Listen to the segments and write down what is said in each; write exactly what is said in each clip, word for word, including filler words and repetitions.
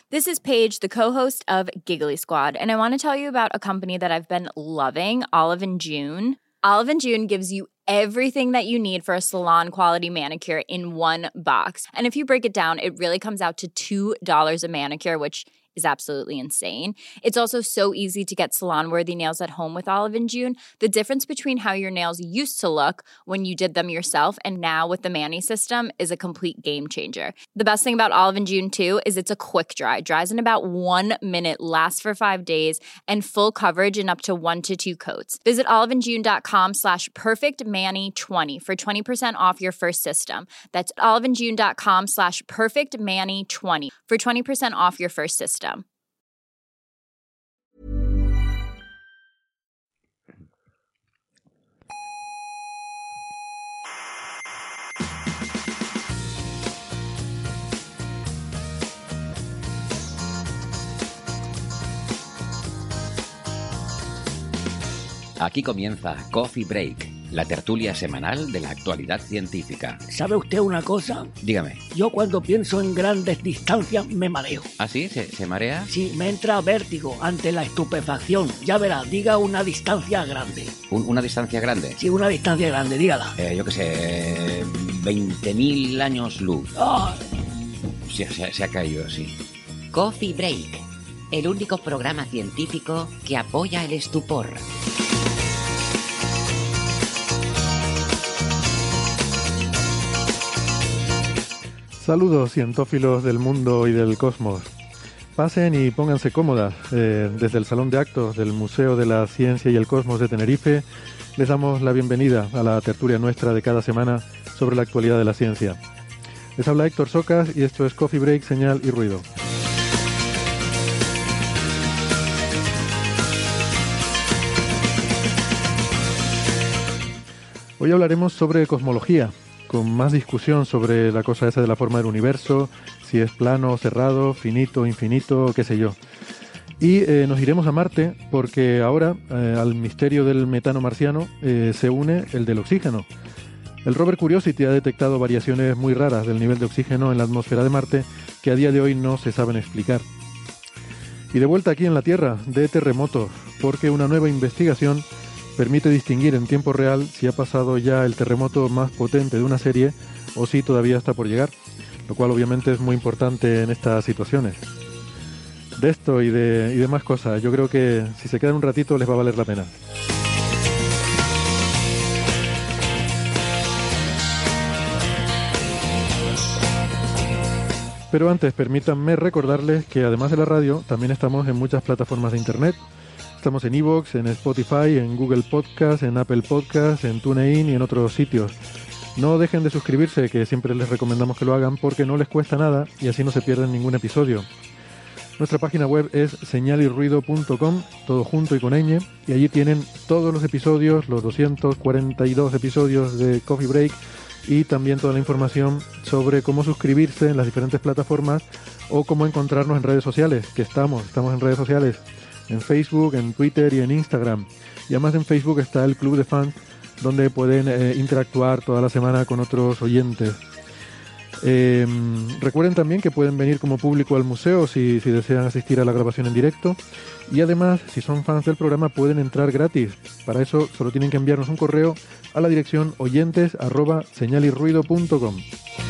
This is Paige, the co-host of Giggly Squad, and I want to tell you about a company that I've been loving, Olive and June. Olive and June gives you everything that you need for a salon-quality manicure in one box. And if you break it down, it really comes out to two dollars a manicure, which is absolutely insane. It's also so easy to get salon-worthy nails at home with Olive and June. The difference between how your nails used to look when you did them yourself and now with the Mani system is a complete game changer. The best thing about Olive and June, too, is it's a quick dry. Dries in about one minute, lasts for five days, and full coverage in up to one to two coats. Visit oliveandjune.com slash perfectmani20 for twenty percent off your first system. That's oliveandjune.com slash perfectmani20 for twenty percent off your first system. Aquí comienza Coffee Break, la tertulia semanal de la actualidad científica. ¿Sabe usted una cosa? Dígame. Yo cuando pienso en grandes distancias me mareo. ¿Ah, sí? ¿Se, se marea? Sí, me entra vértigo ante la estupefacción. Ya verá, diga una distancia grande. ¿Un, ¿Una distancia grande? Sí, una distancia grande, dígala. Eh, yo qué sé, veinte mil años luz. Oh. Sí, se, se ha caído, sí. Coffee Break, el único programa científico que apoya el estupor. Saludos cientófilos del mundo y del cosmos. Pasen y pónganse cómodas. Eh, desde el Salón de Actos del Museo de la Ciencia y el Cosmos de Tenerife les damos la bienvenida a la tertulia nuestra de cada semana sobre la actualidad de la ciencia. Les habla Héctor Socas y esto es Coffee Break, Señal y Ruido. Hoy hablaremos sobre cosmología, con más discusión sobre la cosa esa de la forma del universo, si es plano o cerrado, finito, infinito, qué sé yo. Y eh, nos iremos a Marte porque ahora eh, al misterio del metano marciano eh, se une el del oxígeno. El rover Curiosity ha detectado variaciones muy raras del nivel de oxígeno en la atmósfera de Marte que a día de hoy no se saben explicar. Y de vuelta aquí en la Tierra, de terremotos, porque una nueva investigación permite distinguir en tiempo real si ha pasado ya el terremoto más potente de una serie o si todavía está por llegar, lo cual obviamente es muy importante en estas situaciones. De esto y de, y de más cosas, yo creo que si se quedan un ratito les va a valer la pena. Pero antes, permítanme recordarles que además de la radio, también estamos en muchas plataformas de internet. Estamos en iVoox, en Spotify, en Google Podcast, en Apple Podcast, en TuneIn y en otros sitios. No dejen de suscribirse, que siempre les recomendamos que lo hagan porque no les cuesta nada y así no se pierden ningún episodio. Nuestra página web es señal y ruido punto com, todo junto y con ñ, y allí tienen todos los episodios, los doscientos cuarenta y dos episodios de Coffee Break y también toda la información sobre cómo suscribirse en las diferentes plataformas o cómo encontrarnos en redes sociales, que estamos, estamos en redes sociales. En Facebook, en Twitter y en Instagram. Y además en Facebook está el Club de Fans, donde pueden eh, interactuar toda la semana con otros oyentes. Eh, recuerden también que pueden venir como público al museo si, si desean asistir a la grabación en directo. Y además, si son fans del programa, pueden entrar gratis. Para eso solo tienen que enviarnos un correo a la dirección oyentes arroba señal y ruido punto com.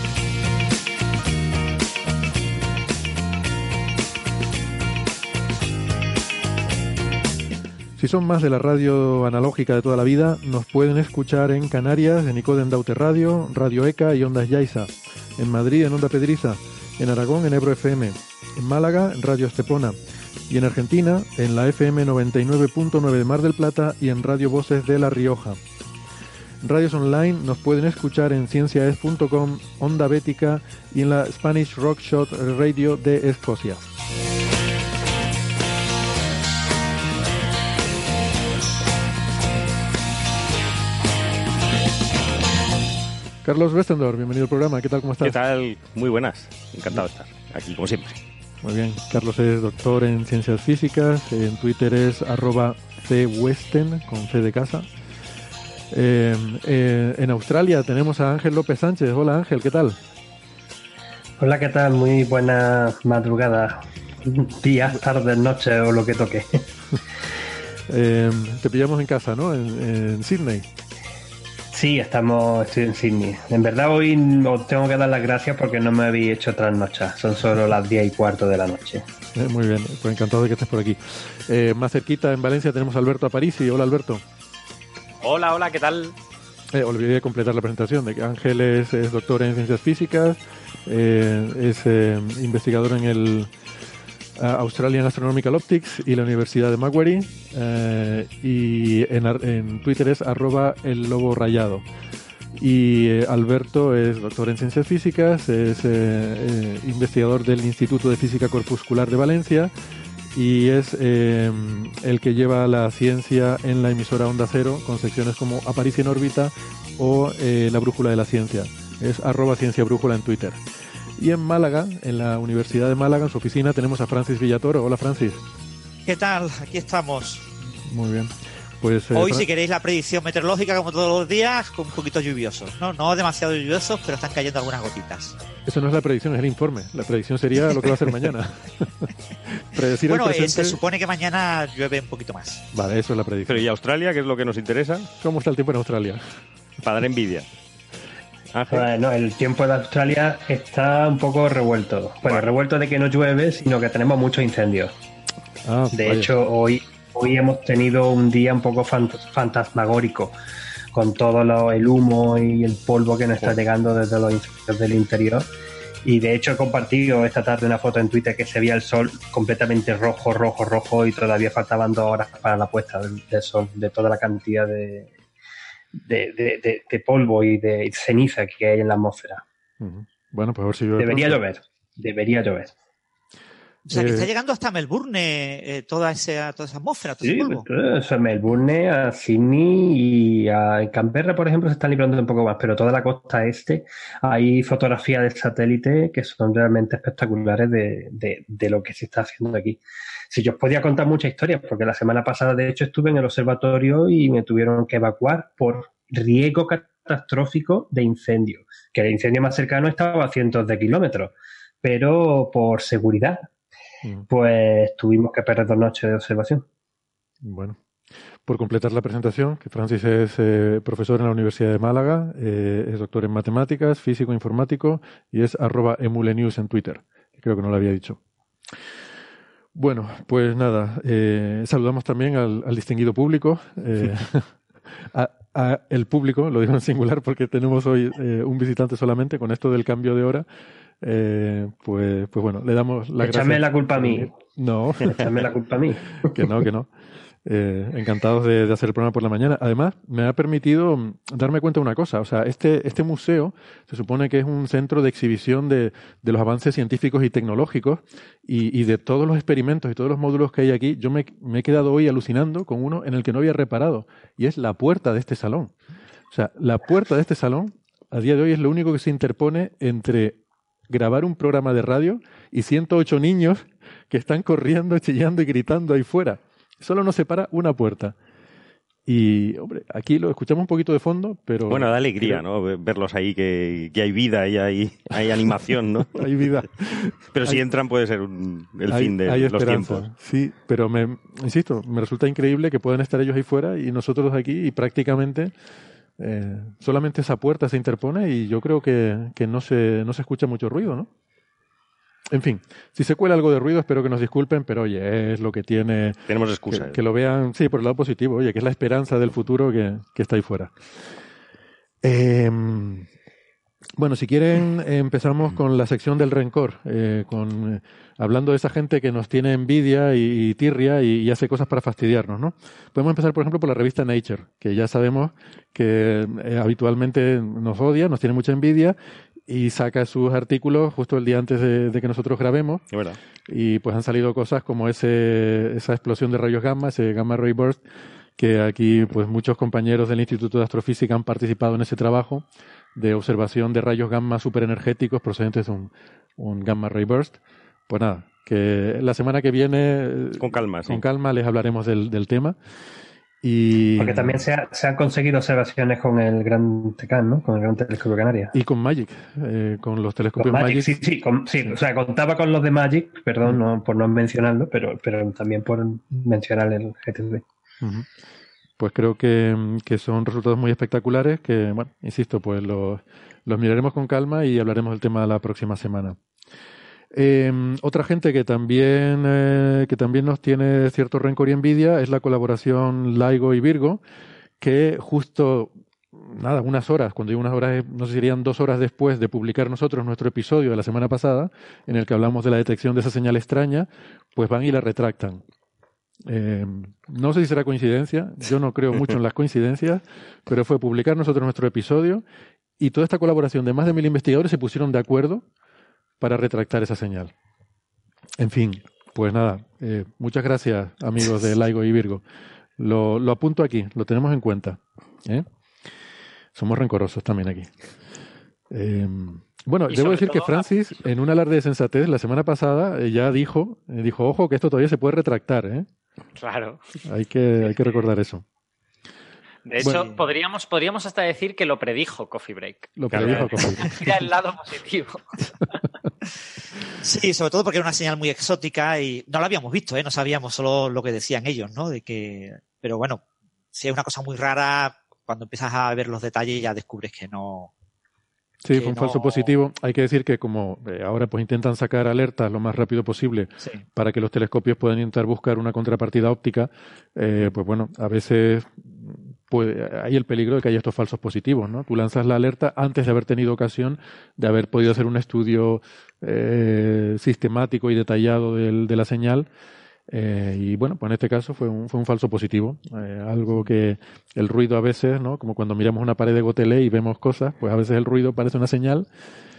Si son más de la radio analógica de toda la vida, nos pueden escuchar en Canarias, en Icoden Daute Radio, Radio ECA y Ondas Yaiza, en Madrid en Onda Pedriza, en Aragón en Ebro F M, en Málaga en Radio Estepona y en Argentina en la F M noventa y nueve punto nueve de Mar del Plata y en Radio Voces de La Rioja. En radios online nos pueden escuchar en cienciaes punto com, Onda Bética y en la Spanish Rock Shot Radio de Escocia. Carlos Westendorf, bienvenido al programa. ¿Qué tal? ¿Cómo estás? ¿Qué tal? Muy buenas. Encantado de estar aquí, como siempre. Muy bien. Carlos es doctor en ciencias físicas. En Twitter es arroba cwesten, con C de casa. Eh, eh, en Australia tenemos a Ángel López Sánchez. Hola Ángel, ¿qué tal? Hola, ¿qué tal? Muy buena madrugada. días, tardes, noches o lo que toque. eh, te pillamos en casa, ¿no? En, en Sydney. Sí, estamos, estoy en Sydney. En verdad hoy os tengo que dar las gracias porque no me habéis hecho trasnochar. Son solo las diez y cuarto de la noche. Eh, muy bien, pues encantado de que estés por aquí. Eh, más cerquita, en Valencia, tenemos a Alberto Aparici. Hola, Alberto. Hola, hola, ¿qué tal? Eh, olvidé de completar la presentación de que Ángel es, es doctor en ciencias físicas, eh, es eh, investigador en el uh, Australian Astronomical Optics y la Universidad de Macquarie, eh, y en, en Twitter es arroba el lobo rayado. Y eh, Alberto es doctor en ciencias físicas, es eh, eh, investigador del Instituto de Física Corpuscular de Valencia y es eh, el que lleva la ciencia en la emisora Onda Cero con secciones como Aparici en órbita o eh, La Brújula de la Ciencia. Es arroba Ciencia Brújula en Twitter. Y en Málaga, en la Universidad de Málaga, en su oficina, tenemos a Francis Villatoro. Hola, Francis. ¿Qué tal? Aquí estamos. Muy bien. Pues, eh, Hoy, Fran... si queréis, la predicción meteorológica, como todos los días, con un poquito lluviosos, ¿no? No demasiado lluviosos, pero están cayendo algunas gotitas. Eso no es la predicción, es el informe. La predicción sería lo que va a ser mañana. Predecir bueno, el presente... eh, se supone que mañana llueve un poquito más. Vale, eso es la predicción. Pero ¿y Australia, qué es lo que nos interesa? ¿Cómo está el tiempo en Australia? Para dar envidia. Ángel. Bueno, el tiempo de Australia está un poco revuelto. Bueno, bueno, revuelto de que no llueve, sino que tenemos muchos incendios. Ah, de vaya. hecho, hoy... Hoy hemos tenido un día un poco fant- fantasmagórico, con todo lo, el humo y el polvo que nos está llegando desde los incendios del interior. Y de hecho he compartido esta tarde una foto en Twitter que se veía el sol completamente rojo, rojo, rojo y todavía faltaban dos horas para la puesta del, del sol, de toda la cantidad de, de, de, de, de polvo y de ceniza que hay en la atmósfera. Uh-huh. Bueno, pues a ver si llueve. Debería pronto. llover, debería llover. O sea, que Eh, está llegando hasta Melbourne eh, toda, esa, toda esa atmósfera, todo Sí, ese polvo. pues, a Melbourne, a Sydney y a Canberra, por ejemplo, se están librando un poco más, pero toda la costa este hay fotografías de satélite que son realmente espectaculares de, de, de lo que se está haciendo aquí. Si yo os podía contar muchas historias, porque la semana pasada, de hecho, estuve en el observatorio y me tuvieron que evacuar por riesgo catastrófico de incendio, que el incendio más cercano estaba a cientos de kilómetros, pero por seguridad pues tuvimos que perder dos noches de observación. Bueno, por completar la presentación, que Francis es eh, profesor en la Universidad de Málaga, eh, es doctor en matemáticas, físico informático y es arroba emulenews en Twitter. Creo que no lo había dicho. Bueno, pues nada, eh, saludamos también al, al distinguido público, eh, a, a el público, lo digo en singular porque tenemos hoy eh, un visitante solamente con esto del cambio de hora. Eh, pues, pues bueno, le damos la gracia. Échame la culpa a mí. No. Échame la culpa a mí. Que no, que no. Eh, encantados de, de hacer el programa por la mañana. Además, me ha permitido darme cuenta de una cosa. O sea, este, este museo se supone que es un centro de exhibición de, de los avances científicos y tecnológicos y, y de todos los experimentos y todos los módulos que hay aquí. Yo me, me he quedado hoy alucinando con uno en el que no había reparado y es la puerta de este salón. O sea, la puerta de este salón a día de hoy es lo único que se interpone entre grabar un programa de radio y ciento ocho niños que están corriendo, chillando y gritando ahí fuera. Solo nos separa una puerta. Y, hombre, aquí lo escuchamos un poquito de fondo, pero... Bueno, da alegría, ¿no? Verlos ahí, que, que hay vida y hay, hay animación, ¿no? Hay vida. Pero hay, si entran puede ser un, el hay, fin de hay los esperanza. tiempos. Sí, pero me insisto, me resulta increíble que puedan estar ellos ahí fuera y nosotros aquí y prácticamente... Eh, solamente esa puerta se interpone y yo creo que, que no se, no se escucha mucho ruido, ¿no? En fin, si se cuela algo de ruido espero que nos disculpen, pero oye, es lo que tiene... Tenemos excusa. Que, ¿eh? que lo vean, sí, por el lado positivo, oye, que es la esperanza del futuro que, que está ahí fuera. Eh, bueno, si quieren empezamos con la sección del rencor, eh, con eh, hablando de esa gente que nos tiene envidia y, y tirria y, y hace cosas para fastidiarnos, ¿no? Podemos empezar, por ejemplo, por la revista Nature, que ya sabemos que eh, habitualmente nos odia, nos tiene mucha envidia y saca sus artículos justo el día antes de, de que nosotros grabemos. Es verdad. Y pues han salido cosas como ese esa explosión de rayos gamma, ese gamma ray burst, que aquí pues muchos compañeros del Instituto de Astrofísica han participado en ese trabajo de observación de rayos gamma superenergéticos procedentes de un, un gamma ray burst. Pues nada, que la semana que viene con calma, sí. con calma les hablaremos del, del tema. Y, Porque también se, ha, se han conseguido observaciones con el Gran Tecan, ¿no? Con el Gran Telescopio Canarias. Y con Magic, eh, con los telescopios con Magic. Magic. Sí, sí, con, sí, o sea, contaba con los de Magic, perdón, no, por no mencionarlo, pero, pero también por mencionar el G T D. Uh-huh. Pues creo que, que son resultados muy espectaculares que, bueno, insisto, pues los, los miraremos con calma y hablaremos del tema la próxima semana. Eh, otra gente que también eh, que también nos tiene cierto rencor y envidia es la colaboración LIGO y Virgo, que justo, nada, unas horas, cuando digo unas horas, no sé si serían dos horas después de publicar nosotros nuestro episodio de la semana pasada, en el que hablamos de la detección de esa señal extraña, pues van y la retractan. Eh, no sé si será coincidencia, yo no creo mucho en las coincidencias, pero fue publicar nosotros nuestro episodio y toda esta colaboración de más de mil investigadores se pusieron de acuerdo para retractar esa señal. En fin, pues nada, eh, muchas gracias amigos de LIGO y Virgo. Lo, lo apunto aquí, lo tenemos en cuenta. ¿eh? Somos rencorosos también aquí. Eh, bueno, debo decir que Francis, en un alarde de sensatez, la semana pasada eh, ya dijo, eh, dijo, ojo, que esto todavía se puede retractar. ¿eh? Claro. Hay que, hay que recordar eso. De hecho, Bueno, podríamos, podríamos hasta decir que lo predijo Coffee Break. Lo predijo Coffee Break. Mira el lado positivo. Sí, sobre todo porque era una señal muy exótica y no la habíamos visto, ¿eh? No sabíamos solo lo que decían ellos, ¿no? De que, pero bueno, si es una cosa muy rara, cuando empiezas a ver los detalles ya descubres que no. Sí, que fue un no... falso positivo. Hay que decir que como eh, ahora pues intentan sacar alertas lo más rápido posible Sí. para que los telescopios puedan intentar buscar una contrapartida óptica, eh, pues bueno, a veces pues, hay el peligro de que haya estos falsos positivos, ¿no? Tú lanzas la alerta antes de haber tenido ocasión de haber podido hacer un estudio eh, sistemático y detallado del, de la señal. Eh, y bueno, pues en este caso fue un, fue un falso positivo, eh, algo que el ruido a veces, ¿no? Como cuando miramos una pared de gotelé y vemos cosas, pues a veces el ruido parece una señal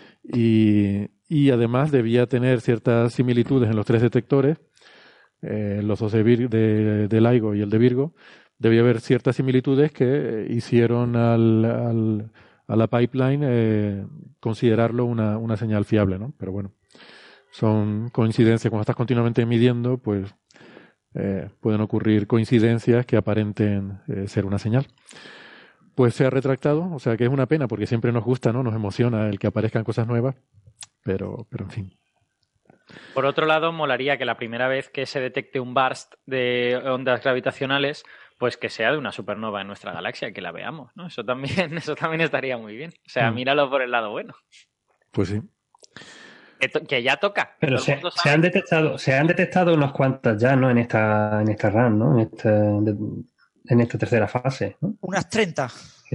y, y además debía tener ciertas similitudes en los tres detectores, eh, los dos de, Vir, de, de LIGO y el de Virgo, debía haber ciertas similitudes que hicieron al, al, a la pipeline eh, considerarlo una, una señal fiable, ¿no? Pero bueno, son coincidencias. Cuando estás continuamente midiendo, pues eh, pueden ocurrir coincidencias que aparenten eh, ser una señal. Pues se ha retractado, o sea que es una pena porque siempre nos gusta, ¿no? Nos emociona el que aparezcan cosas nuevas, pero, pero en fin. Por otro lado, molaría que la primera vez que se detecte un burst de ondas gravitacionales, pues que sea de una supernova en nuestra galaxia, que la veamos, ¿no? Eso también, eso también estaría muy bien. O sea, Mm. míralo por el lado bueno. Pues sí. Que, to- que ya toca. Pero Todo el se, mundo se sabe. han detectado, se han detectado unas cuantas ya, ¿no? En esta, en esta run, ¿no? En esta, de- en esta tercera fase, ¿no? Unas treinta.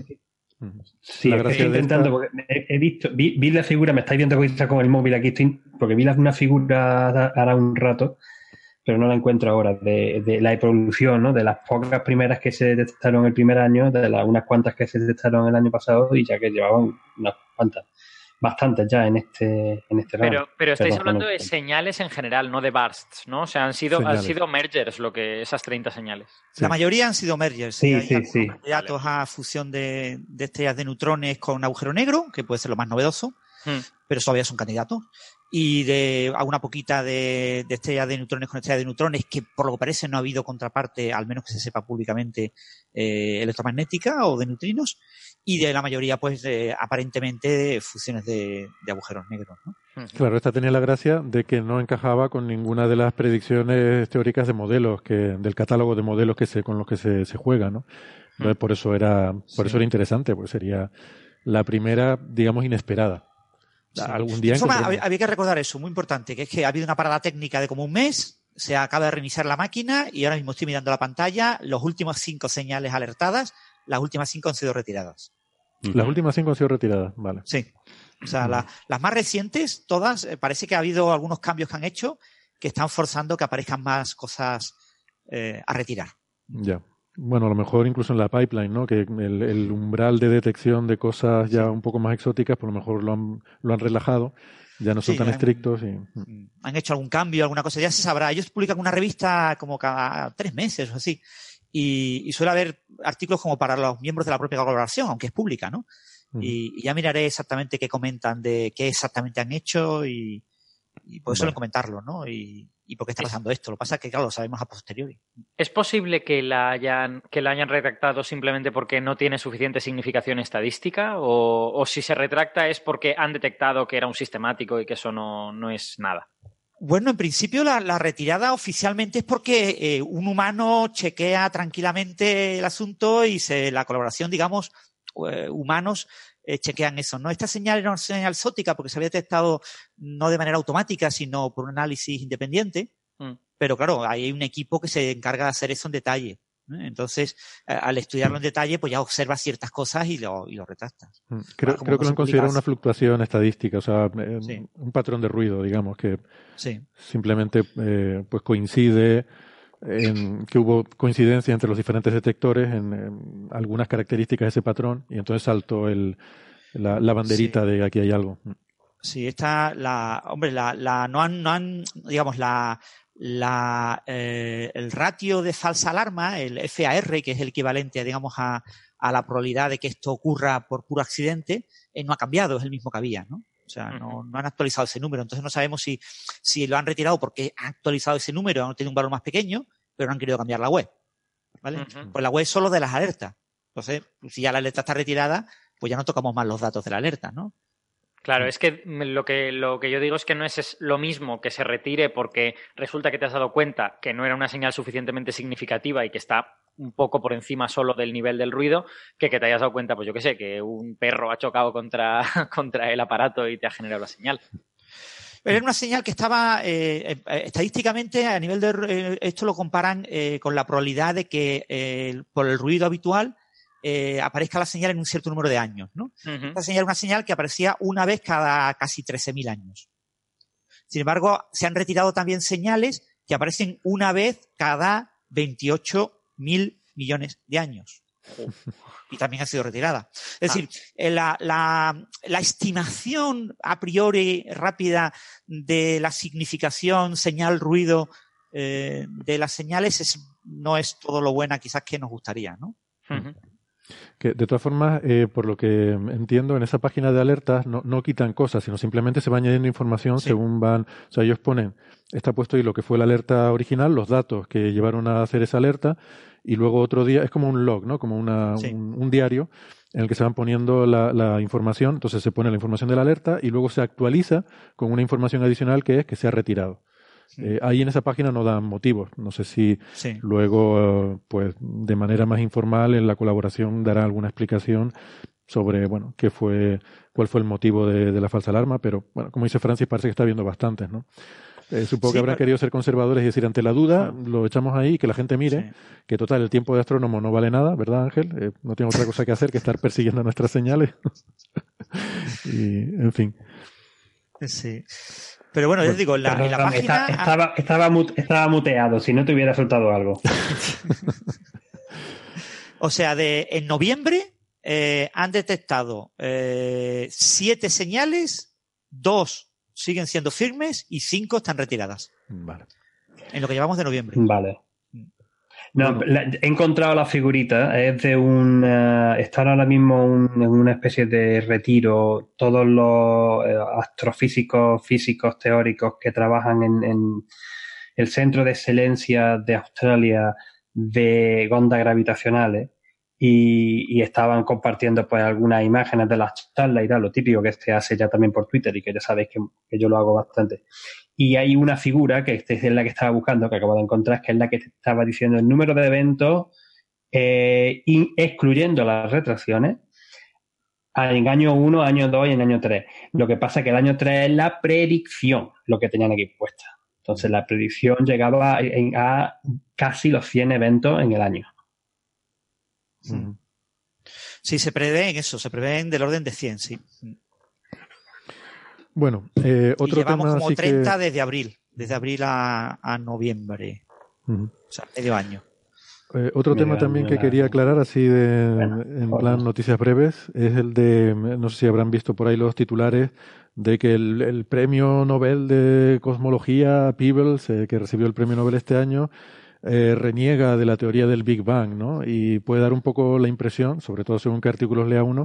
Sí, La es que gracia estoy de intentando, esta- porque he, he visto, vi, vi la figura, me estáis viendo que está con el móvil aquí, estoy, porque vi la- una figura hará un rato, pero no la encuentro ahora, de, de la evolución, ¿no? De las pocas primeras que se detectaron el primer año, de las unas cuantas que se detectaron el año pasado y ya que llevaban unas cuantas, bastantes ya en este, en este Pero, run. pero estáis Perdón, hablando no de lo- señales en general, no de bursts, ¿no? O sea, han sido, han Señales. sido mergers lo que, esas treinta señales. Sí. La mayoría han sido mergers. Sí, Hay sí, algunos sí. candidatos a fusión de, de estrellas de neutrones con agujero negro, que puede ser lo más novedoso, Hmm. pero todavía son candidatos. Y de alguna poquita de, de estrellas de neutrones con estrellas de neutrones, que por lo que parece no ha habido contraparte, al menos que se sepa públicamente, eh, electromagnética o de neutrinos. Y de la mayoría, pues, eh, aparentemente, de fusiones de, de agujeros negros, ¿no? Claro, esta tenía la gracia de que no encajaba con ninguna de las predicciones teóricas de modelos, que del catálogo de modelos que se, con los que se, se juega, ¿no? Entonces, por eso era, por Sí. eso era interesante, porque sería la primera, digamos, inesperada. Sí. Algún día De forma, encontraremos. había, había que recordar eso, muy importante, que es que ha habido una parada técnica de como un mes, se acaba de reiniciar la máquina y ahora mismo estoy mirando la pantalla, los últimos cinco señales alertadas, las últimas cinco han sido retiradas. Las últimas cinco han sido retiradas, vale. Sí. O sea, la- las más recientes, todas, eh, parece que ha habido algunos cambios que han hecho que están forzando que aparezcan más cosas eh, a retirar. Ya. Bueno, a lo mejor incluso en la pipeline, ¿no? Que el, el umbral de detección de cosas ya un poco más exóticas, por lo mejor lo han, lo han relajado, ya no son Sí, tan han- estrictos y... Han hecho algún cambio, alguna cosa, ya se sabrá. Ellos publican una revista como cada tres meses o así. Y, y suele haber artículos como para los miembros de la propia colaboración, aunque es pública, ¿no? Y, y ya miraré exactamente qué comentan de qué exactamente han hecho y, y pues Vale. suelen comentarlo, ¿no? Y, y por qué está pasando esto. Lo que pasa es que, claro, lo sabemos a posteriori. ¿Es posible que la hayan, que la hayan retractado simplemente porque no tiene suficiente significación estadística? O, o si se retracta es porque han detectado que era un sistemático y que eso no, no es nada? Bueno, en principio la, la retirada oficialmente es porque eh, un humano chequea tranquilamente el asunto y se, la colaboración, digamos, eh, humanos eh, chequean eso, ¿no? Esta señal era una señal exótica porque se había detectado no de manera automática, sino por un análisis independiente. Mm. Pero claro, hay un equipo que se encarga de hacer eso en detalle, ¿eh? Entonces, eh, al estudiarlo en detalle, pues ya observas ciertas cosas y lo, y lo retractas. Creo, bueno, creo que lo han considerado una fluctuación estadística, o sea, eh, sí. un patrón de ruido, digamos, que sí. simplemente eh, pues coincide en que hubo coincidencia entre los diferentes detectores en, en algunas características de ese patrón y entonces saltó el, la, la banderita sí. de aquí hay algo. Sí, esta, la, hombre, la, la, no han, no han, digamos, la, la, eh, el ratio de falsa alarma, el F A R, que es el equivalente, digamos, a, a la probabilidad de que esto ocurra por puro accidente, eh, no ha cambiado, es el mismo que había, ¿no? O sea, no, no han actualizado ese número. Entonces no sabemos si, si lo han retirado porque han actualizado ese número, han tenido un valor más pequeño, pero no han querido cambiar la web, ¿vale? Uh-huh. Pues la web es solo de las alertas. Entonces, si ya la alerta está retirada, pues ya no tocamos más los datos de la alerta, ¿no? Claro, es que lo que lo que yo digo es que no es, es lo mismo que se retire porque resulta que te has dado cuenta que no era una señal suficientemente significativa y que está un poco por encima solo del nivel del ruido, que que te hayas dado cuenta, pues yo qué sé, que un perro ha chocado contra, contra el aparato y te ha generado la señal. Pero era una señal que estaba, eh, estadísticamente, a nivel de... Eh, esto lo comparan eh, con la probabilidad de que eh, por el ruido habitual Eh, aparezca la señal en un cierto número de años, ¿no? Uh-huh. Esta señal es una señal que aparecía una vez cada casi trece mil años. Sin embargo, se han retirado también señales que aparecen una vez cada veintiocho mil millones de años. Y también ha sido retirada. Es ah. decir, la, la, la estimación a priori rápida de la significación señal-ruido eh, de las señales es, no es todo lo buena quizás que nos gustaría, ¿no? Uh-huh. Que, de todas formas, eh, por lo que entiendo, en esa página de alertas no, no quitan cosas, sino simplemente se va añadiendo información sí. según van... O sea, ellos ponen, está puesto ahí lo que fue la alerta original, los datos que llevaron a hacer esa alerta, y luego otro día, es como un log, ¿no? Como una, sí. un, un diario en el que se van poniendo la, la información, entonces se pone la información de la alerta y luego se actualiza con una información adicional que es que se ha retirado. Eh, ahí en esa página no dan motivos. No sé si sí. luego, pues, de manera más informal en la colaboración dará alguna explicación sobre, bueno, qué fue, cuál fue el motivo de, de la falsa alarma, pero, bueno, como dice Francis, parece que está habiendo bastantes, ¿no? Eh, supongo sí, que habrán pero... querido ser conservadores y decir, ante la duda, sí. lo echamos ahí y que la gente mire, sí. que total, el tiempo de astrónomo no vale nada, ¿verdad, Ángel? Eh, no tengo otra cosa que hacer que estar persiguiendo nuestras señales. Y, en fin. Sí. Pero bueno, yo digo, la, en la página... Está, estaba, estaba, mute, estaba muteado, si no te hubiera soltado algo. O sea, de en noviembre eh, han detectado eh, siete señales, dos siguen siendo firmes y cinco están retiradas. Vale. En lo que llevamos de noviembre. Vale. No, bueno. la, he encontrado la figurita, es de un... Uh, están ahora mismo un, en una especie de retiro todos los uh, astrofísicos, físicos, teóricos que trabajan en, en el Centro de Excelencia de Australia de ondas gravitacionales y, y estaban compartiendo pues algunas imágenes de las charlas y tal, lo típico que se hace ya también por Twitter y que ya sabéis que, que yo lo hago bastante. Y hay una figura, que es la que estaba buscando, que acabo de encontrar, que es la que te estaba diciendo el número de eventos, eh, y excluyendo las retracciones, en año uno, año dos y en año tres. Lo que pasa es que el año tres es la predicción, lo que tenían aquí puesta. Entonces, la predicción llegaba a, a casi los cien eventos en el año. Mm. Sí, se prevén eso, se prevén del orden de cien, sí. Bueno, eh, otro y llevamos tema como treinta que... desde abril, desde abril a, a noviembre, uh-huh. O sea, medio año. Eh, otro mira, tema también mira, que quería aclarar así de bueno, en bueno. plan noticias breves es el de, no sé si habrán visto por ahí los titulares de que el, el premio Nobel de Cosmología, Peebles, eh, que recibió el premio Nobel este año, eh, reniega de la teoría del Big Bang, ¿no? Y puede dar un poco la impresión, sobre todo según qué artículos lea uno,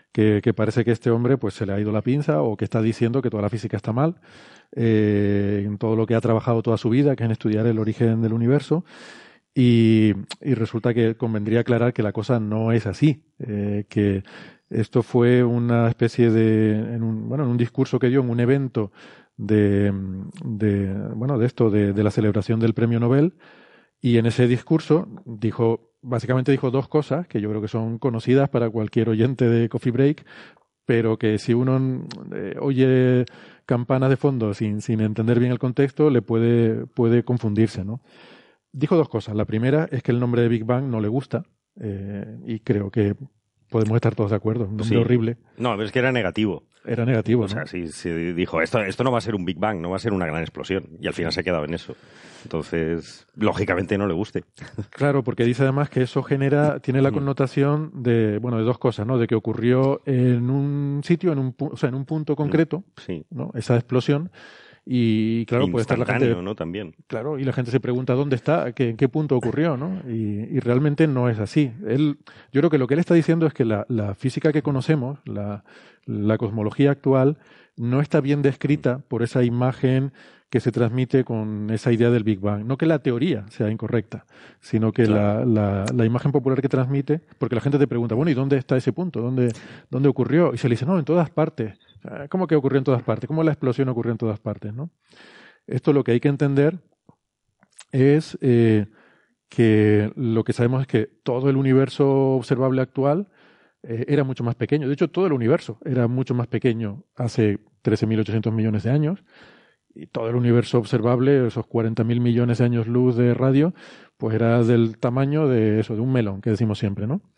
que, que parece que este hombre pues se le ha ido la pinza o que está diciendo que toda la física está mal, eh, en todo lo que ha trabajado toda su vida, que es en estudiar el origen del universo. Y, y resulta que convendría aclarar que la cosa no es así, eh, que esto fue una especie de, en un, bueno, en un discurso que dio en un evento de, de bueno, de esto, de, de la celebración del Premio Nobel, y en ese discurso dijo, básicamente dijo dos cosas que yo creo que son conocidas para cualquier oyente de Coffee Break, pero que si uno eh, oye campanas de fondo sin, sin entender bien el contexto, le puede, puede confundirse, ¿no? Dijo dos cosas. La primera es que el nombre de Big Bang no le gusta, eh, y creo que podemos estar todos de acuerdo. Un nombre sí. horrible. No, pero es que era negativo. Era negativo, O ¿no? sea, sí, sí dijo, esto, esto no va a ser un Big Bang, no va a ser una gran explosión. Y al final se ha quedado en eso. Entonces, lógicamente no le guste. Claro, porque dice además que eso genera, tiene la connotación de, bueno, de dos cosas, ¿no? De que ocurrió en un sitio, en un, pu- o sea, en un punto concreto, sí. ¿no? Esa explosión. Y claro, puede estar la gente, ¿no? También. Claro, y la gente se pregunta dónde está, qué, en qué punto ocurrió, ¿no? Y, y realmente no es así. Él, yo creo que lo que él está diciendo es que la, la física que conocemos, la, la cosmología actual, no está bien descrita por esa imagen que se transmite con esa idea del Big Bang. No que la teoría sea incorrecta, sino que Claro. la, la, la imagen popular que transmite, porque la gente te pregunta, bueno, ¿y dónde está ese punto? ¿Dónde, dónde ocurrió? Y se le dice, no, en todas partes. ¿Cómo que ocurrió en todas partes? ¿Cómo la explosión ocurrió en todas partes, no? Esto lo que hay que entender es eh, que lo que sabemos es que todo el universo observable actual eh, era mucho más pequeño. De hecho, todo el universo era mucho más pequeño hace trece mil ochocientos millones de años. Y todo el universo observable, esos cuarenta mil millones de años luz de radio, pues era del tamaño de eso, de un melón, que decimos siempre, ¿no?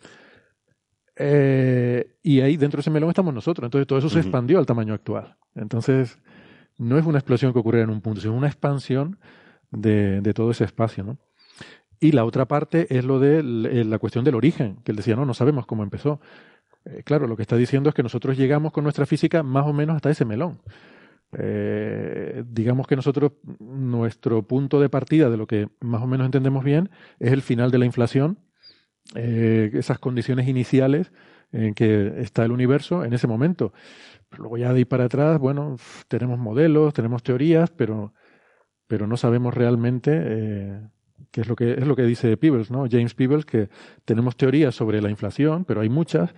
Eh, y ahí dentro de ese melón estamos nosotros. Entonces todo eso se Ujú. expandió al tamaño actual. Entonces no es una explosión que ocurriera en un punto, sino una expansión de, de todo ese espacio, ¿no? Y la otra parte es lo de l- la cuestión del origen, que él decía, no, no sabemos cómo empezó. Eh, claro, lo que está diciendo es que nosotros llegamos con nuestra física más o menos hasta ese melón. Eh, digamos que nosotros, nuestro punto de partida de lo que más o menos entendemos bien es el final de la inflación, eh, esas condiciones iniciales en que está el universo en ese momento. Pero luego ya de ahí para atrás, bueno, f- tenemos modelos, tenemos teorías, pero, pero no sabemos realmente eh, qué es lo que es lo que dice Peebles, ¿no? James Peebles, que tenemos teorías sobre la inflación, pero hay muchas,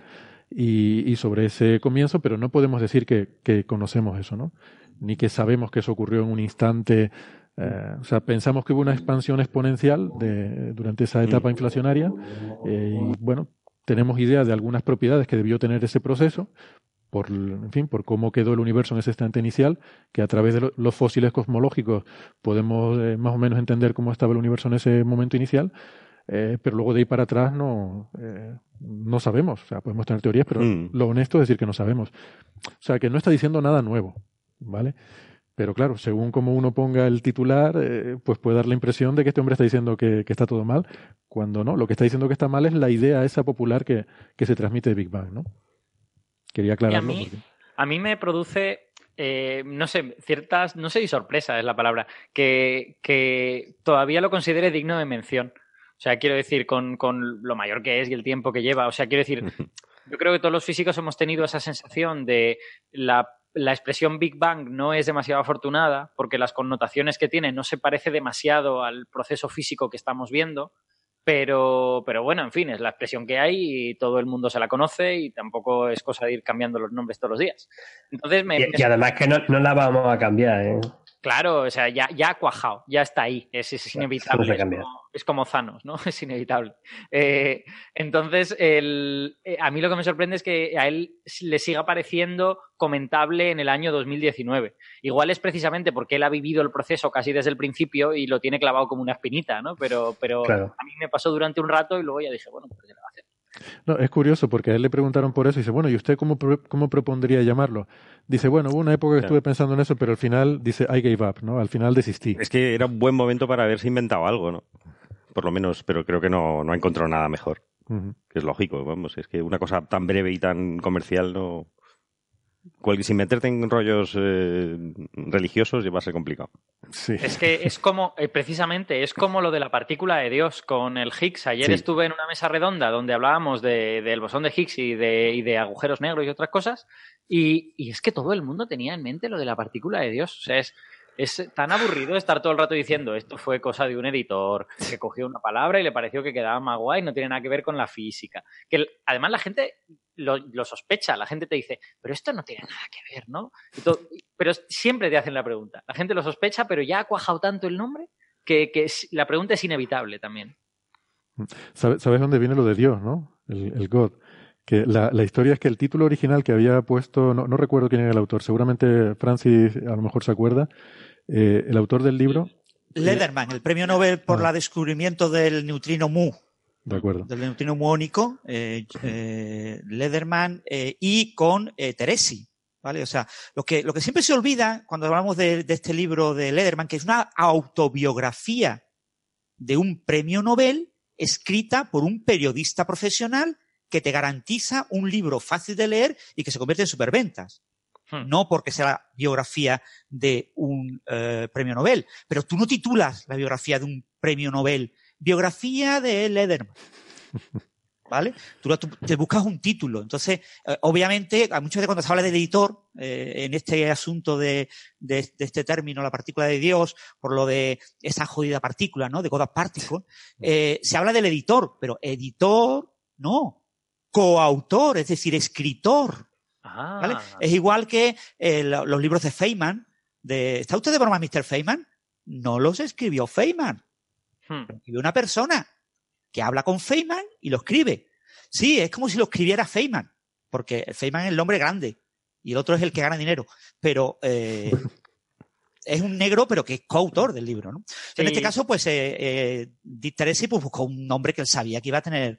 y, y sobre ese comienzo, pero no podemos decir que, que conocemos eso, ¿no? Ni que sabemos que eso ocurrió en un instante. Eh, o sea, pensamos que hubo una expansión exponencial de, durante esa etapa inflacionaria, eh, y bueno, tenemos idea de algunas propiedades que debió tener ese proceso, por, en fin, por cómo quedó el universo en ese instante inicial, que a través de lo- los fósiles cosmológicos podemos eh, más o menos entender cómo estaba el universo en ese momento inicial, eh, pero luego de ahí para atrás no, eh, no sabemos. O sea, podemos tener teorías, pero Mm. lo honesto es decir que no sabemos. O sea, que no está diciendo nada nuevo, ¿vale? Pero claro, según como uno ponga el titular, eh, pues puede dar la impresión de que este hombre está diciendo que, que está todo mal, cuando no. Lo que está diciendo que está mal es la idea esa popular que, que se transmite de Big Bang, ¿no? Quería aclararlo. Y a mí- porque- A mí me produce, eh, no sé, ciertas, no sé si sorpresa es la palabra, que, que todavía lo considere digno de mención. O sea, quiero decir, con, con lo mayor que es y el tiempo que lleva. O sea, quiero decir, yo creo que todos los físicos hemos tenido esa sensación de la, la expresión Big Bang no es demasiado afortunada porque las connotaciones que tiene no se parece demasiado al proceso físico que estamos viendo. Pero, pero bueno, en fin, es la expresión que hay y todo el mundo se la conoce y tampoco es cosa de ir cambiando los nombres todos los días. Entonces me, Y, y además que no, no la vamos a cambiar, ¿eh? Claro, o sea, ya, ya ha cuajado, ya está ahí, es, es inevitable, no se es cambia. como, es como Thanos, ¿no? Es inevitable. Eh, entonces, el, eh, a mí lo que me sorprende es que a él le siga pareciendo comentable en el año dos mil diecinueve. Igual es precisamente porque él ha vivido el proceso casi desde el principio y lo tiene clavado como una espinita, ¿no? Pero, pero Claro. a mí me pasó durante un rato y luego ya dije, bueno, pues ¿qué le va a hacer? No, es curioso porque a él le preguntaron por eso y dice, bueno, ¿y usted cómo, pro- cómo propondría llamarlo? Dice, bueno, hubo una época que Claro. estuve pensando en eso, pero al final, dice, I gave up, ¿no? Al final desistí. Es que era un buen momento para haberse inventado algo, ¿no? Por lo menos, pero creo que no, no ha encontrado nada mejor. Ujú. Que es lógico, vamos. Es que una cosa tan breve y tan comercial no... cual, sin meterte en rollos eh, religiosos, va a ser complicado. Sí. Es que es como, eh, precisamente, es como lo de la partícula de Dios con el Higgs. Ayer Sí. estuve en una mesa redonda donde hablábamos de, del bosón de Higgs y de, y de agujeros negros y otras cosas, y, y es que todo el mundo tenía en mente lo de la partícula de Dios. O sea, es, es tan aburrido estar todo el rato diciendo esto fue cosa de un editor que cogió una palabra y le pareció que quedaba más guay, no tiene nada que ver con la física. Que el, además la gente lo, lo sospecha, la gente te dice, pero esto no tiene nada que ver, ¿no? Y todo, pero siempre te hacen la pregunta. La gente lo sospecha, pero ya ha cuajado tanto el nombre que, que la pregunta es inevitable también. ¿Sabes, ¿Sabes dónde viene lo de Dios, no? El, el God. Que la, la historia es que el título original que había puesto, no, no recuerdo quién era el autor, seguramente Francis a lo mejor se acuerda, eh, el autor del libro... Lederman, el premio Nobel por Ah. el descubrimiento del neutrino mu. De acuerdo. Del neutrino muónico, eh, eh, Lederman, eh, y con eh, Teresi. ¿Vale? O sea, lo que, lo que siempre se olvida cuando hablamos de, de este libro de Lederman, que es una autobiografía de un premio Nobel escrita por un periodista profesional que te garantiza un libro fácil de leer y que se convierte en superventas. Hmm. No porque sea la biografía de un eh, premio Nobel, pero tú no titulas la biografía de un premio Nobel biografía de Lederman. ¿Vale? Tú, tú te buscas un título. Entonces, eh, obviamente, muchas veces cuando se habla del editor, eh, en este asunto de, de, de este término, la partícula de Dios, por lo de esa jodida partícula, ¿no? De God Particle, eh, se habla del editor, pero editor, no. Coautor, es decir, escritor. Ah. ¿Vale? Es igual que eh, los libros de Feynman. De, ¿Está usted de broma, mister Feynman? No los escribió Feynman. Hmm. Lo escribió una persona que habla con Feynman y lo escribe. Sí, es como si lo escribiera Feynman, porque Feynman es el hombre grande y el otro es el que gana dinero. Pero eh, es un negro, pero que es coautor del libro, ¿no? Sí. En este caso, pues, eh, eh, Dick Teresi pues, buscó un nombre que él sabía que iba a tener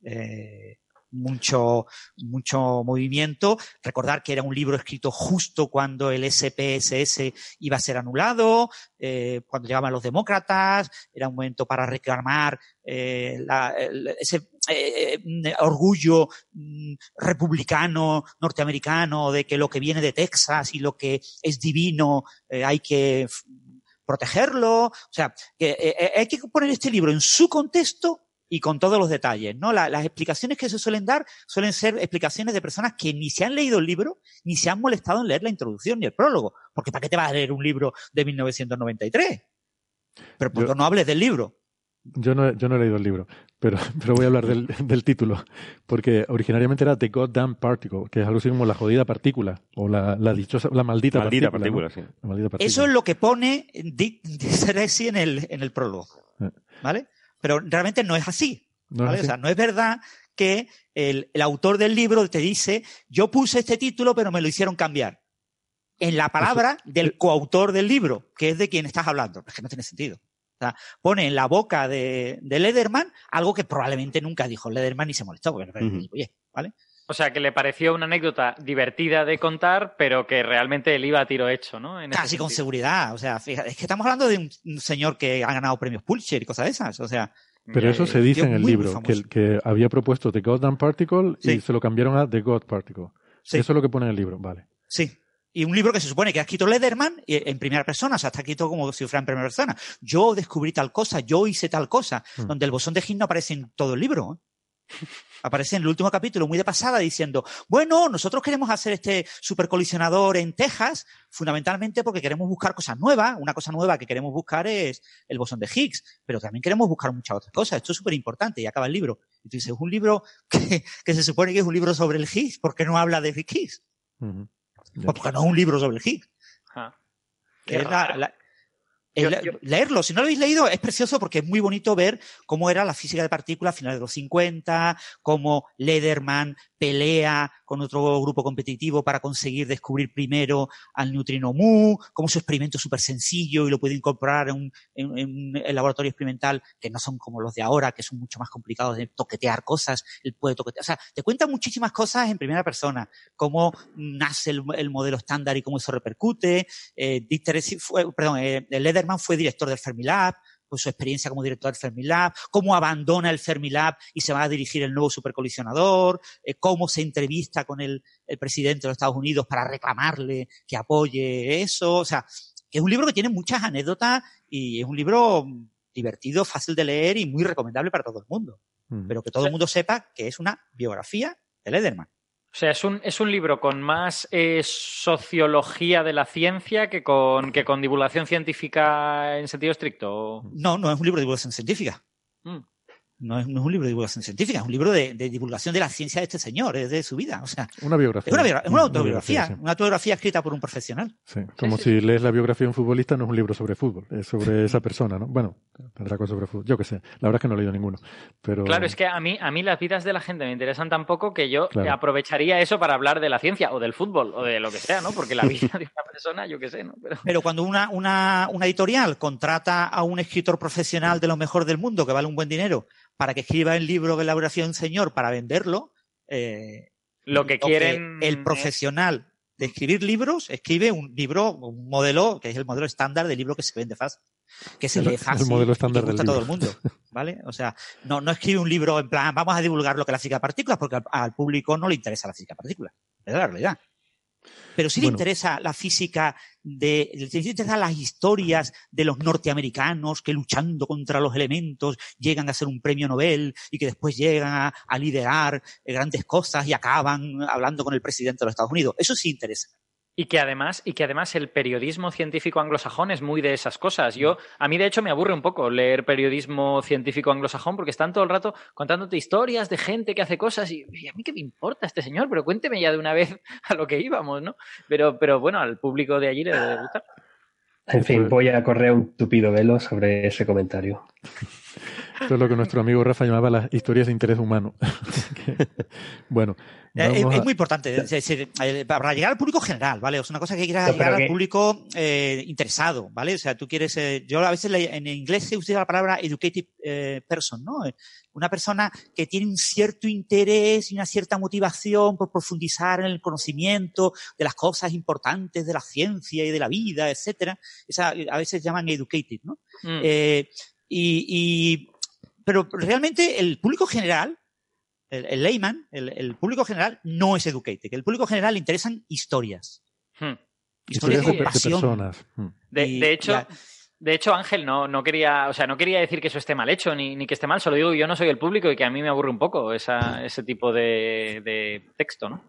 eh, mucho, mucho movimiento. Recordar que era un libro escrito justo cuando el S P S S iba a ser anulado, eh, cuando llegaban los demócratas, era un momento para reclamar eh, la, el, ese eh, orgullo mm, republicano norteamericano de que lo que viene de Texas y lo que es divino eh, hay que f- protegerlo. O sea, que eh, hay que poner este libro en su contexto y con todos los detalles, ¿no? La, las explicaciones que se suelen dar suelen ser explicaciones de personas que ni se han leído el libro, ni se han molestado en leer la introducción ni el prólogo. Porque ¿para qué te vas a leer un libro de mil novecientos noventa y tres? Pero ¿por qué no hables del libro? Yo no, yo no he leído el libro, pero, pero voy a hablar del, del título. Porque originariamente era The Goddamn Particle, que es algo así como la jodida partícula, o la, la dichosa, la maldita, maldita partícula. partícula, ¿no? sí. La maldita partícula. Eso es lo que pone Dick Teresi en el, en el prólogo. ¿Vale? Pero realmente no es así. No ¿vale? es así. O sea, no es verdad que el, el autor del libro te dice, yo puse este título, pero me lo hicieron cambiar. En la palabra Eso, del coautor del libro, que es de quien estás hablando. Es que no tiene sentido. O sea, pone en la boca de, de Lederman algo que probablemente nunca dijo Lederman ni se molestó. Porque, uh-huh. Oye, ¿vale? O sea, que le pareció una anécdota divertida de contar, pero que realmente él iba a tiro hecho, ¿no? En Casi con seguridad. O sea, fíjate, es que estamos hablando de un, un señor que ha ganado premios Pulitzer y cosas de esas. O sea... Pero eso se dice en el libro, que, que había propuesto The Goddamn Particle sí. y se lo cambiaron a The God Particle. Sí. Eso es lo que pone en el libro, vale. Sí. Y un libro que se supone que ha escrito Lederman en primera persona, o sea, está escrito como si fuera en primera persona. Yo descubrí tal cosa, yo hice tal cosa, hmm. donde el bosón de Higgs no aparece en todo el libro, ¿eh? Aparece en el último capítulo, muy de pasada, diciendo, bueno, nosotros queremos hacer este supercolisionador en Texas, fundamentalmente porque queremos buscar cosas nuevas. Una cosa nueva que queremos buscar es el bosón de Higgs, pero también queremos buscar muchas otras cosas. Esto es súper importante. Y acaba el libro. Y tú dices, es un libro que, que se supone que es un libro sobre el Higgs. ¿Por qué no habla de Higgs? Uh-huh. Pues porque no es un libro sobre el Higgs. Uh-huh. Es la, la, el, yo, yo... Leerlo, si no lo habéis leído, es precioso porque es muy bonito ver cómo era la física de partículas a finales de los cincuenta, cómo Lederman pelea con otro grupo competitivo para conseguir descubrir primero al neutrino mu, cómo su experimento es súper sencillo y lo puede incorporar en un, en, en el laboratorio experimental, que no son como los de ahora, que son mucho más complicados de toquetear cosas. Él puede toquetear, o sea, te cuenta muchísimas cosas en primera persona, cómo nace el, el modelo estándar y cómo eso repercute. Eh, Dick Teresi fue, perdón, eh, Lederman fue director del Fermilab, pues su experiencia como director del Fermilab, cómo abandona el Fermilab y se va a dirigir el nuevo supercolisionador, eh, cómo se entrevista con el, el presidente de los Estados Unidos para reclamarle que apoye eso. O sea, que es un libro que tiene muchas anécdotas y es un libro divertido, fácil de leer y muy recomendable para todo el mundo. Mm. Pero que todo el mundo sepa que es una biografía de Lederman. O sea, es un, es un libro con más eh, sociología de la ciencia que con, que con divulgación científica en sentido estricto. No, no es un libro de divulgación científica. Mm. No es, no es un libro de divulgación científica, es un libro de, de divulgación de la ciencia de este señor, es de su vida. O sea, una biografía. Es una, biogra- es una autobiografía, una, sí. una autobiografía escrita por un profesional. Sí, como sí, sí. si lees la biografía de un futbolista, no es un libro sobre fútbol, es sobre esa persona, ¿no? Bueno, tendrá cosas sobre fútbol, yo qué sé, la verdad es que no he leído ninguno. Pero... Claro, es que a mí, a mí las vidas de la gente me interesan tan poco que yo claro. aprovecharía eso para hablar de la ciencia o del fútbol o de lo que sea, ¿no? Porque la vida de una persona, yo qué sé, ¿no? Pero, Pero cuando una, una, una editorial contrata a un escritor profesional de lo mejor del mundo que vale un buen dinero para que escriba el libro de elaboración señor para venderlo, eh, lo que quieren que el profesional de escribir libros escribe un libro, un modelo que es el modelo estándar del libro que se vende fácil, que se lee fácil, el modelo estándar y que gusta del a todo el mundo, ¿vale? O sea, no, no escribe un libro en plan vamos a divulgar lo que es la física de partículas porque al, al público no le interesa la física de partículas, es la realidad. Pero sí bueno. le interesa la física, de, le interesa las historias de los norteamericanos que luchando contra los elementos llegan a ser un premio Nobel y que después llegan a, a liderar grandes cosas y acaban hablando con el presidente de los Estados Unidos. Eso sí interesa. Y que además, y que además el periodismo científico anglosajón es muy de esas cosas. Yo, a mí de hecho me aburre un poco leer periodismo científico anglosajón porque están todo el rato contándote historias de gente que hace cosas y, y a mí qué me importa este señor, pero cuénteme ya de una vez a lo que íbamos, ¿no? Pero, pero bueno, al público de allí le debe gustar. En fin, voy a correr un tupido velo sobre ese comentario. Esto es lo que nuestro amigo Rafa llamaba las historias de interés humano. Bueno, es, a... es muy importante es decir, para llegar al público general, ¿vale? Es una cosa que quiera no, llegar que... al público eh, interesado, ¿vale? O sea, tú quieres... Eh, yo a veces le, en inglés se usa la palabra educated eh, person, ¿no? Una persona que tiene un cierto interés y una cierta motivación por profundizar en el conocimiento de las cosas importantes de la ciencia y de la vida, etcétera. Esa, a veces llaman educated, ¿no? Mm. Eh, y, y pero realmente el público general, el, el layman, el, el público general no es educated. El público general le interesan historias. Hmm. Historias Historias con de, pasión. de personas. Hmm. De, Y de hecho, la- de hecho, Ángel, no, no quería, o sea, no quería decir que eso esté mal hecho ni, ni que esté mal, solo digo que yo no soy el público y que a mí me aburre un poco esa, ese tipo de, de texto, ¿no?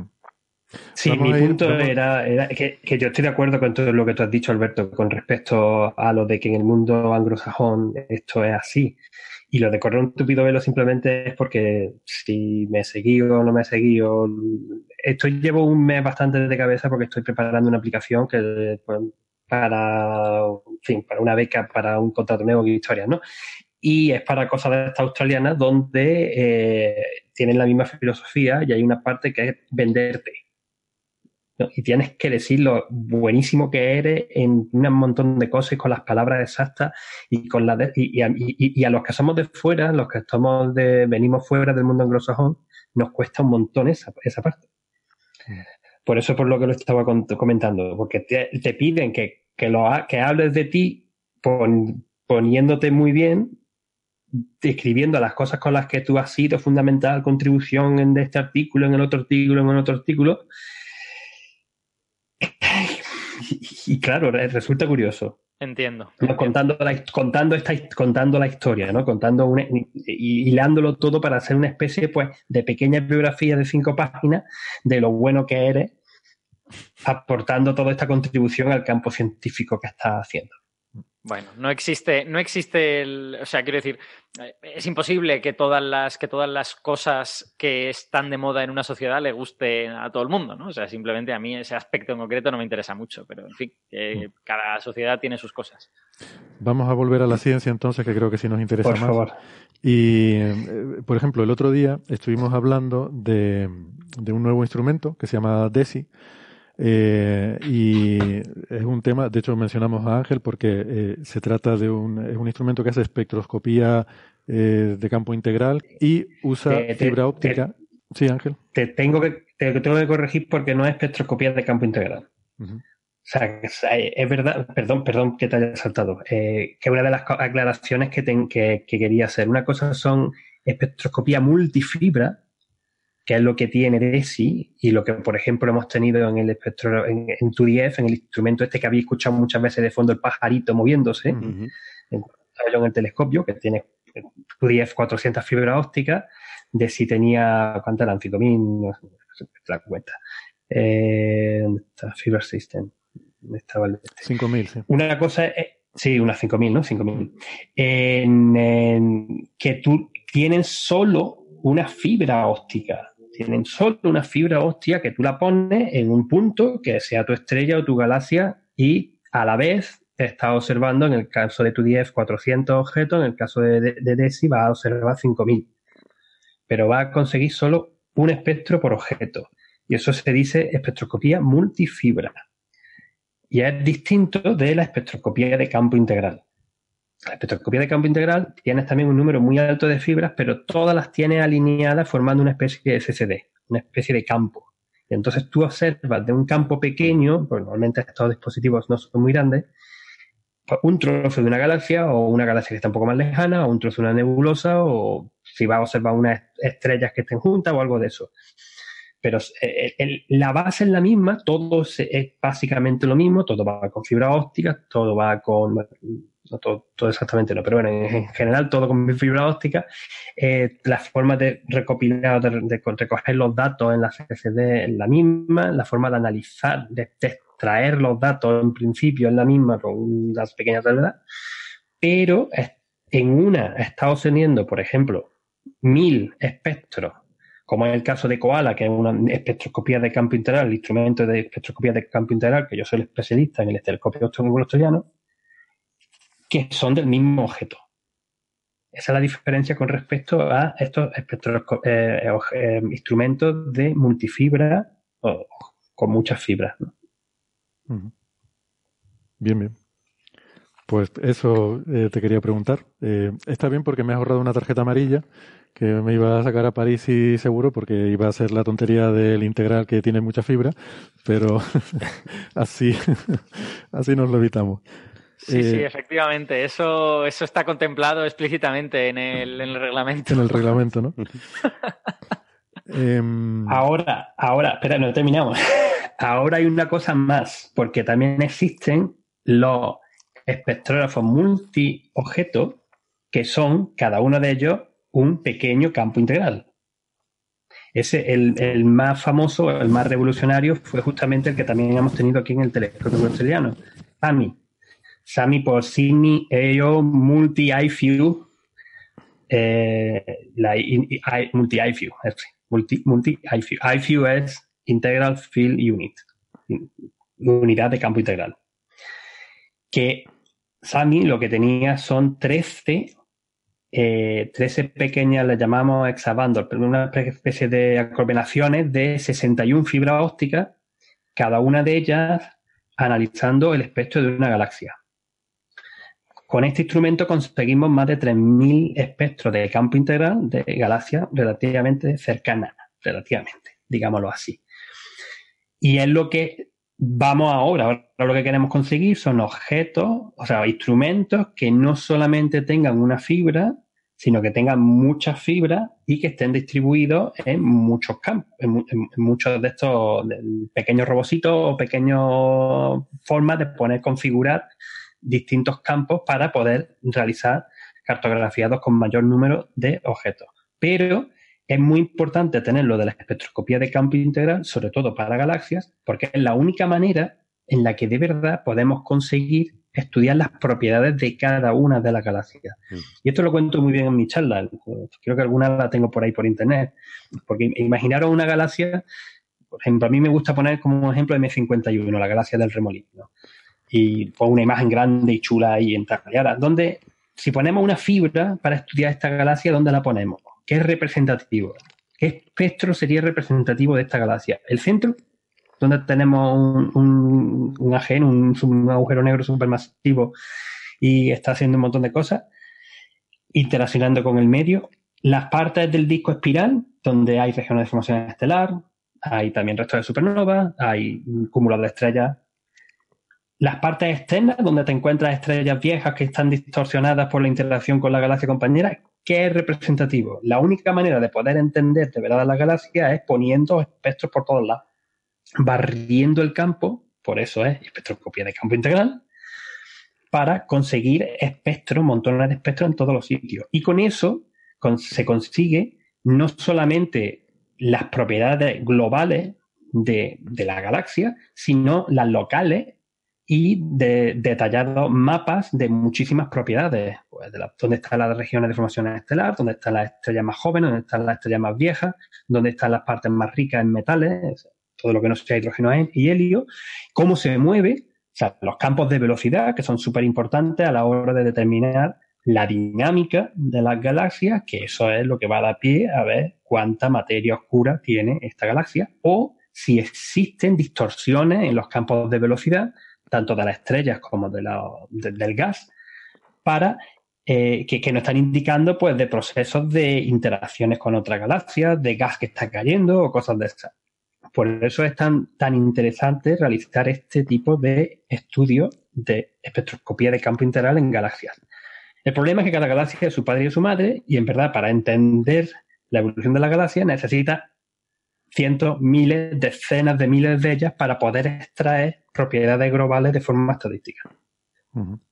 Sí, Vamos mi a ir- punto vamos- era, era que, que yo estoy de acuerdo con todo lo que tú has dicho, Alberto, con respecto a lo de que en el mundo anglosajón esto es así. Y lo de correr un tupido velo simplemente es porque si me seguí o no me seguí o... Esto llevo un mes bastante de cabeza porque estoy preparando una aplicación que pues, para, en fin, para una beca, para un contrato nuevo y historias, ¿no? Y es para cosas de estas australianas donde eh, tienen la misma filosofía y hay una parte que es venderte. ¿No? Y tienes que decir lo buenísimo que eres en un montón de cosas y con las palabras exactas y con la de, y, y, a, y, y a los que somos de fuera, los que estamos de, venimos fuera del mundo anglosajón, nos cuesta un montón esa, esa parte. Por eso es por lo que lo estaba comentando, porque te, te piden que, que, lo, que hables de ti pon, poniéndote muy bien, describiendo las cosas con las que tú has sido fundamental contribución en este artículo, en el otro artículo, en el otro artículo. Y, y claro, resulta curioso. Entiendo. ¿No? Contando, la, contando, esta, contando la historia, ¿no? Contando una, y hilándolo todo para hacer una especie pues, de pequeña biografía de cinco páginas de lo bueno que eres, aportando toda esta contribución al campo científico que estás haciendo. Bueno, no existe, no existe el, o sea, quiero decir, es imposible que todas las, que todas las cosas que están de moda en una sociedad le gusten a todo el mundo, ¿no? O sea, simplemente a mí ese aspecto en concreto no me interesa mucho, pero en fin, que cada sociedad tiene sus cosas. Vamos a volver a la ciencia entonces, que creo que sí nos interesa Por más. favor. Y, eh, por ejemplo, el otro día estuvimos hablando de, de un nuevo instrumento que se llama DESI. Eh, y es un tema, de hecho mencionamos a Ángel porque eh, se trata de un, es un instrumento que hace espectroscopía eh, de campo integral y usa Te- te- fibra óptica. Sí, Ángel. Te tengo que, te tengo que corregir porque no es espectroscopía de campo integral. Ujú. sea, es verdad, perdón, perdón que te haya saltado, eh, que una de las aclaraciones que, ten, que, que quería hacer, una cosa son espectroscopía multifibra, que es lo que tiene DESI y lo que, por ejemplo, hemos tenido en el espectro, en, en two D F, en el instrumento este que habéis escuchado muchas veces de fondo, el pajarito moviéndose, uh-huh. en, en el telescopio, que tiene two D F cuatrocientas fibras ópticas, DESI tenía, ¿cuántas eran? cinco mil, no sé, la cuenta. Eh, ¿Dónde está? Fiber System. ¿Dónde estaba el este? cinco mil, sí. Una cosa es, sí, unas cinco mil, ¿no? cinco mil. En, en, que tú tienes solo una fibra óptica. Tienen solo una fibra óptica que tú la pones en un punto que sea tu estrella o tu galaxia y a la vez estás observando, en el caso de two D F, cuatrocientos objetos, en el caso de, de, de DESI vas a observar cinco mil. Pero vas a conseguir solo un espectro por objeto. Y eso se dice espectroscopía multifibra. Y es distinto de la espectroscopía de campo integral. La espectroscopía de campo integral tienes también un número muy alto de fibras, pero todas las tienes alineadas formando una especie de S C D, una especie de campo. Y entonces tú observas de un campo pequeño, pues normalmente estos dispositivos no son muy grandes, un trozo de una galaxia o una galaxia que está un poco más lejana o un trozo de una nebulosa o si vas a observar unas estrellas que estén juntas o algo de eso. Pero el, el, la base es la misma, todo se, es básicamente lo mismo, todo va con fibra óptica, todo va con... No, todo, todo exactamente no, pero bueno, en, en general todo con fibra óptica. Eh, las formas de recopilar, de, de recoger los datos en la C C D es la misma, la forma de analizar, de, de extraer los datos en principio es la misma con unas pequeñas salvedades, pero en una está obteniendo, por ejemplo, mil espectros, como es el caso de Koala, que es una espectroscopía de campo integral, el instrumento de espectroscopía de campo integral, que yo soy el especialista en el telescopio australiano, que son del mismo objeto. Esa es la diferencia con respecto a estos eh, eh, instrumentos de multifibra o con muchas fibras, ¿no? Bien, bien. Pues eso eh, te quería preguntar. Eh, está bien porque me has ahorrado una tarjeta amarilla que me iba a sacar a París y seguro porque iba a ser la tontería del integral que tiene mucha fibra, pero así, así nos lo evitamos. Sí, eh, sí, efectivamente. Eso, eso está contemplado explícitamente en el, en el reglamento. En el reglamento, ¿no? eh, ahora, ahora, espera, no terminamos. Ahora hay una cosa más, porque también existen los espectrógrafos multiobjetos, que son, cada uno de ellos, un pequeño campo integral. Ese, el, el más famoso, el más revolucionario, fue justamente el que también hemos tenido aquí en el telescopio australiano, SAMI. SAMI por Sydney Aero Multi-IFU, eh, la I, I, Multi-IFU, multi, multi-IFU. IFU es Integral Field Unit, unidad de campo integral. Que SAMI lo que tenía son trece, eh, trece pequeñas, las llamamos hexabundles, pero una especie de aglomeraciones de sesenta y una fibras ópticas, cada una de ellas analizando el espectro de una galaxia. Con este instrumento conseguimos más de tres mil espectros de campo integral de galaxias relativamente cercanas, relativamente, digámoslo así. Y es lo que vamos ahora, ahora lo que queremos conseguir son objetos, o sea, instrumentos que no solamente tengan una fibra, sino que tengan muchas fibras y que estén distribuidos en muchos campos, en, en, en muchos de estos de pequeños robocitos o pequeñas formas de poder configurar distintos campos para poder realizar cartografiados con mayor número de objetos. Pero es muy importante tener lo de la espectroscopía de campo integral, sobre todo para galaxias, porque es la única manera en la que de verdad podemos conseguir estudiar las propiedades de cada una de las galaxias. Mm. Y esto lo cuento muy bien en mi charla. Creo que alguna la tengo por ahí por internet. Porque imaginaros una galaxia, por ejemplo, a mí me gusta poner como ejemplo M cincuenta y uno, la galaxia del Remolino, ¿no? Y pongo una imagen grande y chula ahí entallada, donde si ponemos una fibra para estudiar esta galaxia, ¿dónde la ponemos? ¿Qué es representativo? ¿Qué espectro sería representativo de esta galaxia? ¿El centro? Donde tenemos un, un, un A G N, un, un agujero negro supermasivo y está haciendo un montón de cosas, interaccionando con el medio. Las partes del disco espiral, donde hay regiones de formación estelar, hay también restos de supernovas, hay cúmulos de estrellas las partes externas, donde te encuentras estrellas viejas que están distorsionadas por la interacción con la galaxia compañera, ¿qué es representativo? La única manera de poder entender de verdad la galaxia es poniendo espectros por todos lados, barriendo el campo, por eso es espectroscopía de campo integral, para conseguir espectros, montones de espectros en todos los sitios. Y con eso con, se consigue no solamente las propiedades globales de, de la galaxia, sino las locales y de detallados mapas de muchísimas propiedades, pues de la, dónde están las regiones de formación estelar, dónde están las estrellas más jóvenes, dónde están las estrellas más viejas, dónde están las partes más ricas en metales, todo lo que no sea hidrógeno y helio, cómo se mueve, o sea, los campos de velocidad, que son súper importantes a la hora de determinar la dinámica de las galaxias, que eso es lo que va a dar pie a ver cuánta materia oscura tiene esta galaxia, o si existen distorsiones en los campos de velocidad, tanto de las estrellas como de la, de, del gas, para eh, que, que nos están indicando pues de procesos de interacciones con otras galaxias, de gas que está cayendo o cosas de esas. Por eso es tan, tan interesante realizar este tipo de estudios de espectroscopía de campo integral en galaxias. El problema es que cada galaxia es su padre y su madre, y en verdad para entender la evolución de la galaxia necesita cientos, miles, decenas de miles de ellas para poder extraer propiedades globales de forma estadística. Uh-huh.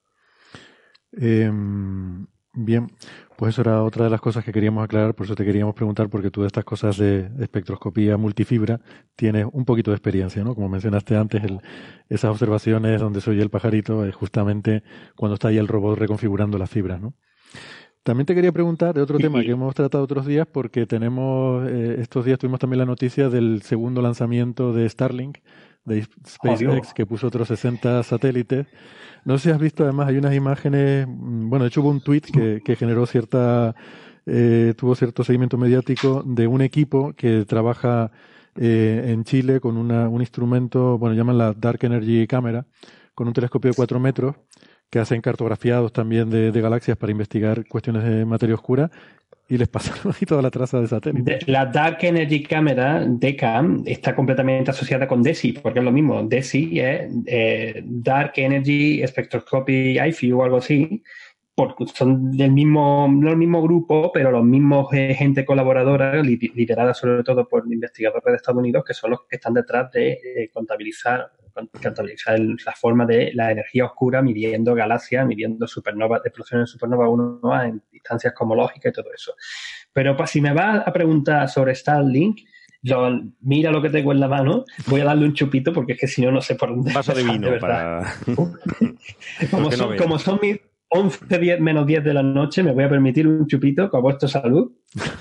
Eh, bien, pues eso era otra de las cosas que queríamos aclarar, por eso te queríamos preguntar, porque tú de estas cosas de espectroscopía multifibra tienes un poquito de experiencia, ¿no? Como mencionaste antes, el, esas observaciones donde se oye el pajarito es justamente cuando está ahí el robot reconfigurando las fibras, ¿no? También te quería preguntar de otro sí. tema que hemos tratado otros días, porque tenemos, eh, estos días tuvimos también la noticia del segundo lanzamiento de Starlink, de SpaceX, oh, que puso otros sesenta satélites. No sé si has visto, además hay unas imágenes, bueno, de hecho hubo un tweet que, que generó cierta, eh, tuvo cierto seguimiento mediático de un equipo que trabaja eh, en Chile con una, un instrumento, bueno, llaman la Dark Energy Camera, con un telescopio de cuatro metros, que hacen cartografiados también de, de galaxias para investigar cuestiones de materia oscura, y les pasaron ahí toda la traza de satélites. La Dark Energy Camera, D E C A M, está completamente asociada con D E S I, porque es lo mismo. D E S I es eh, Dark Energy Spectroscopy I F I o algo así, porque son del mismo, no el mismo grupo, pero los mismos eh, gente colaboradora, li, liderada sobre todo por investigadores de Estados Unidos, que son los que están detrás de eh, contabilizar contabilizar el, la forma de la energía oscura, midiendo galaxias, midiendo supernovas, explosiones de supernova uno en distancias cosmológicas y todo eso. Pero pues, si me vas a preguntar sobre Starlink, yo, mira lo que tengo en la mano, voy a darle un chupito porque es que si no, no sé por dónde. Un vaso de vino de para... como, son, no como son mis once, diez, menos diez de la noche, me voy a permitir un chupito con vuestra salud.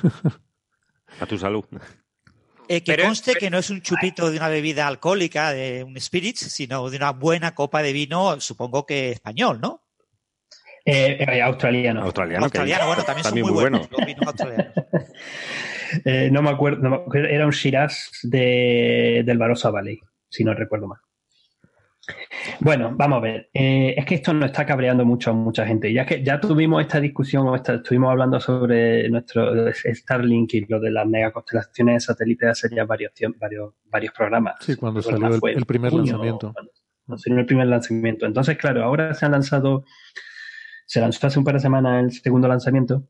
A tu salud. Eh, que pero, conste pero, que no es un chupito de una bebida alcohólica, de un spirits, sino de una buena copa de vino, supongo que español, ¿no? Eh, eh, australiano. Australiano, australiano bueno, también, también son muy, muy buenos bueno. Los vinos australianos. eh, no me acuerdo, no me acuerdo, era un Shiraz de, del Barossa Valley, si no recuerdo mal. Bueno, vamos a ver. Eh, es que esto nos está cabreando mucho a mucha gente. Ya que ya tuvimos esta discusión, o esta, estuvimos hablando sobre nuestro Starlink y lo de las megaconstelaciones de satélites hace ya varios, varios, varios programas. Sí, cuando salió el, el primer junio, lanzamiento. Cuando, cuando salió el primer lanzamiento. Entonces, claro, ahora se han lanzado, se lanzó hace un par de semanas el segundo lanzamiento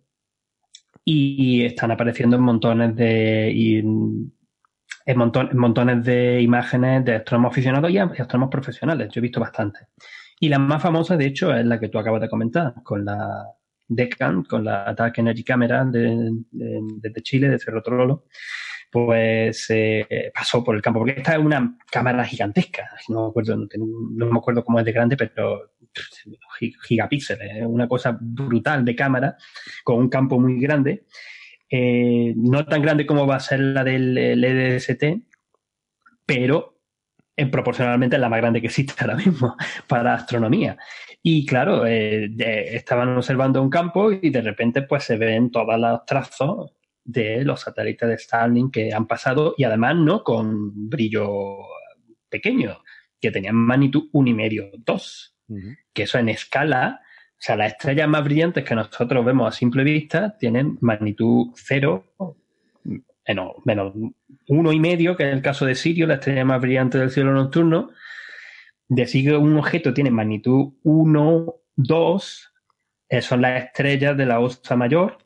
y están apareciendo montones de... Y, En, monton, en montones de imágenes de astrónomos aficionados y astrónomos profesionales. Yo he visto bastantes. Y la más famosa, de hecho, es la que tú acabas de comentar, con la D E C A M, con la Dark Energy Camera de, de, de, de Chile, de Cerro Trololo, pues eh, pasó por el campo. Porque esta es una cámara gigantesca. No me acuerdo, no, tengo, no me acuerdo cómo es de grande, pero gigapíxeles. Es una cosa brutal de cámara, con un campo muy grande. Eh, no tan grande como va a ser la del L E D S T, pero en proporcionalmente es la más grande que existe ahora mismo para astronomía. Y claro, eh, de, estaban observando un campo y de repente pues se ven todos los trazos de los satélites de Starlink que han pasado, y además no con brillo pequeño, que tenían magnitud uno y medio, dos, uh-huh. Que eso en escala... O sea, las estrellas más brillantes que nosotros vemos a simple vista tienen magnitud cero, menos, menos uno y medio, que es el caso de Sirio, la estrella más brillante del cielo nocturno, decir que un objeto tiene magnitud uno, dos, eh, son las estrellas de la Osa Mayor,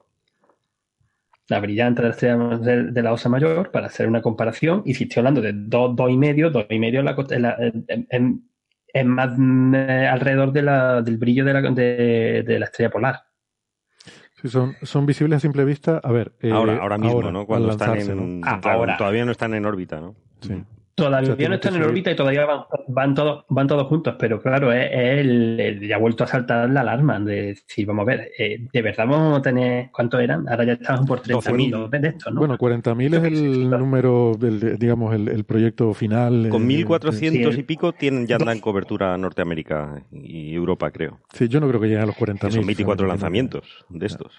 la brillante de la estrella de, de la Osa Mayor, para hacer una comparación. Y si estoy hablando de dos, dos y medio, dos y medio la, la, es, es más eh, alrededor de la, del brillo de la, de, de la estrella polar. Sí, son, son visibles a simple vista. A ver, eh, ahora, ahora mismo, ahora, ¿no? Cuando están lanzarse, en, ¿no? Ah, claro, ahora. Todavía no están en órbita, ¿no? Sí. Todavía O sea, no están en subir. órbita y todavía van, van, todos, van todos juntos, pero claro, es, es el, el, ya ha vuelto a saltar la alarma de decir, vamos a ver, eh, de verdad vamos a tener, ¿cuántos eran? Ahora ya estamos por treinta mil de estos, ¿no? Bueno, cuarenta mil es el número, del, digamos, el, el proyecto final. Con eh, mil cuatrocientos sí. y pico tienen ya dan cobertura Norteamérica y Europa, creo. Sí, yo no creo que lleguen a los cuarenta mil. Son veinticuatro lanzamientos de estos.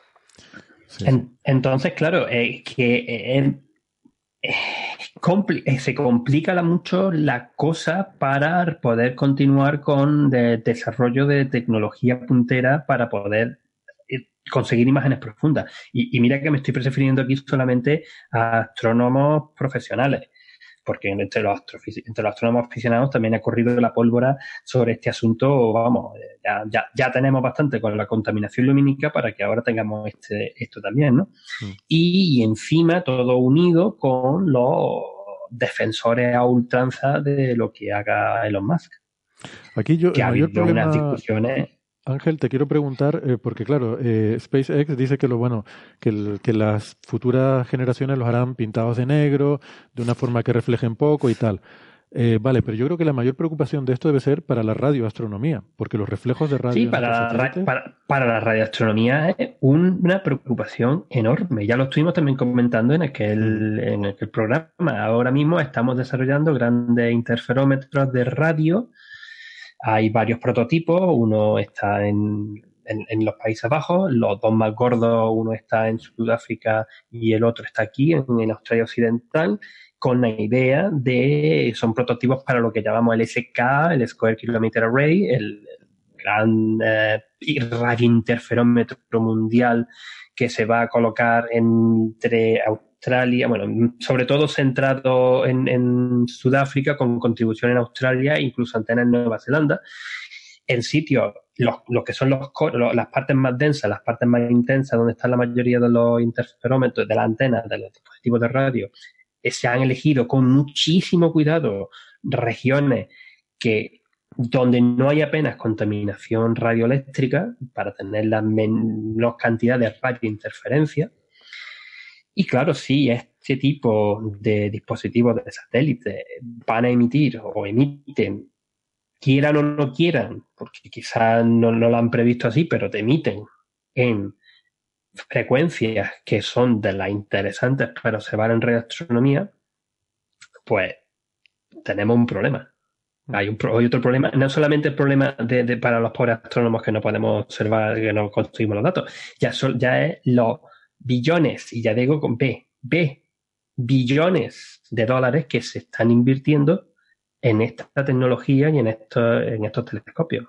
Sí, en, sí. Entonces, claro, es que eh, eh, compli se complica mucho la cosa para poder continuar con el desarrollo de tecnología puntera para poder eh, conseguir imágenes profundas. Y, y mira que me estoy refiriendo aquí solamente a astrónomos profesionales, porque entre los, entre los astrónomos aficionados también ha corrido la pólvora sobre este asunto. Vamos, ya, ya, ya tenemos bastante con la contaminación lumínica para que ahora tengamos este, esto también, ¿no? Mm. Y, y encima todo unido con los defensores a ultranza de lo que haga Elon Musk. Aquí yo, que el ha mayor habido problema... unas discusiones... Ángel, te quiero preguntar, eh, porque claro, eh, SpaceX dice que lo bueno, que, el, que las futuras generaciones los harán pintados de negro, de una forma que reflejen poco y tal. Eh, vale, pero yo creo que la mayor preocupación de esto debe ser para la radioastronomía, porque los reflejos de radio... Sí, para la, ra para, para la radioastronomía es una preocupación enorme. Ya lo estuvimos también comentando en aquel, en aquel programa. Ahora mismo estamos desarrollando grandes interferómetros de radio. Hay varios prototipos, uno está en, en, en los Países Bajos, los dos más gordos, uno está en Sudáfrica y el otro está aquí, en, en Australia Occidental, con la idea de, son prototipos para lo que llamamos el S K, el Square Kilometer Array, el gran eh, radiointerferómetro mundial que se va a colocar entre Australia, bueno, sobre todo centrado en, en Sudáfrica, con contribución en Australia, incluso antenas en Nueva Zelanda, en sitios, los, los que son los, los, las partes más densas, las partes más intensas, donde están la mayoría de los interferómetros, de las antenas, de los dispositivos de radio, eh, se han elegido con muchísimo cuidado regiones que donde no hay apenas contaminación radioeléctrica para tener la menor cantidad de radiointerferencia. Y claro, si este tipo de dispositivos de satélite van a emitir o emiten, quieran o no quieran, porque quizás no, no lo han previsto así, pero te emiten en frecuencias que son de las interesantes para observar en radioastronomía, pues tenemos un problema. Hay, un, hay otro problema, no solamente el problema de, de, para los pobres astrónomos que no podemos observar, que no conseguimos los datos, ya, son, ya es los billones, y ya digo con B, B, billones de dólares que se están invirtiendo en esta tecnología y en, esto, en estos telescopios.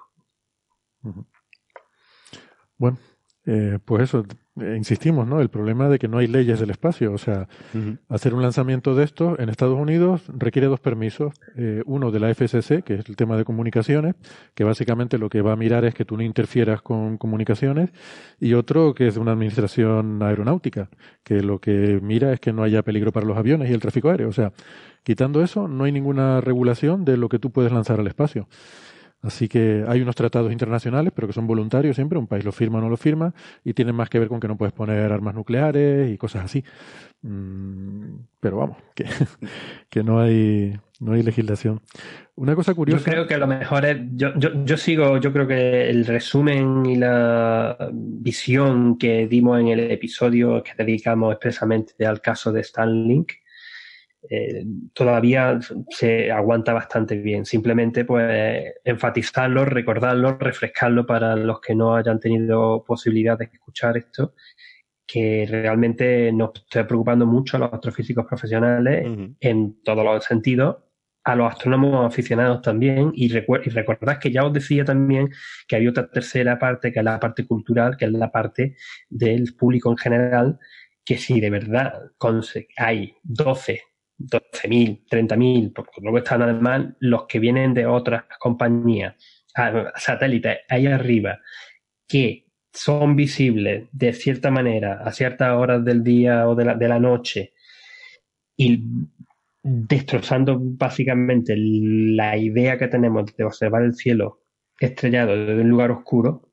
Bueno, eh, pues eso, eh, insistimos, ¿no? El problema de que no hay leyes del espacio. O sea, uh-huh. hacer un lanzamiento de estos en Estados Unidos requiere dos permisos. Eh, uno de la F C C, que es el tema de comunicaciones, que básicamente lo que va a mirar es que tú no interfieras con comunicaciones, y otro que es de una administración aeronáutica, que lo que mira es que no haya peligro para los aviones y el tráfico aéreo. O sea, quitando eso, no hay ninguna regulación de lo que tú puedes lanzar al espacio. Así que hay unos tratados internacionales, pero que son voluntarios siempre, un país lo firma o no lo firma, y tienen más que ver con que no puedes poner armas nucleares y cosas así. Mm, pero vamos, que, que no hay no hay legislación. Una cosa curiosa... Yo creo que a lo mejor es... Yo, yo, yo sigo, yo creo que el resumen y la visión que dimos en el episodio que dedicamos expresamente al caso de Starlink, Eh, todavía se aguanta bastante bien. Simplemente pues enfatizarlo, recordarlo, refrescarlo para los que no hayan tenido posibilidad de escuchar esto, que realmente nos está preocupando mucho a los astrofísicos profesionales uh-huh. en todos los sentidos, a los astrónomos aficionados también, y, recu- y recordad que ya os decía también que había otra tercera parte, que es la parte cultural, que es la parte del público en general, que si de verdad hay doce doce mil, treinta mil, porque luego están además los que vienen de otras compañías, satélites ahí arriba, que son visibles de cierta manera a ciertas horas del día o de la, de la noche y destrozando básicamente la idea que tenemos de observar el cielo estrellado desde un lugar oscuro,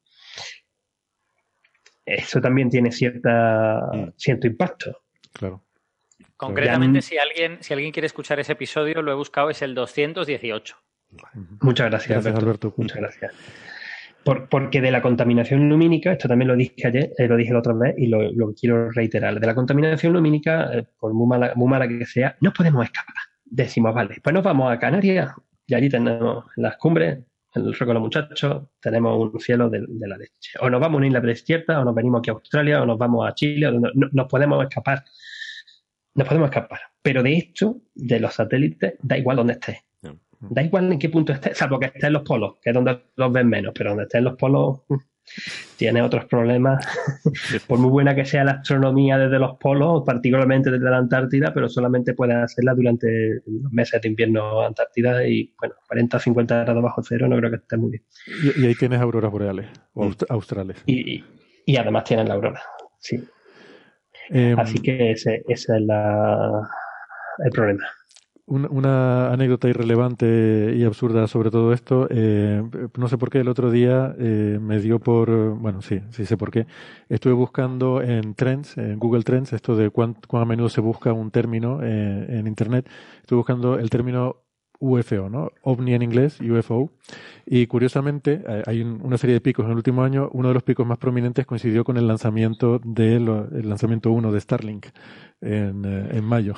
eso también tiene cierta, mm. cierto impacto. Claro. Concretamente, si alguien, si alguien quiere escuchar ese episodio, lo he buscado, es el doscientos dieciocho. Muchas gracias, gracias Alberto. Alberto. Muchas gracias. Por, porque de la contaminación lumínica, esto también lo dije ayer, eh, lo dije la otra vez y lo, lo quiero reiterar. De la contaminación lumínica, eh, por muy mala, muy mala que sea, no podemos escapar. Decimos, vale, pues nos vamos a Canarias y allí tenemos las cumbres, el Roco de los Muchachos, tenemos un cielo de, de la leche. O nos vamos a una isla desierta, o nos venimos aquí a Australia, o nos vamos a Chile, o no, no, nos podemos escapar. Nos podemos escapar. Pero de esto, de los satélites, da igual donde estés. Da igual en qué punto estés, salvo que estés en los polos, que es donde los ves menos, pero donde estés en los polos tiene otros problemas. Por muy buena que sea la astronomía desde los polos, particularmente desde la Antártida, pero solamente puedes hacerla durante los meses de invierno Antártida y, bueno, cuarenta o cincuenta grados bajo cero no creo que esté muy bien. Y, y ahí tienes auroras boreales, o aust australes. Y, y, y además tienes la aurora, sí. Eh, Así que ese, ese es la, el problema. Una, una anécdota irrelevante y absurda sobre todo esto, eh, no sé por qué el otro día eh, me dio por, bueno, sí, sí sé por qué, estuve buscando en Trends, en Google Trends, esto de cuán, cuán a menudo se busca un término eh, en Internet, estuve buscando el término U F O, ¿no? OVNI en inglés, U F O, y curiosamente eh, hay un, una serie de picos en el último año, uno de los picos más prominentes coincidió con el lanzamiento de lo, el lanzamiento uno de Starlink en, eh, en mayo.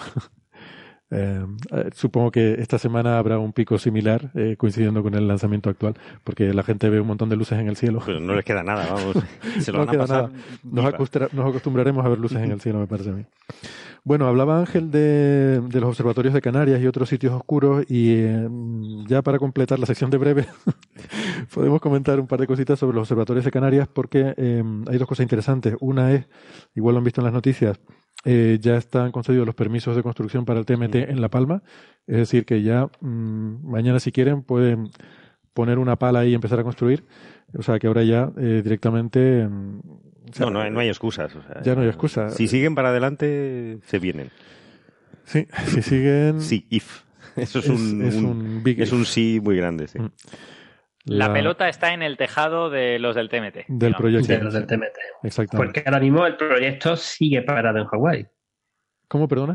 Eh, supongo que esta semana habrá un pico similar eh, coincidiendo con el lanzamiento actual, porque la gente ve un montón de luces en el cielo. Pero no les queda nada, vamos. Se lo no van a pasar. Nos, acostra, nos acostumbraremos a ver luces en el cielo, me parece a mí. Bueno, hablaba Ángel de, de los observatorios de Canarias y otros sitios oscuros y eh, ya para completar la sección de breve podemos comentar un par de cositas sobre los observatorios de Canarias porque eh, hay dos cosas interesantes. Una es, igual lo han visto en las noticias, Eh, ya están concedidos los permisos de construcción para el T M T en La Palma, es decir que ya mmm, mañana si quieren pueden poner una pala ahí y empezar a construir, o sea que ahora ya eh, directamente mmm, o sea, no, no, no hay excusas, o sea, ya no hay excusas. Si siguen para adelante se vienen. Sí, si siguen sí, if eso es, es un, es un, un big es if. un sí muy grande, sí. Mm. La, la pelota está en el tejado de los del T M T. Del digamos. proyecto. De los del T M T. Exactamente. Porque ahora mismo el proyecto sigue parado en Hawái. ¿Cómo, perdona?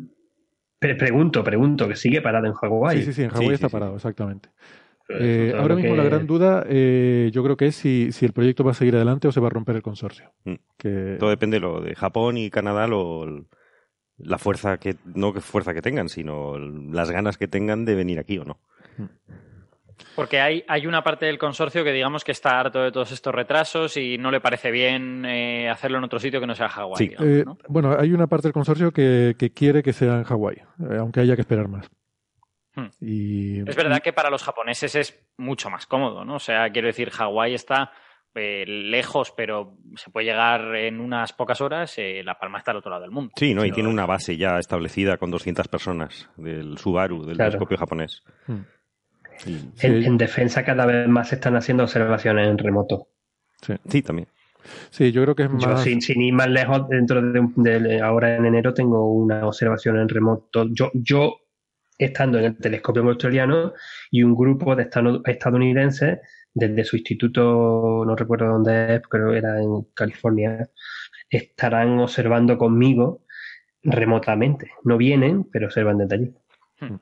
Pre pregunto, pregunto, que sigue parado en Hawái. Sí, sí, sí, en Hawái sí, está sí, parado, sí. exactamente. Eh, ahora mismo que... la gran duda eh, yo creo que es si, si el proyecto va a seguir adelante o se va a romper el consorcio. Mm. Que... Todo depende lo de Japón y Canadá, lo, la fuerza que, no que fuerza que tengan, sino las ganas que tengan de venir aquí o no. Mm. Porque hay, hay una parte del consorcio que digamos que está harto de todos estos retrasos y no le parece bien eh, hacerlo en otro sitio que no sea Hawái. Sí. Digamos, eh, ¿no? Bueno, hay una parte del consorcio que, que quiere que sea en Hawái, eh, aunque haya que esperar más. Hmm. Y... Es verdad que para los japoneses es mucho más cómodo, ¿no? O sea, quiero decir, Hawái está eh, lejos, pero se puede llegar en unas pocas horas. Eh, La Palma está al otro lado del mundo. Sí, no, pero... y tiene una base ya establecida con doscientas personas del Subaru, del claro. telescopio japonés. Hmm. Y... En, Sí. en defensa cada vez más se están haciendo observaciones en remoto. Sí. sí, también. Sí, yo creo que es Yo, más... sin, sin ir más lejos, dentro de, un, de ahora en enero tengo una observación en remoto. Yo, yo estando en el telescopio australiano y un grupo de estadounidenses desde su instituto, no recuerdo dónde es, creo que era en California, estarán observando conmigo remotamente. No vienen, pero observan desde allí. Hmm.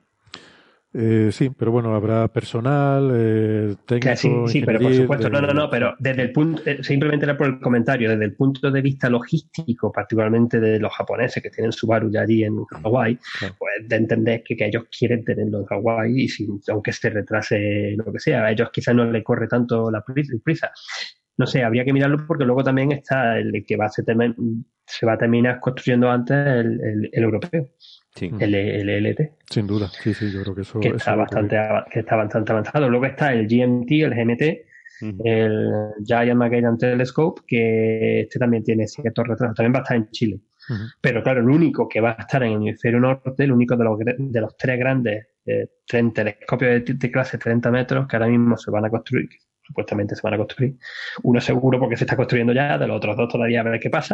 Eh, sí, pero bueno, habrá personal, eh, técnico, sí, sí, pero por supuesto, de... no, no, no, pero desde el punto, simplemente era por el comentario, desde el punto de vista logístico, particularmente de los japoneses que tienen Subaru ya allí en Hawái, Claro. pues de entender que, que ellos quieren tenerlo en Hawái y sin, aunque se retrase lo que sea, a ellos quizás no les corre tanto la prisa. No sé, habría que mirarlo porque luego también está el que va a se, se va a terminar construyendo antes el, el, el europeo. Sí. El, el E L T. Sin duda, sí, sí, yo creo que eso... Que eso está, va a bastante, que está bastante avanzado. Luego está el G M T, el G M T, uh-huh. el Giant Magellan Telescope, que este también tiene ciertos retrasos, también va a estar en Chile. Uh-huh. Pero claro, el único que va a estar en el hemisferio norte, el único de los, de los tres grandes eh, tres telescopios de, de clase treinta metros que ahora mismo se van a construir, que supuestamente se van a construir, uno seguro porque se está construyendo ya, de los otros dos todavía a ver qué pasa.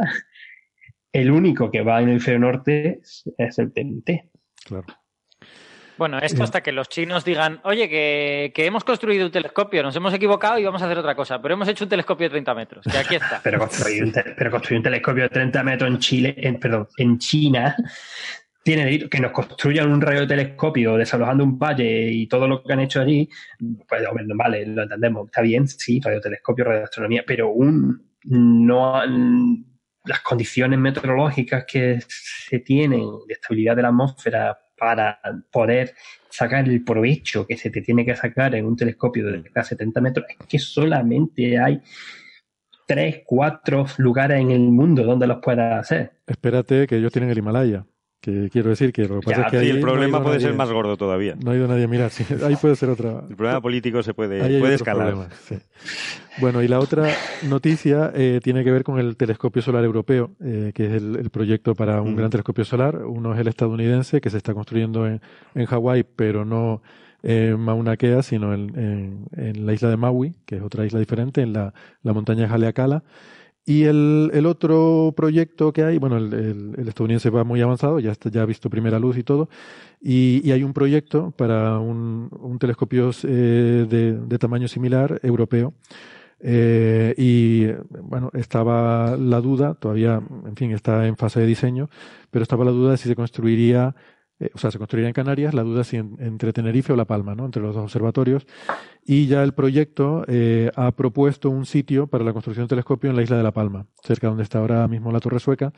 El único que va en el hemisferio norte es el T N T. Claro. Bueno, esto hasta que los chinos digan, oye, que, que hemos construido un telescopio, nos hemos equivocado y vamos a hacer otra cosa, pero hemos hecho un telescopio de treinta metros, que aquí está. pero, construir un te- pero construir un telescopio de treinta metros en Chile, en, perdón, en China, tiene delito. Que nos construyan un radiotelescopio desalojando un valle y todo lo que han hecho allí, pues, hombre, vale, lo entendemos, está bien, sí, radiotelescopio, radioastronomía, pero un no las condiciones meteorológicas que se tienen de estabilidad de la atmósfera para poder sacar el provecho que se te tiene que sacar en un telescopio de clase treinta metros, es que solamente hay tres, cuatro lugares en el mundo donde los puedas hacer. Espérate, que ellos tienen el Himalaya. Que quiero decir que lo que pasa ya, es que sí, ahí el problema no puede nadie, ser más gordo todavía. No ha ido nadie a mirar. Sí, ahí puede ser otra. El problema político se puede, ahí puede escalar. Problemas, sí. Bueno, y la otra noticia eh, tiene que ver con el telescopio solar europeo, eh, que es el, el proyecto para un mm. gran telescopio solar. Uno es el estadounidense, que se está construyendo en, en Hawái, pero no en Mauna Kea, sino en, en, en la isla de Maui, que es otra isla diferente, en la, la montaña de Haleakala. Y el, el otro proyecto que hay, bueno, el, el, el estadounidense va muy avanzado, ya está, ya ha visto primera luz y todo, y, y hay un proyecto para un, un telescopio eh, de, de tamaño similar, europeo, eh, y bueno, estaba la duda, todavía, en fin, está en fase de diseño, pero estaba la duda de si se construiría, eh, o sea, se construiría en Canarias, la duda si en, entre Tenerife o La Palma, ¿no? Entre los dos observatorios. Y ya el proyecto eh, ha propuesto un sitio para la construcción de telescopio en la isla de La Palma, cerca donde está ahora mismo la Torre Sueca,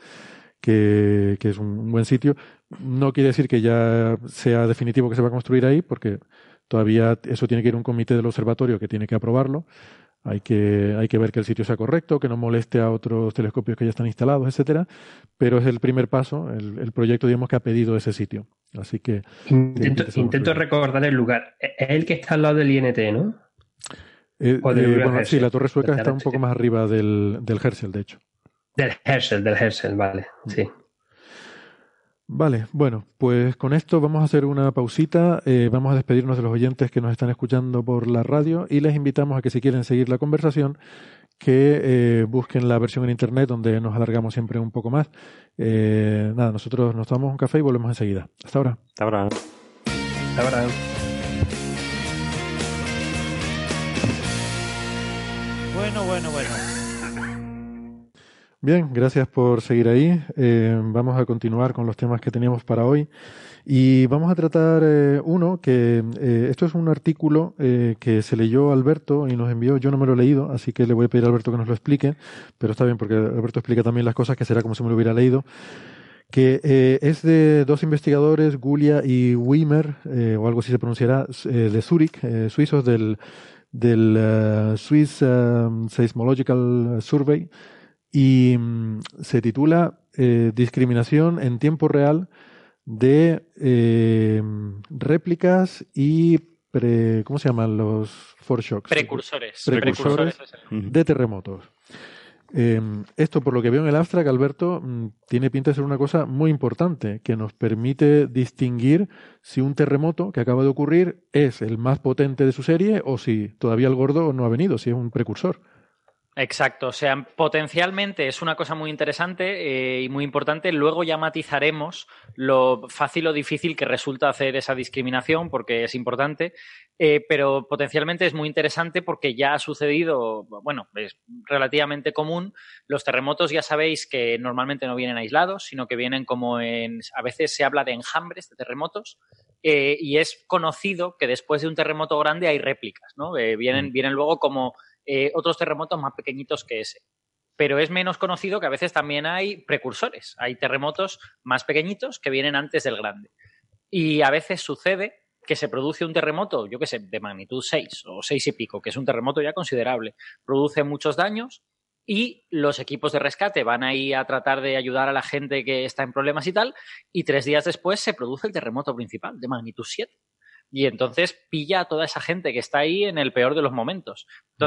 que, que es un, un buen sitio. No quiere decir que ya sea definitivo que se va a construir ahí, porque todavía eso tiene que ir a un comité del observatorio que tiene que aprobarlo. Hay que, hay que ver que el sitio sea correcto, que no moleste a otros telescopios que ya están instalados, etcétera. Pero es el primer paso, el, el proyecto, digamos, que ha pedido ese sitio. Así que intento, intento recordar el lugar. Es el que está al lado del I N T, ¿no? Eh, ¿O del eh, bueno, sí, la Torre Sueca está un poco más arriba del, del Herschel, de hecho. Del Herschel, del Herschel, vale, sí. Vale, bueno, pues con esto vamos a hacer una pausita, eh, vamos a despedirnos de los oyentes que nos están escuchando por la radio y les invitamos a que si quieren seguir la conversación, que eh, busquen la versión en internet donde nos alargamos siempre un poco más. Eh, nada, nosotros nos tomamos un café y volvemos enseguida. Hasta ahora. Hasta ahora. Hasta ahora. Bueno, bueno, bueno. Bien, gracias por seguir ahí. Eh, vamos a continuar con los temas que teníamos para hoy y vamos a tratar eh, uno que eh, esto es un artículo eh, que se leyó Alberto y nos envió. Yo no me lo he leído, así que le voy a pedir a Alberto que nos lo explique, pero está bien porque Alberto explica también las cosas, que será como si me lo hubiera leído. Que eh, es de dos investigadores, Gulia y Wimmer, eh, o algo así se pronunciará, eh, de Zúrich, eh, suizos del, del uh, Swiss uh, Seismological Survey. Y um, se titula eh, Discriminación en tiempo real de eh, réplicas y pre, ¿cómo se llaman los foreshocks? Precursores. Precursores, Precursores de terremotos. Eh, esto, por lo que veo en el abstract, Alberto, mmm, tiene pinta de ser una cosa muy importante que nos permite distinguir si un terremoto que acaba de ocurrir es el más potente de su serie o si todavía el gordo no ha venido, si es un precursor. Exacto, o sea, potencialmente es una cosa muy interesante eh, y muy importante. Luego ya matizaremos lo fácil o difícil que resulta hacer esa discriminación, porque es importante, eh, pero potencialmente es muy interesante porque ya ha sucedido, bueno, es relativamente común. Los terremotos ya sabéis que normalmente no vienen aislados, sino que vienen como en, a veces se habla de enjambres de terremotos. Eh, y es conocido que después de un terremoto grande hay réplicas, ¿no? Eh, vienen, vienen luego como eh, otros terremotos más pequeñitos que ese. Pero es menos conocido que a veces también hay precursores. Hay terremotos más pequeñitos que vienen antes del grande. Y a veces sucede que se produce un terremoto, yo qué sé, de magnitud seis o seis y pico, que es un terremoto ya considerable. Produce muchos daños y los equipos de rescate van ahí a tratar de ayudar a la gente que está en problemas y tal, y tres días después se produce el terremoto principal de magnitud siete. Y entonces pilla a toda esa gente que está ahí en el peor de los momentos. Entonces,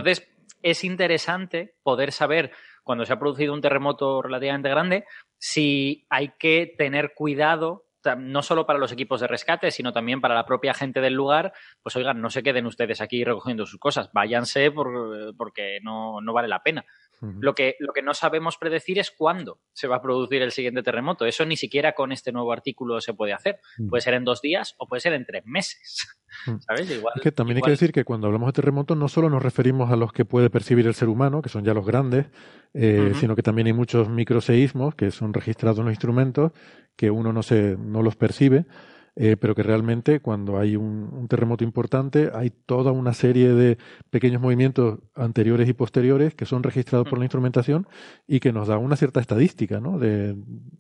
es interesante poder saber, cuando se ha producido un terremoto relativamente grande, si hay que tener cuidado, no solo para los equipos de rescate, sino también para la propia gente del lugar. Pues oigan, no se queden ustedes aquí recogiendo sus cosas, váyanse por, porque no, no vale la pena. Uh-huh. Lo que, lo que no sabemos predecir es cuándo se va a producir el siguiente terremoto. Eso ni siquiera con este nuevo artículo se puede hacer. Uh-huh. Puede ser en dos días o puede ser en tres meses. Uh-huh. ¿Sabes? Igual, es que también igual... hay que decir que cuando hablamos de terremotos no solo nos referimos a los que puede percibir el ser humano, que son ya los grandes, eh, uh-huh. sino que también hay muchos microseísmos que son registrados en los instrumentos que uno no se no los percibe, eh, pero que realmente cuando hay un, un terremoto importante hay toda una serie de pequeños movimientos anteriores y posteriores que son registrados uh-huh. por la instrumentación y que nos da una cierta estadística, ¿no? De...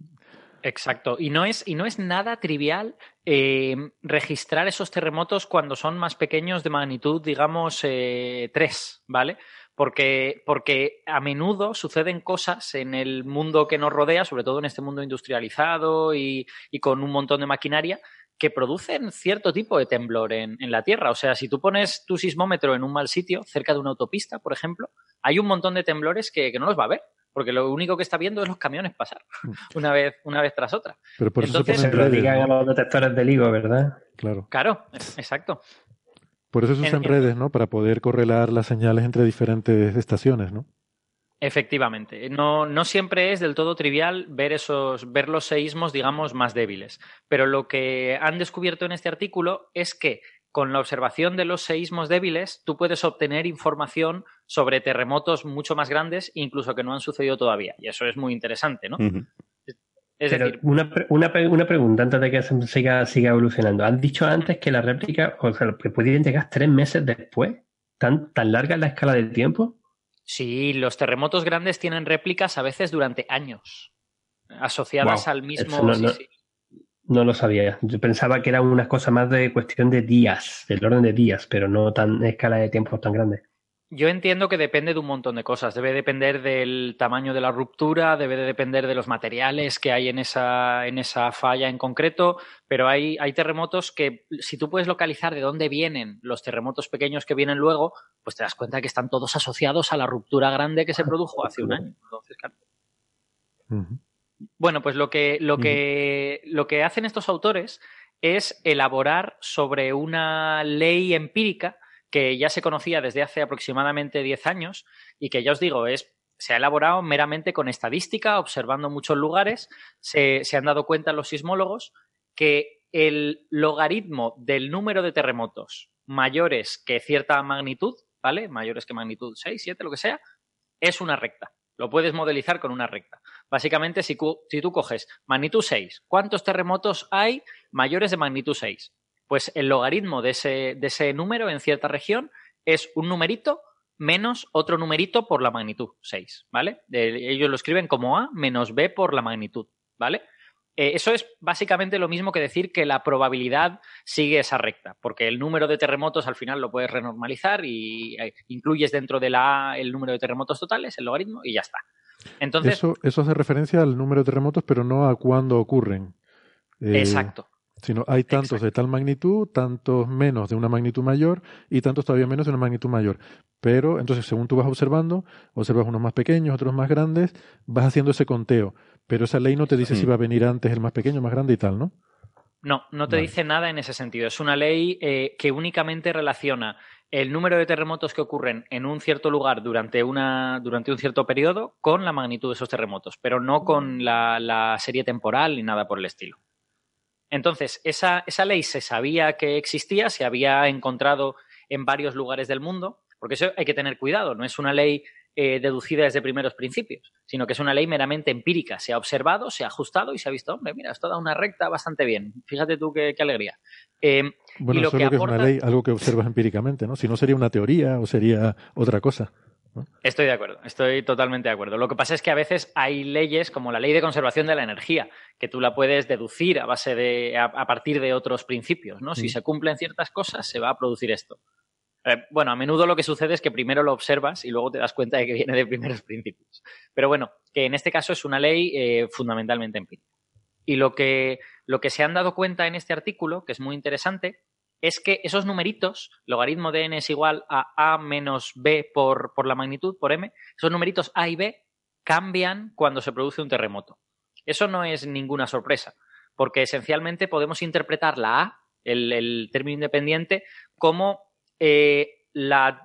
Exacto, y no es, y no es nada trivial eh, registrar esos terremotos cuando son más pequeños de magnitud, digamos, eh, tres, ¿vale? Porque, porque a menudo suceden cosas en el mundo que nos rodea, sobre todo en este mundo industrializado y, y con un montón de maquinaria, que producen cierto tipo de temblor en, en la Tierra. O sea, si tú pones tu sismómetro en un mal sitio, cerca de una autopista, por ejemplo, hay un montón de temblores que, que no los va a ver, porque lo único que está viendo es los camiones pasar, una vez, una vez tras otra. Pero por Entonces, eso se lo digan a los detectores de LIGO, ¿verdad? Claro. Claro, exacto. Por eso se usan en, redes, ¿no? Para poder correlar las señales entre diferentes estaciones, ¿no? Efectivamente. No, no siempre es del todo trivial ver esos, ver los seísmos, digamos, más débiles. Pero lo que han descubierto en este artículo es que con la observación de los seísmos débiles, tú puedes obtener información sobre terremotos mucho más grandes, incluso que no han sucedido todavía. Y eso es muy interesante, ¿no? Uh-huh. Es Pero decir, una, una, una pregunta antes de que siga, siga evolucionando. ¿Has dicho antes que la réplica, o sea, que podían llegar tres meses después? ¿Tan, tan larga es la escala del tiempo? Sí, los terremotos grandes tienen réplicas a veces durante años, asociadas wow. al mismo... No, sí, no, sí. no lo sabía. Yo pensaba que era una cosa más de cuestión de días, del orden de días, pero no tan escala de tiempo tan grande. Yo entiendo que depende de un montón de cosas. Debe depender del tamaño de la ruptura, debe de depender de los materiales que hay en esa, en esa falla en concreto, pero hay, hay terremotos que, si tú puedes localizar de dónde vienen los terremotos pequeños que vienen luego, pues te das cuenta que están todos asociados a la ruptura grande que se produjo hace un año. Entonces, claro. Uh-huh. Bueno, pues lo que, lo, que, uh-huh. lo que hacen estos autores es elaborar sobre una ley empírica que ya se conocía desde hace aproximadamente diez años y que ya os digo, es, se ha elaborado meramente con estadística, observando muchos lugares. Se, se han dado cuenta los sismólogos que el logaritmo del número de terremotos mayores que cierta magnitud, ¿vale? Mayores que magnitud seis, siete, lo que sea, es una recta. Lo puedes modelizar con una recta. Básicamente, si, si tú coges magnitud seis, ¿cuántos terremotos hay mayores de magnitud seis? Pues el logaritmo de ese, de ese número en cierta región es un numerito menos otro numerito por la magnitud seis, ¿vale? De, ellos lo escriben como A menos B por la magnitud, ¿vale? Eh, eso es básicamente lo mismo que decir que la probabilidad sigue esa recta, porque el número de terremotos al final lo puedes renormalizar y eh, incluyes dentro de la A el número de terremotos totales, el logaritmo, y ya está. Entonces, eso, eso hace referencia al número de terremotos, pero no a cuándo ocurren. Eh, exacto. Sino hay tantos Exacto. de tal magnitud, tantos menos de una magnitud mayor y tantos todavía menos de una magnitud mayor. Pero entonces, según tú vas observando, observas unos más pequeños, otros más grandes, vas haciendo ese conteo. Pero esa ley no te dice sí. si va a venir antes el más pequeño, más grande y tal, ¿no? No, no te vale. dice nada en ese sentido. Es una ley eh, que únicamente relaciona el número de terremotos que ocurren en un cierto lugar durante, una, durante un cierto periodo con la magnitud de esos terremotos, pero no con la, la serie temporal ni nada por el estilo. Entonces, esa, esa ley se sabía que existía, se había encontrado en varios lugares del mundo, porque eso hay que tener cuidado, no es una ley eh, deducida desde primeros principios, sino que es una ley meramente empírica. Se ha observado, se ha ajustado y se ha visto, hombre, mira, esto da una recta bastante bien. Fíjate tú qué, qué alegría. Eh, bueno, y lo eso que es lo aporta... que es una ley, algo que observas empíricamente, ¿no? Si no sería una teoría o sería otra cosa, ¿no? Estoy de acuerdo, estoy totalmente de acuerdo. Lo que pasa es que a veces hay leyes como la ley de conservación de la energía, que tú la puedes deducir a base de, a, a partir de otros principios, ¿no? Mm. Si se cumplen ciertas cosas, se va a producir esto. Eh, bueno, a menudo lo que sucede es que primero lo observas y luego te das cuenta de que viene de primeros principios. Pero bueno, que en este caso es una ley eh, fundamentalmente empírica. Y lo que, lo que se han dado cuenta en este artículo, que es muy interesante, es que esos numeritos, logaritmo de n es igual a a menos b por, por la magnitud, por m, esos numeritos a y b cambian cuando se produce un terremoto. Eso no es ninguna sorpresa, porque esencialmente podemos interpretar la a, el, el término independiente, como eh, la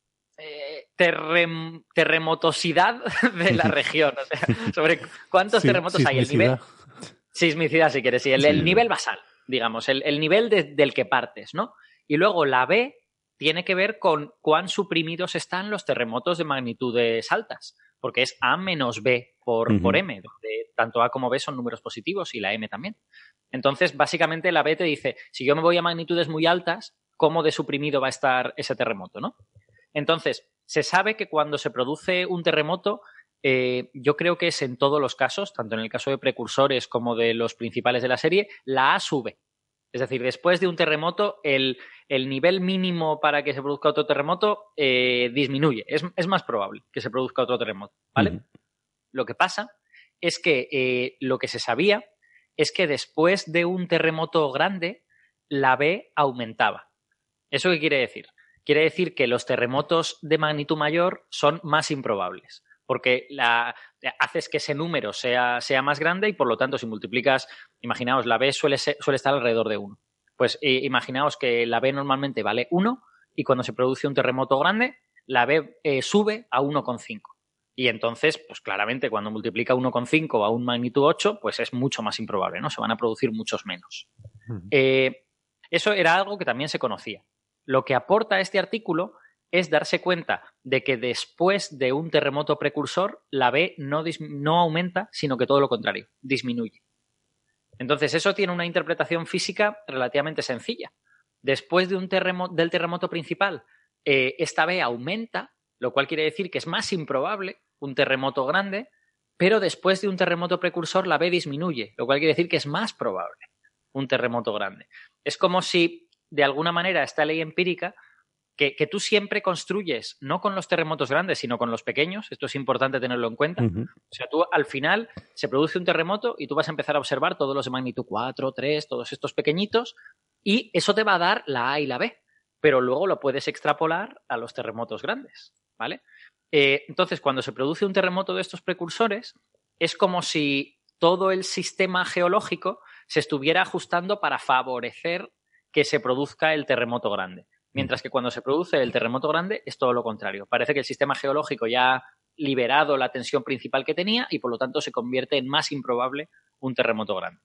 eh, terrem, terremotosidad de la región. O sea, sobre cuántos sí, terremotos hay. El nivel. Sismicidad, si quieres, sí. El, sí. el nivel basal, digamos, el, el nivel de, del que partes, ¿no? Y luego la B tiene que ver con cuán suprimidos están los terremotos de magnitudes altas, porque es A menos B por, uh-huh. por M, donde tanto A como B son números positivos y la M también. Entonces, básicamente, la B te dice, si yo me voy a magnitudes muy altas, ¿cómo de suprimido va a estar ese terremoto, no? Entonces, se sabe que cuando se produce un terremoto, eh, yo creo que es en todos los casos, tanto en el caso de precursores como de los principales de la serie, la A sube. Es decir, después de un terremoto, el, el nivel mínimo para que se produzca otro terremoto eh, disminuye. Es, es más probable que se produzca otro terremoto, ¿vale? Uh-huh. Lo que pasa es que eh, lo que se sabía es que después de un terremoto grande, la B aumentaba. ¿Eso qué quiere decir? Quiere decir que los terremotos de magnitud mayor son más improbables, porque la, haces que ese número sea, sea más grande y, por lo tanto, si multiplicas, imaginaos, la B suele, ser, suele estar alrededor de uno. Pues eh, imaginaos que la B normalmente vale uno y cuando se produce un terremoto grande, la B eh, sube a uno coma cinco. Y entonces, pues claramente, cuando multiplica uno coma cinco a un magnitud ocho, pues es mucho más improbable, ¿no? Se van a producir muchos menos. Uh-huh. Eh, eso era algo que también se conocía. Lo que aporta este artículo es darse cuenta de que después de un terremoto precursor, la B no, no aumenta, sino que todo lo contrario, disminuye. Entonces, eso tiene una interpretación física relativamente sencilla. Después de un terremoto, del terremoto principal, eh, esta B aumenta, lo cual quiere decir que es más improbable un terremoto grande, pero después de un terremoto precursor, la B disminuye, lo cual quiere decir que es más probable un terremoto grande. Es como si, de alguna manera, esta ley empírica Que, que tú siempre construyes, no con los terremotos grandes, sino con los pequeños. Esto es importante tenerlo en cuenta. Uh-huh. O sea, tú al final se produce un terremoto y tú vas a empezar a observar todos los de magnitud cuatro, tres, todos estos pequeñitos, y eso te va a dar la A y la B, pero luego lo puedes extrapolar a los terremotos grandes, ¿vale? Eh, entonces, cuando se produce un terremoto de estos precursores, es como si todo el sistema geológico se estuviera ajustando para favorecer que se produzca el terremoto grande. Mientras que cuando se produce el terremoto grande es todo lo contrario. Parece que el sistema geológico ya ha liberado la tensión principal que tenía y, por lo tanto, se convierte en más improbable un terremoto grande.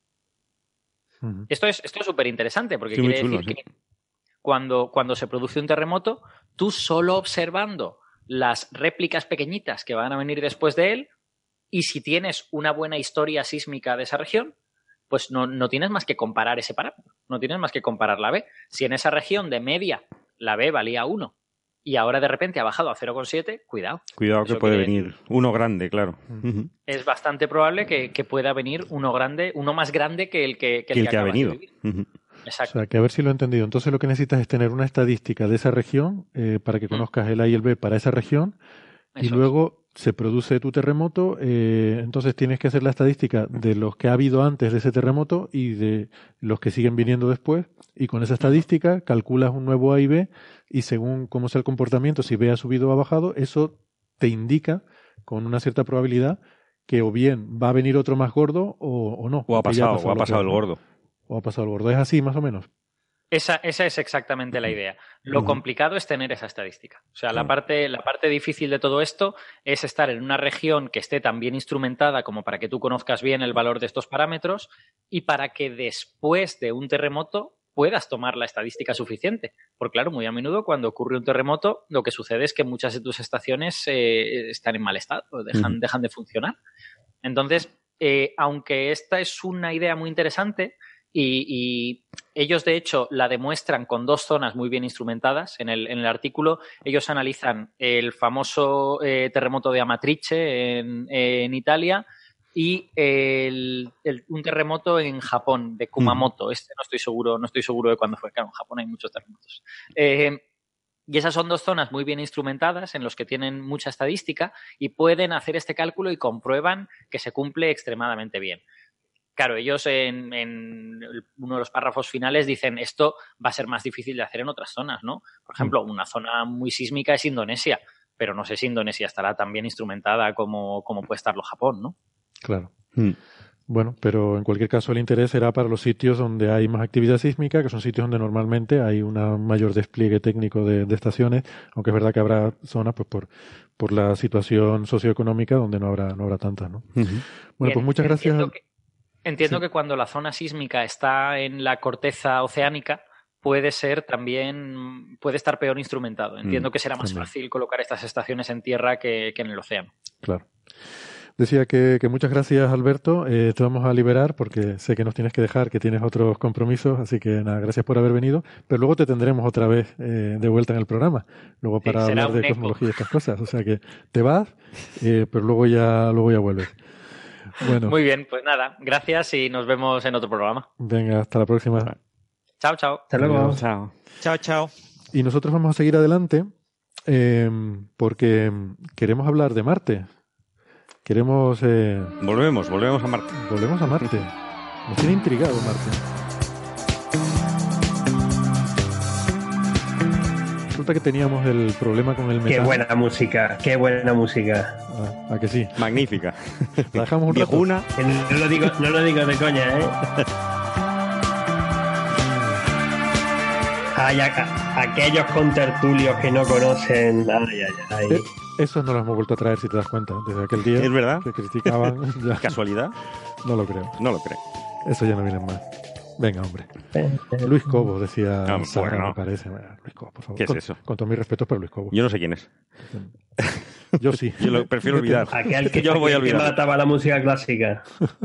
Uh-huh. Esto es esto es súper interesante porque sí, quiere chulo, decir sí. que cuando, cuando se produce un terremoto, tú solo observando las réplicas pequeñitas que van a venir después de él, y si tienes una buena historia sísmica de esa región, pues no, no tienes más que comparar ese parámetro, no tienes más que comparar la B. Si en esa región de media la B valía uno y ahora de repente ha bajado a cero coma siete, cuidado. Cuidado que puede venir uno grande, claro. Es bastante probable que, que pueda venir uno grande, uno más grande que el que, que, el el que, que ha venido. Uh-huh. Exacto. O sea, que a ver si lo he entendido. Entonces lo que necesitas es tener una estadística de esa región eh, para que conozcas uh-huh. el A y el B para esa región. Eso y luego es. se produce tu terremoto, eh, entonces tienes que hacer la estadística de los que ha habido antes de ese terremoto y de los que siguen viniendo después, y con esa estadística calculas un nuevo A y B, y según cómo sea el comportamiento, si B ha subido o ha bajado, eso te indica con una cierta probabilidad que o bien va a venir otro más gordo o, o no. O ha pasado, ha pasado, o ha pasado el gordo. O ha pasado el gordo. ¿Es así más o menos? Esa, esa es exactamente la idea. Lo uh-huh. complicado es tener esa estadística. O sea, uh-huh. la parte, la parte difícil de todo esto es estar en una región que esté tan bien instrumentada como para que tú conozcas bien el valor de estos parámetros y para que después de un terremoto puedas tomar la estadística suficiente. Porque claro, muy a menudo cuando ocurre un terremoto, lo que sucede es que muchas de tus estaciones eh, están en mal estado, dejan, uh-huh. dejan de funcionar. Entonces, eh, aunque esta es una idea muy interesante, Y, y ellos, de hecho, la demuestran con dos zonas muy bien instrumentadas. En el, en el artículo, ellos analizan el famoso eh, terremoto de Amatrice en, en Italia y el, el, un terremoto en Japón, de Kumamoto. Este no estoy seguro, no estoy seguro de cuándo fue. Claro, en Japón hay muchos terremotos. Eh, y esas son dos zonas muy bien instrumentadas en los que tienen mucha estadística y pueden hacer este cálculo y comprueban que se cumple extremadamente bien. Claro, ellos en, en uno de los párrafos finales dicen esto va a ser más difícil de hacer en otras zonas, ¿no? Por ejemplo, una zona muy sísmica es Indonesia, pero no sé si Indonesia estará tan bien instrumentada como, como puede estarlo Japón, ¿no? Claro. Mm. Bueno, pero en cualquier caso el interés será para los sitios donde hay más actividad sísmica, que son sitios donde normalmente hay un mayor despliegue técnico de, de estaciones, aunque es verdad que habrá zonas pues por, por la situación socioeconómica donde no habrá, no habrá tantas, ¿no? Uh-huh. Bueno, Bien, pues muchas gracias. Entiendo que, entiendo Sí. que cuando la zona sísmica está en la corteza oceánica, puede ser también, puede estar peor instrumentado. Entiendo Mm, que será más también. fácil colocar estas estaciones en tierra que, que en el océano. Claro. Decía que, que muchas gracias, Alberto. Eh, te vamos a liberar porque sé que nos tienes que dejar, que tienes otros compromisos, así que nada, gracias por haber venido. Pero luego te tendremos otra vez eh, de vuelta en el programa, luego Sí, para será hablar un de eco. cosmología y estas cosas. O sea que te vas, eh, pero luego ya, luego ya vuelves. Bueno, Muy bien, pues nada, gracias y nos vemos en otro programa. venga, hasta la próxima. Chao, chao. Hasta luego. Adiós. Chao. Chao, chao. Y nosotros vamos a seguir adelante eh, porque queremos hablar de Marte. Queremos... Eh, Volvemos, volvemos a Marte. volvemos a Marte. Me tiene intrigado Marte. Resulta que teníamos el problema con el metano. Qué buena música, qué buena música. Ah, ¿a que sí? Magnífica. La dejamos un rato. Viejuna. Que No lo digo, no lo digo de coña, ¿eh? Ay, a- a- aquellos contertulios que no conocen. Ay, ay, ay. Eh, Eso no lo hemos vuelto a traer, si te das cuenta. Desde aquel día ¿Es verdad? que criticaban. Ya, ¿Casualidad? no lo creo. No lo creo. Eso ya no viene más. Venga, hombre. Luis Cobo, decía Ah, Sara, bueno. me parece. Bueno, Luis Cobo, por favor. ¿Qué es con, eso? Con todos mis respetos para Luis Cobo. Yo no sé quién es. Yo sí. Yo lo prefiero olvidar. Aquel que, Yo lo voy a aquel que olvidar. mataba la música clásica.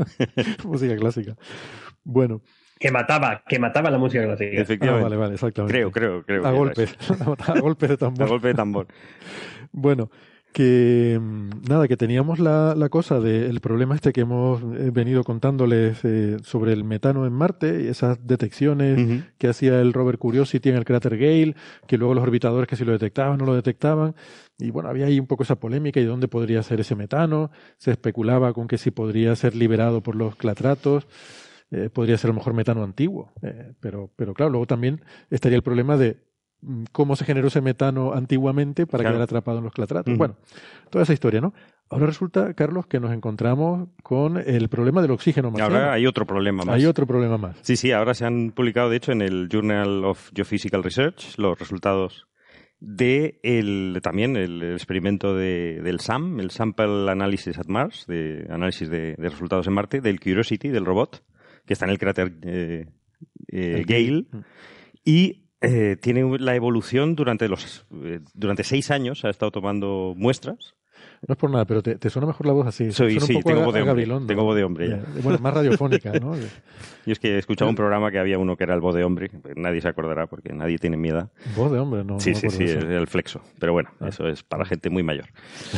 Música clásica. Bueno, Que mataba, que mataba la música clásica. ah, Efectivamente. vale, vale, exactamente. Creo, creo, creo. A que era golpes. A golpes de eso. tambor. A golpe de tambor. Bueno, que mm, nada, que teníamos la, la cosa del problema este que hemos eh, venido contándoles eh, sobre el metano en Marte y esas detecciones Ujú. que hacía el rover Curiosity en el cráter Gale, que luego los orbitadores que si lo detectaban no lo detectaban. Y bueno, había ahí un poco esa polémica y de dónde podría ser ese metano. Se especulaba con que si podría ser liberado por los clatratos. Eh, podría ser a lo mejor metano antiguo, eh, pero, pero claro, luego también estaría el problema de mm, cómo se generó ese metano antiguamente para Claro. quedar atrapado en los clatratos. Ujú. Bueno, toda esa historia, ¿no? Ahora resulta, Carlos, que nos encontramos con el problema del oxígeno Y marciano. ahora hay otro problema más. Hay otro problema más. Sí, sí, ahora se han publicado, de hecho, en el Journal of Geophysical Research los resultados de el, también el experimento de, del S A M, el Sample Analysis at Mars, de análisis de, de resultados en Marte, del Curiosity, del robot, que está en el cráter eh, eh, El Gale, Gale. y eh, tiene la evolución durante los eh, durante seis años, ha estado tomando muestras. No es por nada, pero te, te suena mejor la voz así. Soy- Suena un sí, poco tengo a- voz de a hombre, Gabilondo. tengo voz de hombre ya. Ya, Bueno, más radiofónica, ¿no? Yo es que he escuchado un programa que había uno que era el voz de hombre, pues nadie se acordará porque nadie tiene miedo. Voz de hombre, no. Sí, no me sí, acuerdo sí, de es eso. el flexo. Pero bueno, Ah. eso es para gente muy mayor.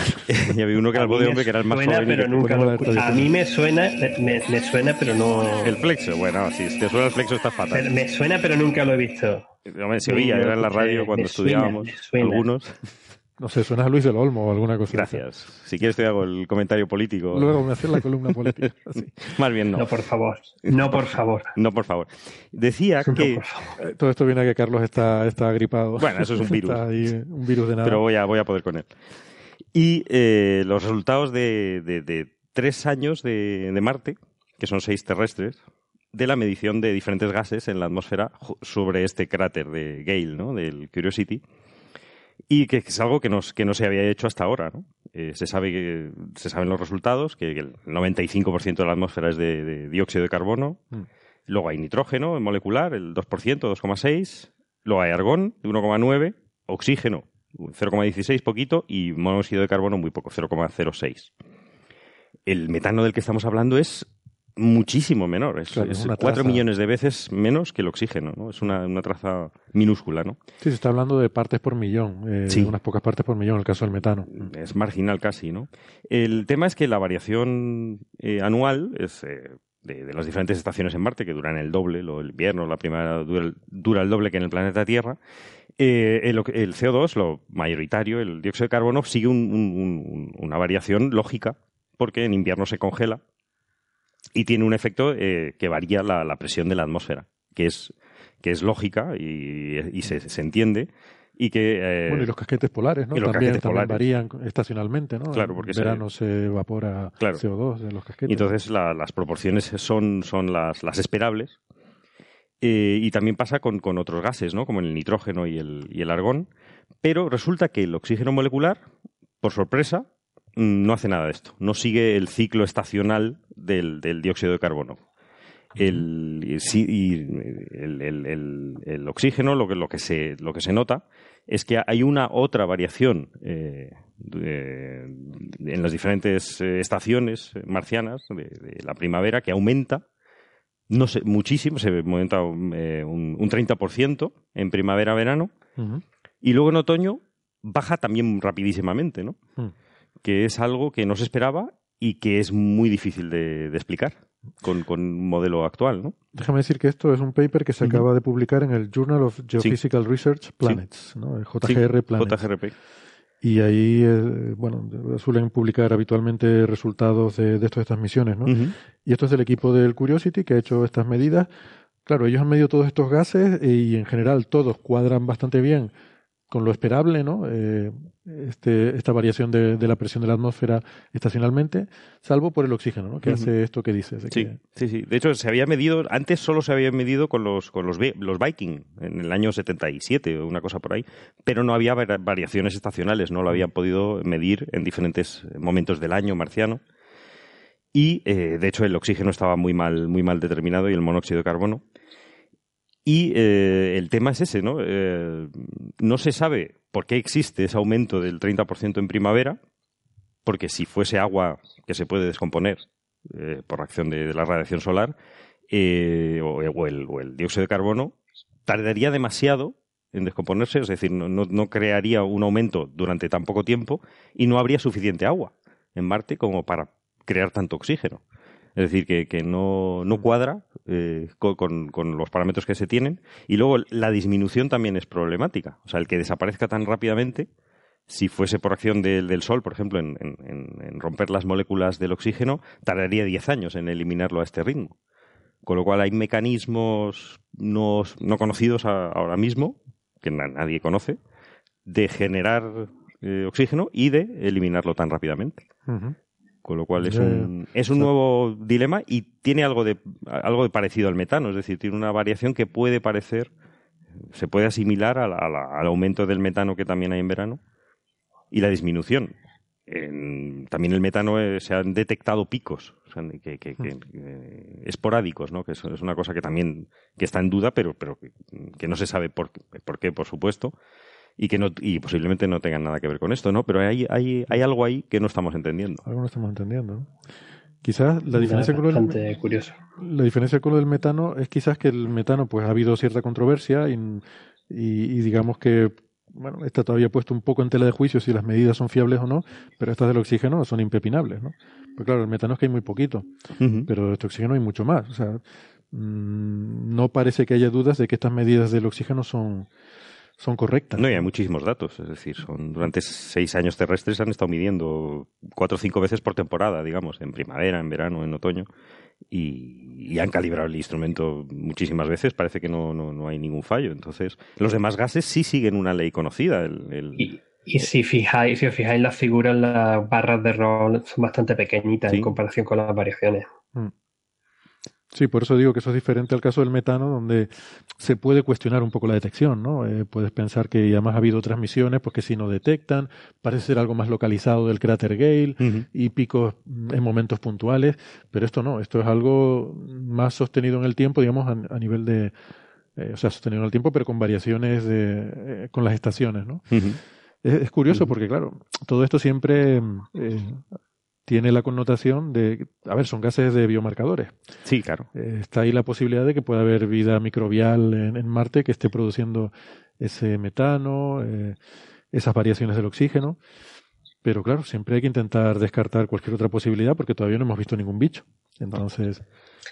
Y había uno que era A el mí voz de me hombre, que era el más suena, joven. y pero que- nunca ponemos lo la escuché. A tradición. mí me suena, me, me suena, pero no. El flexo, bueno, si te suena el flexo está Pero fatal. me suena, pero nunca lo he visto. Hombre, se oía, no lo era en la escuché, radio cuando me suena, estudiábamos me suena. algunos. No sé, suenas a Luis del Olmo o alguna cosa. así. Gracias. Si quieres te hago el comentario político. Luego me haces la columna política. Así. Más bien no. No, por favor. No, por favor. No, por favor. Decía No, que... por favor. Eh, Todo esto viene a que Carlos está, está gripado. Bueno, eso es un virus. Está ahí, un virus de nada. Pero voy a, voy a poder con él. Y eh, los resultados de, de, de tres años de, de Marte, que son seis terrestres, de la medición de diferentes gases en la atmósfera ju- sobre este cráter de Gale, ¿no? Del Curiosity, y que es algo que, nos, que no se había hecho hasta ahora, ¿no? Eh, se sabe que se saben los resultados, que el noventa y cinco por ciento de la atmósfera es de, de dióxido de carbono, Mm. luego hay nitrógeno molecular, el dos por ciento, dos coma seis, luego hay argón, de uno coma nueve, oxígeno, cero coma dieciséis, poquito, y monóxido de carbono, muy poco, cero coma cero seis. El metano del que estamos hablando es muchísimo menor, es, Claro, es es una cuatro traza. millones de veces menos que el oxígeno, ¿no? Es una, una traza minúscula, ¿no? Sí, se está hablando de partes por millón, eh, Sí. de unas pocas partes por millón en el caso del metano. Es marginal casi, ¿no? El tema es que la variación eh, anual es eh, de, de las diferentes estaciones en Marte, que duran el doble, lo, el invierno, la primavera dura el, dura el doble que en el planeta Tierra. Eh, el, el C O dos, lo mayoritario, el dióxido de carbono, sigue un- un- un- una variación lógica, porque en invierno se congela y tiene un efecto eh, que varía la, la presión de la atmósfera, que es, que es lógica y, y se, se entiende. Y que, eh, bueno, y los casquetes polares, ¿no? También, también polares. varían estacionalmente, ¿no? Claro, porque en verano se, se evapora claro. C O dos de los casquetes. Y entonces la, las proporciones son, son las, las esperables. Eh, y también pasa con, con otros gases, ¿no? Como el nitrógeno y el, y el argón. Pero resulta que el oxígeno molecular, por sorpresa, no hace nada de esto. No sigue el ciclo estacional del, del dióxido de carbono. El, y, y el, el, el, el oxígeno, lo que, lo, que se, lo que se nota es que hay una otra variación eh, de, de, en las diferentes eh, estaciones marcianas de, de la primavera que aumenta, no sé, muchísimo, se aumenta eh, un, un treinta por ciento en primavera-verano, uh-huh. y luego en otoño baja también rapidísimamente, ¿no? Uh-huh. Que es algo que no se esperaba y que es muy difícil de, de explicar con, con un modelo actual, ¿no? Déjame decir que esto es un paper que se uh-huh. acaba de publicar en el Journal of Geophysical sí. Research Planets, sí. ¿no? El J G R sí, Planets. J G R P. Y ahí, eh, bueno, suelen publicar habitualmente resultados de, de, esto, de estas misiones, ¿no? Uh-huh. Y esto es del equipo del Curiosity que ha hecho estas medidas. Claro, ellos han medido todos estos gases y en general todos cuadran bastante bien con lo esperable, ¿no? Eh, este, esta variación de, de la presión de la atmósfera estacionalmente, salvo por el oxígeno, ¿no? Que uh-huh. hace esto que dices. De sí, que... sí, sí. De hecho, se había medido, antes solo se había medido con los con los, los Viking, en el año setenta y siete o una cosa por ahí, pero no había variaciones estacionales, no lo habían podido medir en diferentes momentos del año marciano. Y, eh, de hecho, el oxígeno estaba muy mal, muy mal determinado y el monóxido de carbono. Y eh, el tema es ese, ¿no? Eh, no se sabe por qué existe ese aumento del treinta por ciento en primavera, porque si fuese agua que se puede descomponer eh, por acción de, de la radiación solar, eh, o, o, el, o el dióxido de carbono, tardaría demasiado en descomponerse, es decir, no, no, no crearía un aumento durante tan poco tiempo y no habría suficiente agua en Marte como para crear tanto oxígeno. Es decir, que, que no, no cuadra eh, con, con los parámetros que se tienen. Y luego la disminución también es problemática. O sea, el que desaparezca tan rápidamente, si fuese por acción del, del Sol, por ejemplo, en, en, en romper las moléculas del oxígeno, tardaría diez años en eliminarlo a este ritmo. Con lo cual hay mecanismos no, no conocidos a, ahora mismo, que na, nadie conoce, de generar eh, oxígeno y de eliminarlo tan rápidamente. Uh-huh. Con lo cual es un, es un nuevo dilema y tiene algo de, algo de parecido al metano, es decir, tiene una variación que puede parecer, se puede asimilar a la, a la, al aumento del metano que también hay en verano y la disminución. En, también el metano eh, se han detectado picos, o sea, que, que, que, que esporádicos, ¿no? Que eso es una cosa que también que está en duda, pero, pero que, que no se sabe por, por qué, por supuesto. Y que no y posiblemente no tengan nada que ver con esto, ¿no? Pero hay, hay, hay algo ahí que no estamos entendiendo. Algo no estamos entendiendo, ¿no? Quizás la diferencia con el, curioso. La diferencia con lo del metano es quizás que el metano pues ha habido cierta controversia y, y, y digamos que bueno, está todavía puesto un poco en tela de juicio si las medidas son fiables o no, pero estas del oxígeno son impepinables, ¿no? Pues claro, el metano es que hay muy poquito, uh-huh. pero de este oxígeno hay mucho más. O sea, mmm, no parece que haya dudas de que estas medidas del oxígeno son son correctas. No, y hay muchísimos datos, es decir, son durante seis años terrestres han estado midiendo cuatro o cinco veces por temporada, digamos, en primavera, en verano, en otoño, y, y han calibrado el instrumento muchísimas veces, parece que no, no, no hay ningún fallo. Entonces, los demás gases sí siguen una ley conocida. El, el... Y, y si fijáis, si os fijáis en las figuras, las barras de error son bastante pequeñitas, ¿sí?, en comparación con las variaciones. Mm. Sí, por eso digo que eso es diferente al caso del metano, donde se puede cuestionar un poco la detección, ¿no? Eh, puedes pensar que además ha habido otras misiones, pues que si no detectan, parece ser algo más localizado del cráter Gale, uh-huh, y picos en momentos puntuales, pero esto no, esto es algo más sostenido en el tiempo, digamos, a, a nivel de, eh, o sea, sostenido en el tiempo, pero con variaciones de, eh, con las estaciones, ¿no? Uh-huh. Es, es curioso, uh-huh, porque claro, todo esto siempre eh, tiene la connotación de, a ver, son gases de biomarcadores. Sí, claro. Eh, está ahí la posibilidad de que pueda haber vida microbial en, en Marte que esté produciendo ese metano, eh, esas variaciones del oxígeno. Pero claro, siempre hay que intentar descartar cualquier otra posibilidad porque todavía no hemos visto ningún bicho. Entonces,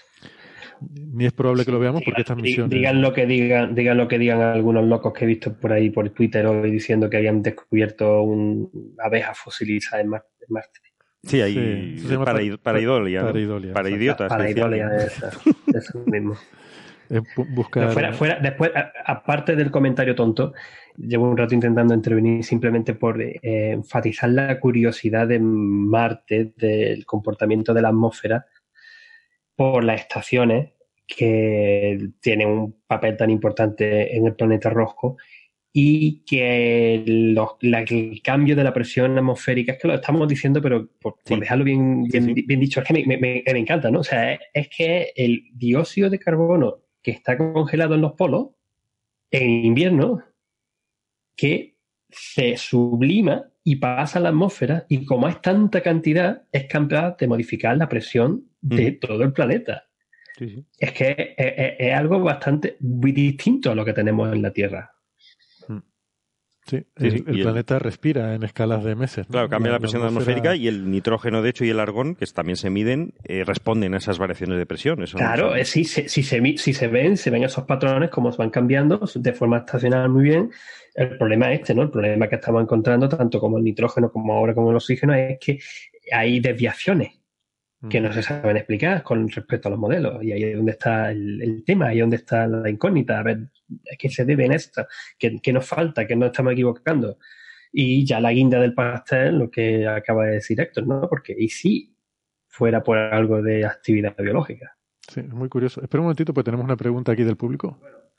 ni es probable que lo veamos porque estas misiones... Digan lo que digan, digan lo que digan algunos locos que he visto por ahí por Twitter hoy diciendo que habían descubierto una abeja fosilizada en Marte. Sí, hay Sí, se llama para, par- paraidolia, ¿no? pareidolia. Para idiotas. Para que idolia, decían. eso, eso mismo. Es bu- buscar... Pero fuera, fuera, después, a- aparte del comentario tonto, llevo un rato intentando intervenir simplemente por eh, enfatizar la curiosidad de Marte, del comportamiento de la atmósfera, por las estaciones que tienen un papel tan importante en el planeta rojo y que los, la, el cambio de la presión atmosférica, es que lo estamos diciendo, pero por, Sí. por dejarlo bien, bien, Sí, sí. bien dicho, es que me, me, me encanta, ¿no? O sea, es, es que el dióxido de carbono que está congelado en los polos en invierno, que se sublima y pasa a la atmósfera, y como es tanta cantidad, es capaz de modificar la presión de Mm. todo el planeta. Sí, sí. Es que es, es- es algo bastante muy distinto a lo que tenemos en la Tierra. Sí, Sí, el, sí, el y el- planeta respira en escalas de meses, ¿no? Claro, cambia la, presión atmosférica atmósfera- y el nitrógeno, de hecho, y el argón, que también se miden, eh, responden a esas variaciones de presión. Eso no Claro, sabe. eh, si, se- si, se, mi- si se ven, se ven esos patrones, cómo se van cambiando de forma estacional muy bien. El problema es este, ¿no? El problema que estamos encontrando, tanto como el nitrógeno como ahora como el oxígeno, es que hay desviaciones que no se saben explicar con respecto a los modelos. Y ahí es donde está el, el tema, ahí es donde está la incógnita. A ver, ¿a qué se debe en esto? ¿Qué, qué nos falta? ¿Qué nos estamos equivocando? Y ya la guinda del pastel, lo que acaba de decir Héctor, ¿no? Porque y si fuera por algo de actividad biológica. Sí, es muy curioso. Espera un momentito, pues tenemos una pregunta aquí del público.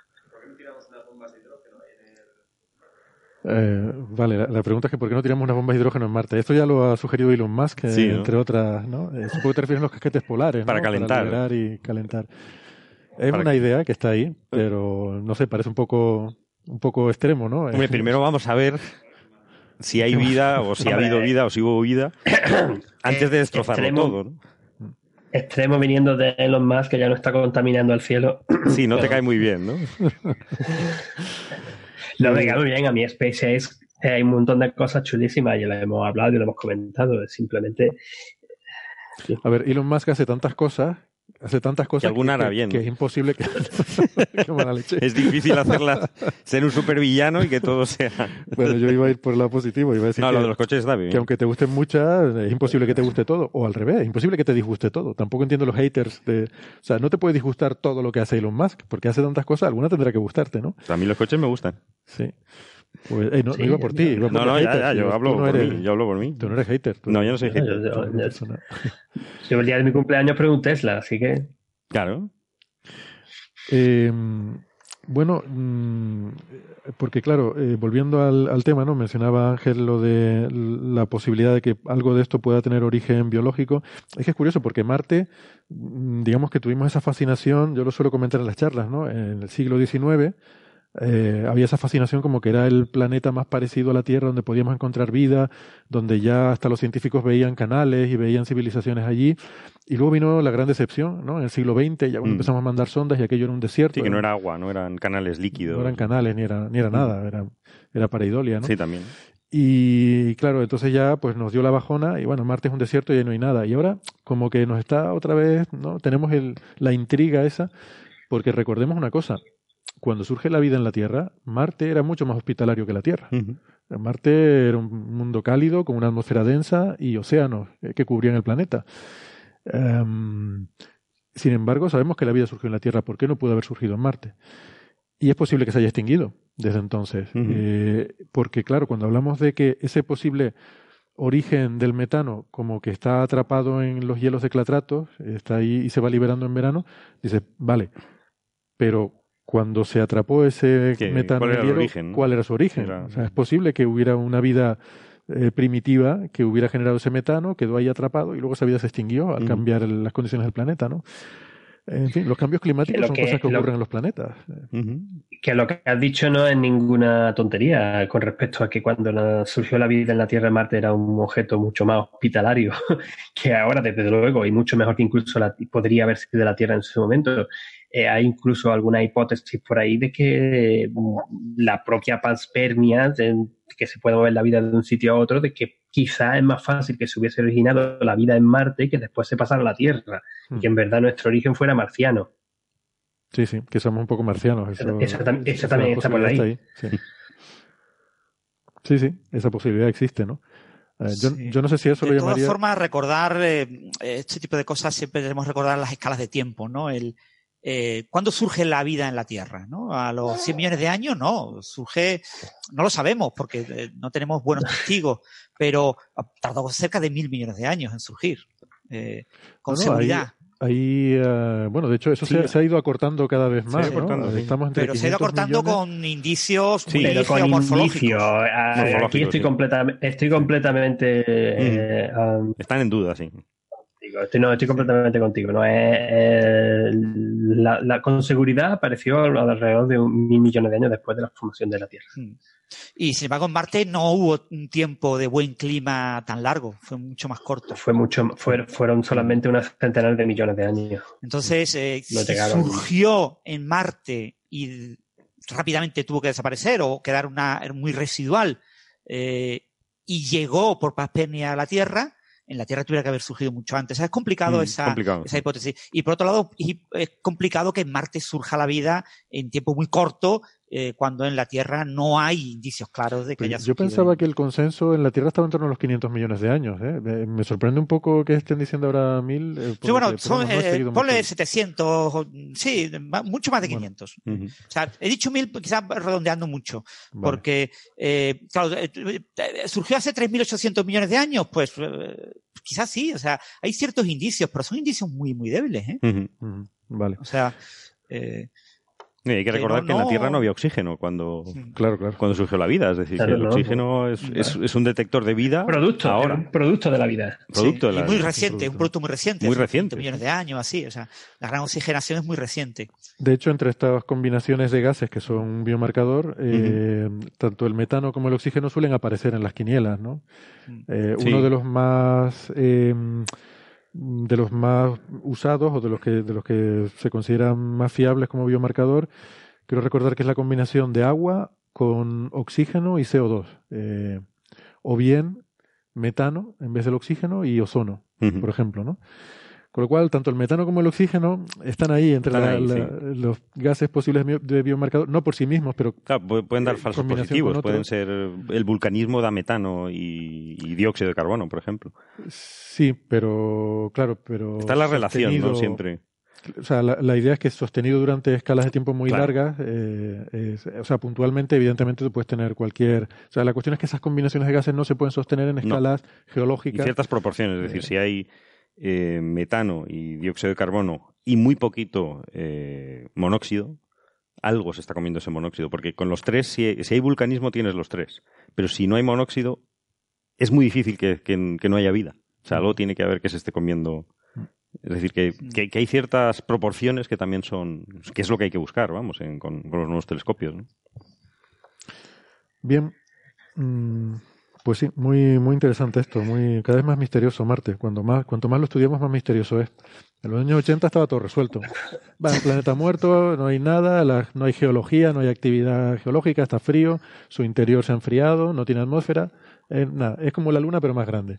Eh, vale, la, la pregunta es que ¿por qué no tiramos unas bombas de hidrógeno en Marte? Esto ya lo ha sugerido Elon Musk, eh, Sí, ¿no? entre otras, ¿no? Eh, supongo que te refieres a los casquetes polares, Para ¿no? calentar. Para liberar y calentar. Es Para una que- idea que está ahí, pero no sé, parece un poco, un poco extremo, ¿no? Hombre, primero vamos a ver si hay vida o si ha Hombre, habido vida o si hubo vida antes de destrozarlo Extremo. todo, ¿no? Extremo viniendo de Elon Musk, que ya no está contaminando el cielo. Sí, no te cae muy bien, ¿no? Lo venga muy bien, a mi SpaceX eh, hay un montón de cosas chulísimas, ya lo hemos hablado y lo hemos comentado. Simplemente A ver, Elon Musk hace tantas cosas, hace tantas cosas alguna hará bien, que ¿no? es imposible que... Qué mala leche. Es difícil hacerlas, ser un supervillano y que todo sea... Bueno, yo iba a ir por el lado positivo, iba a decir No, que, lo de los coches está bien. que aunque te gusten muchas, es imposible que te guste todo, o al revés, es imposible que te disguste todo. Tampoco entiendo los haters de... O sea, no te puede disgustar todo lo que hace Elon Musk, porque hace tantas cosas, alguna tendrá que gustarte, ¿no? A mí los coches me gustan. Sí. Pues, eh, no, Sí, no iba por ti, iba por No, los no, ya, haters. ya, yo Digo, hablo tú no por eres, mí, yo hablo por mí. tú no eres hater. tú- No, yo no soy tú hater. eres Yo- yo- una yo- persona- yo el día de mi cumpleaños pregunté un Tesla, así que Claro. Eh, bueno, mm, porque claro, eh, volviendo al, al tema, ¿no? Mencionaba Ángel lo de la posibilidad de que algo de esto pueda tener origen biológico. Es que es curioso porque Marte, mm, digamos que tuvimos esa fascinación, yo lo suelo comentar en las charlas, ¿no? En el siglo diecinueve eh, había esa fascinación como que era el planeta más parecido a la Tierra donde podíamos encontrar vida, donde ya hasta los científicos veían canales y veían civilizaciones allí. Y luego vino la gran decepción, ¿no? En el siglo veinte, ya cuando Mm. empezamos a mandar sondas y aquello era un desierto. Sí, que era- no era agua, no eran canales líquidos. no eran canales ni era, ni era nada, era, era pareidolia, ¿no? Sí, también. Y claro, entonces ya pues nos dio la bajona y bueno, Marte es un desierto y ahí no hay nada. Y ahora como que nos está otra vez, ¿no? Tenemos el, la intriga esa, porque recordemos una cosa, cuando surge la vida en la Tierra, Marte era mucho más hospitalario que la Tierra. Ujú. Marte era un mundo cálido con una atmósfera densa y océanos eh, que cubrían el planeta. Em, sin embargo, sabemos que la vida surgió en la Tierra. ¿Por qué no pudo haber surgido en Marte? Y es posible que se haya extinguido desde entonces. Ujú. Eh, porque, claro, cuando hablamos de que ese posible origen del metano, como que está atrapado en los hielos de Clatratos, está ahí y se va liberando en verano, dice, vale, pero cuando se atrapó ese ¿Qué? metano ¿Cuál en era el el hielo, origen, no? ¿cuál era su origen? Era- O sea, es posible que hubiera una vida eh, primitiva que hubiera generado ese metano, quedó ahí atrapado y luego esa vida se extinguió al Ujú. cambiar el- las condiciones del planeta, ¿no? En fin, los cambios climáticos lo son que- cosas que lo- ocurren en los planetas. Ujú. que lo que has dicho no es ninguna tontería con respecto a que cuando la- surgió la vida en la Tierra, Marte era un objeto mucho más hospitalario que ahora, desde luego, y mucho mejor que incluso la, podría haber sido la Tierra en su momento. Eh, hay incluso alguna hipótesis por ahí de que mm, la propia panspermia, de que se puede mover la vida de un sitio a otro, de que quizá es más fácil que se hubiese originado la vida en Marte y que después se pasara a la Tierra, Hmm. y que en verdad nuestro origen fuera marciano. Sí, sí, que somos un poco marcianos. Eso, Esa tam- esa esa también está por posibilidad ahí. está Sí. sí, sí, esa posibilidad existe, ¿no? Eh, yo, Sí. yo no sé si eso De lo todas llamaría... formas, recordar eh, este tipo de cosas siempre debemos recordar las escalas de tiempo, ¿no? El, eh, ¿cuándo surge la vida en la Tierra? ¿No? ¿A los cien millones de años? No, surge, no lo sabemos porque eh, no tenemos buenos testigos, pero tardó cerca de mil millones de años en surgir, eh, con No, no, seguridad. Ahí, ahí, eh, bueno, de hecho, eso Sí. se, se ha ido acortando cada vez más, Se ha ido ¿no? acortando, sí. Estamos entre Pero se ha ido quinientos acortando millones. con indicios Sí. muy Pero con geomorfológicos. indicios. Ah, Morfológicos, Aquí estoy, sí. completamente, estoy completamente eh, um, Están en duda, sí. Digo, estoy, no, estoy completamente contigo. ¿No? Es, es- la, la- con seguridad apareció alrededor de un mil millones de años después de la formación de la Tierra. Mm. Y sin embargo, en Marte no hubo un tiempo de buen clima tan largo, fue mucho más corto. Fue mucho, fue- fueron solamente unas centenares de millones de años. Entonces, eh, No si llegaron. surgió en Marte y rápidamente tuvo que desaparecer o quedar una, muy residual eh, y llegó por Paspernia a la Tierra, en la Tierra tuviera que haber surgido mucho antes. O sea, es complicado, Mm, esa, complicado, esa sí. hipótesis. Y por otro lado, y- es complicado que en Marte surja la vida en tiempo muy corto, eh, cuando en la Tierra no hay indicios claros de que Pues haya yo surgido. pensaba que el consenso en la Tierra estaba en torno a los quinientos millones de años. ¿eh? Me, me sorprende un poco que estén diciendo ahora mil. Eh, por Sí, bueno, lo que, son, pero vamos, no he eh, seguido ponle mucho. setecientos, o- sí, ma- mucho más de Bueno. quinientos. Ujú. O sea, he dicho mil, quizás redondeando mucho, Vale. porque, eh, claro, eh, eh, surgió hace tres mil ochocientos millones de años, pues eh, quizás sí, o sea, hay ciertos indicios, pero son indicios muy, muy débiles, ¿eh? Ujú. Ujú, Vale, O sea, eh, Y hay que Que recordar no- que en la no- Tierra no había oxígeno cuando, claro, claro. cuando surgió la vida. Es decir, Claro, que el no, oxígeno es, es, es un detector de vida Producto, ahora. un producto de la vida. Producto sí, de la y muy vida. reciente, un producto muy reciente. Muy hace reciente, quinientos millones sí. de años, así, o sea, la gran oxigenación es muy reciente. De hecho, entre estas combinaciones de gases que son un biomarcador, eh, tanto el metano como el oxígeno suelen aparecer en las quinielas, ¿no? Mm. Eh, Sí. Uno de los más eh, de los más usados o de los que de los que se consideran más fiables como biomarcador, quiero recordar que es la combinación de agua con oxígeno y C O dos, eh, o bien metano en vez del oxígeno y ozono, Ujú. por ejemplo, ¿no? Con lo cual, tanto el metano como el oxígeno están ahí entre Están la- ahí, la- los gases posibles bio- de biomarcador, no por sí mismos, pero Claro, pu- pueden dar Eh, falsos combinación positivos. con otros. Pueden ser el vulcanismo da metano y, y dióxido de carbono, por ejemplo. sí, pero claro, pero Está la relación, ¿no? sostenido- Siempre. O sea, la, la idea es que sostenido durante escalas de tiempo muy Claro. largas, eh, es- o sea, puntualmente, evidentemente, tú puedes tener cualquier... O sea, la cuestión es que esas combinaciones de gases no se pueden sostener en escalas Y geológicas. ciertas proporciones. Es decir, si hay eh, metano y dióxido de carbono y muy poquito eh, monóxido, algo se está comiendo ese monóxido. Porque con los tres, si hay, si hay vulcanismo, tienes los tres. Pero si no hay monóxido, es muy difícil que, que- que no haya vida. O sea, algo tiene que haber que se esté comiendo. Es decir, que, que- que hay ciertas proporciones que también son, que es lo que hay que buscar, vamos, en- con, con los nuevos telescopios, ¿no? Bien, mm, pues sí, muy, muy interesante esto, muy, cada vez más misterioso Marte. Cuando más, cuanto más lo estudiamos, más misterioso es. En los años ochenta estaba todo resuelto. Va, el planeta muerto, no hay nada, la- no hay geología, no hay actividad geológica, está frío, su interior se ha enfriado, no tiene atmósfera, eh, nada, es como la Luna pero más grande.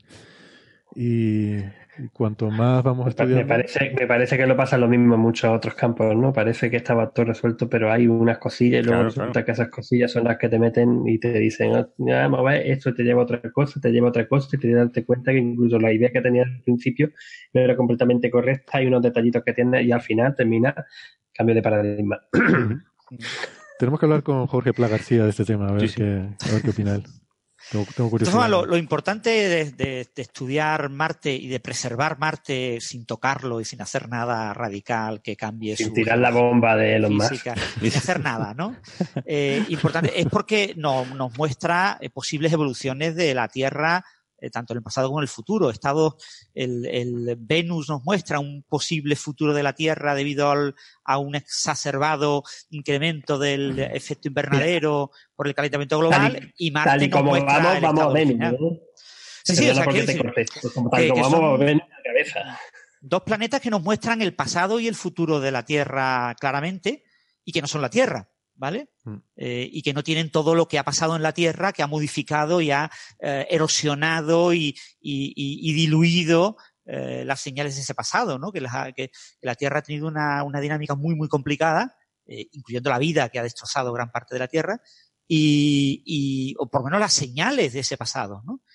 Y, y cuanto más vamos Me, pa- me estudiando... parece, me parece que no pasa lo mismo en muchos otros campos, ¿no? Parece que estaba todo resuelto, pero hay unas cosillas y luego Claro, resulta claro. que esas cosillas son las que te meten y te dicen, "Ah, ya, vamos a ver, esto te lleva a otra cosa, te lleva a otra cosa", y te das darte cuenta que incluso la idea que tenías al principio no era completamente correcta, hay unos detallitos que tienes y al final termina cambio de paradigma. Tenemos que hablar con Jorge Pla García de este tema, a ver, Sí, sí. Qué, a ver qué opina él. Tengo, tengo De todas curiosidad. formas, lo, lo importante de, de- de estudiar Marte y de preservar Marte sin tocarlo y sin hacer nada radical que cambie Sin su tirar la bomba de Elon Musk. física, sin hacer nada, ¿no? Eh, importante es porque no- nos muestra eh, posibles evoluciones de la Tierra, eh, tanto en el pasado como en el futuro. Estados, el, el Venus nos muestra un posible futuro de la Tierra debido al, a un exacerbado incremento del efecto invernadero por el calentamiento global, Tal y Marte Tal y nos como muestra vamos, el vamos estado a Venus, original. ¿no? Sí, sí, o Perdona sea, porque que- te corté. Pues como tal que- como que vamos son- a Venus en la cabeza. Dos planetas que nos muestran el pasado y el futuro de la Tierra claramente y que no son la Tierra, ¿vale? Mm. Eh, y que no tienen todo lo que ha pasado en la Tierra, que ha modificado y ha eh, erosionado y, y- y- y diluido eh, las señales de ese pasado, ¿no? Que la, que- que la Tierra ha tenido una, una dinámica muy, muy complicada, eh, incluyendo la vida que ha destrozado gran parte de la Tierra, y, y- o por lo menos las señales de ese pasado, ¿no?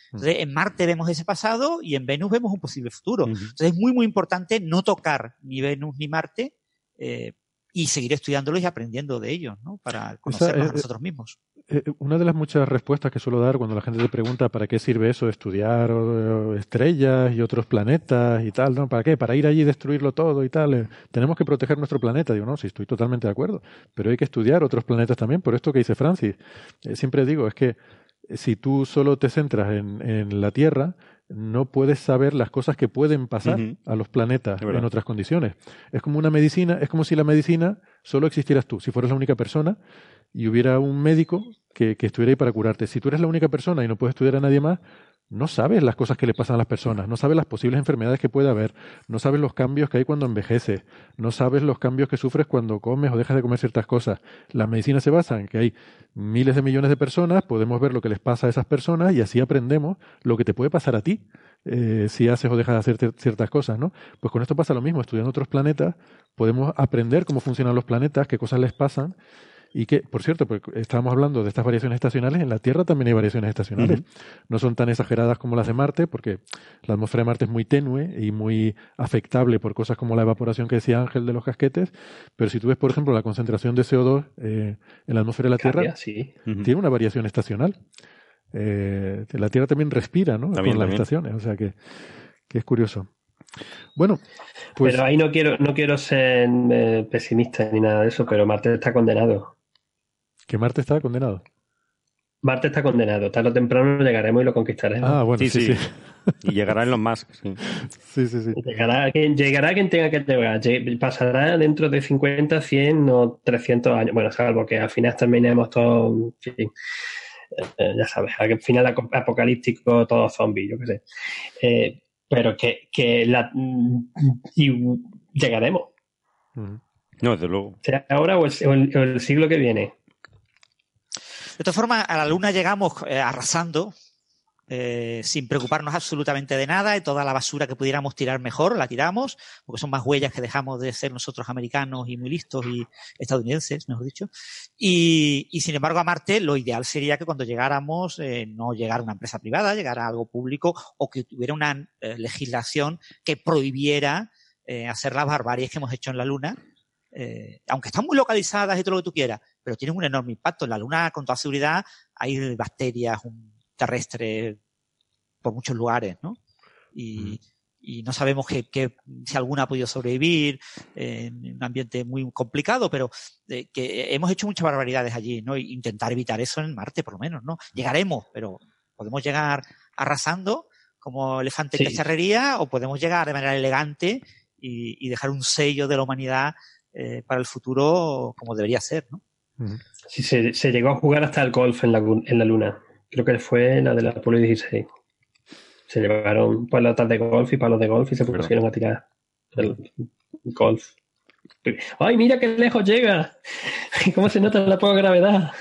Entonces, en Marte vemos ese pasado y en Venus vemos un posible futuro. Uh-huh. Entonces, es muy, muy importante no tocar ni Venus ni Marte eh, y seguir estudiándolos y aprendiendo de ellos, ¿no? Para conocernos Esa, eh, a nosotros mismos. Eh, una de las muchas respuestas que suelo dar cuando la gente te pregunta para qué sirve eso, estudiar o, o estrellas y otros planetas y tal, ¿no? ¿Para qué? Para ir allí y destruirlo todo y tal. Eh, tenemos que proteger nuestro planeta. Digo, no, sí, estoy totalmente de acuerdo. Pero hay que estudiar otros planetas también. Por esto que dice Francis. Eh, siempre digo, es que si tú solo te centras en, en la Tierra, no puedes saber las cosas que pueden pasar uh-huh. a los planetas en otras condiciones. Es como una medicina, es como si la medicina solo existieras tú. Si fueras la única persona y hubiera un médico que, que estuviera ahí para curarte. Si tú eres la única persona y no puedes estudiar a nadie más, no sabes las cosas que le pasan a las personas, no sabes las posibles enfermedades que puede haber, no sabes los cambios que hay cuando envejeces, no sabes los cambios que sufres cuando comes o dejas de comer ciertas cosas. La medicina se basa en que hay miles de millones de personas, podemos ver lo que les pasa a esas personas y así aprendemos lo que te puede pasar a ti eh, si haces o dejas de hacer ciertas cosas, ¿no? Pues con esto pasa lo mismo, estudiando otros planetas podemos aprender cómo funcionan los planetas, qué cosas les pasan. Y que, por cierto, pues estábamos hablando de estas variaciones estacionales, en la Tierra también hay variaciones estacionales. Uh-huh. No son tan exageradas como las de Marte, porque la atmósfera de Marte es muy tenue y muy afectable por cosas como la evaporación que decía Ángel de los casquetes, pero si tú ves, por ejemplo, la concentración de C O dos eh, en la atmósfera de la Tierra, Cambia, sí. uh-huh. tiene una variación estacional. Eh, la Tierra también respira, ¿no? También, con las también. estaciones, o sea que, que es curioso. Bueno, pues... Pero ahí no quiero, no quiero ser eh, pesimista ni nada de eso, pero Marte está condenado. Que Marte está condenado. Marte está condenado. Tarde o temprano llegaremos y lo conquistaremos. Ah, bueno, sí, sí, sí. sí. Y llegará en los más. Sí, sí, sí. sí. Llegará, quien, llegará quien tenga que llegar. Pasará dentro de cincuenta, cien o trescientos años. Bueno, salvo que al final terminemos todo, en fin, eh, ya sabes, al final apocalíptico, todo zombi, yo qué sé. Eh, pero que, que la, y llegaremos. Uh-huh. No, desde luego. Sea ahora o el, o el, o el siglo que viene. De todas formas, a la Luna llegamos eh, arrasando, eh, sin preocuparnos absolutamente de nada, y toda la basura que pudiéramos tirar mejor la tiramos, porque son más huellas que dejamos de ser nosotros americanos y muy listos y estadounidenses, mejor dicho. Y, y sin embargo, a Marte lo ideal sería que cuando llegáramos eh, no llegara una empresa privada, llegara algo público o que tuviera una eh, legislación que prohibiera eh, hacer las barbaries que hemos hecho en la Luna. Eh, aunque están muy localizadas y todo lo que tú quieras, pero tienen un enorme impacto. En la Luna, con toda seguridad, hay bacterias un, terrestres por muchos lugares, ¿no? Y, mm. y no sabemos que, que, si alguna ha podido sobrevivir eh, en un ambiente muy complicado, pero eh, que hemos hecho muchas barbaridades allí, ¿no? E intentar evitar eso en Marte, por lo menos, ¿no? Llegaremos, pero podemos llegar arrasando como elefante en sí. cacharrería, o podemos llegar de manera elegante y, y dejar un sello de la humanidad Eh, para el futuro como debería ser, ¿no? Sí, se, se llegó a jugar hasta el golf en la, en la Luna. Creo que fue la del Apolo dieciséis. Se llevaron pelotas de golf y palos de golf y se pusieron a tirar el golf. ¡Ay, mira qué lejos llega! ¿Cómo se nota la poca gravedad?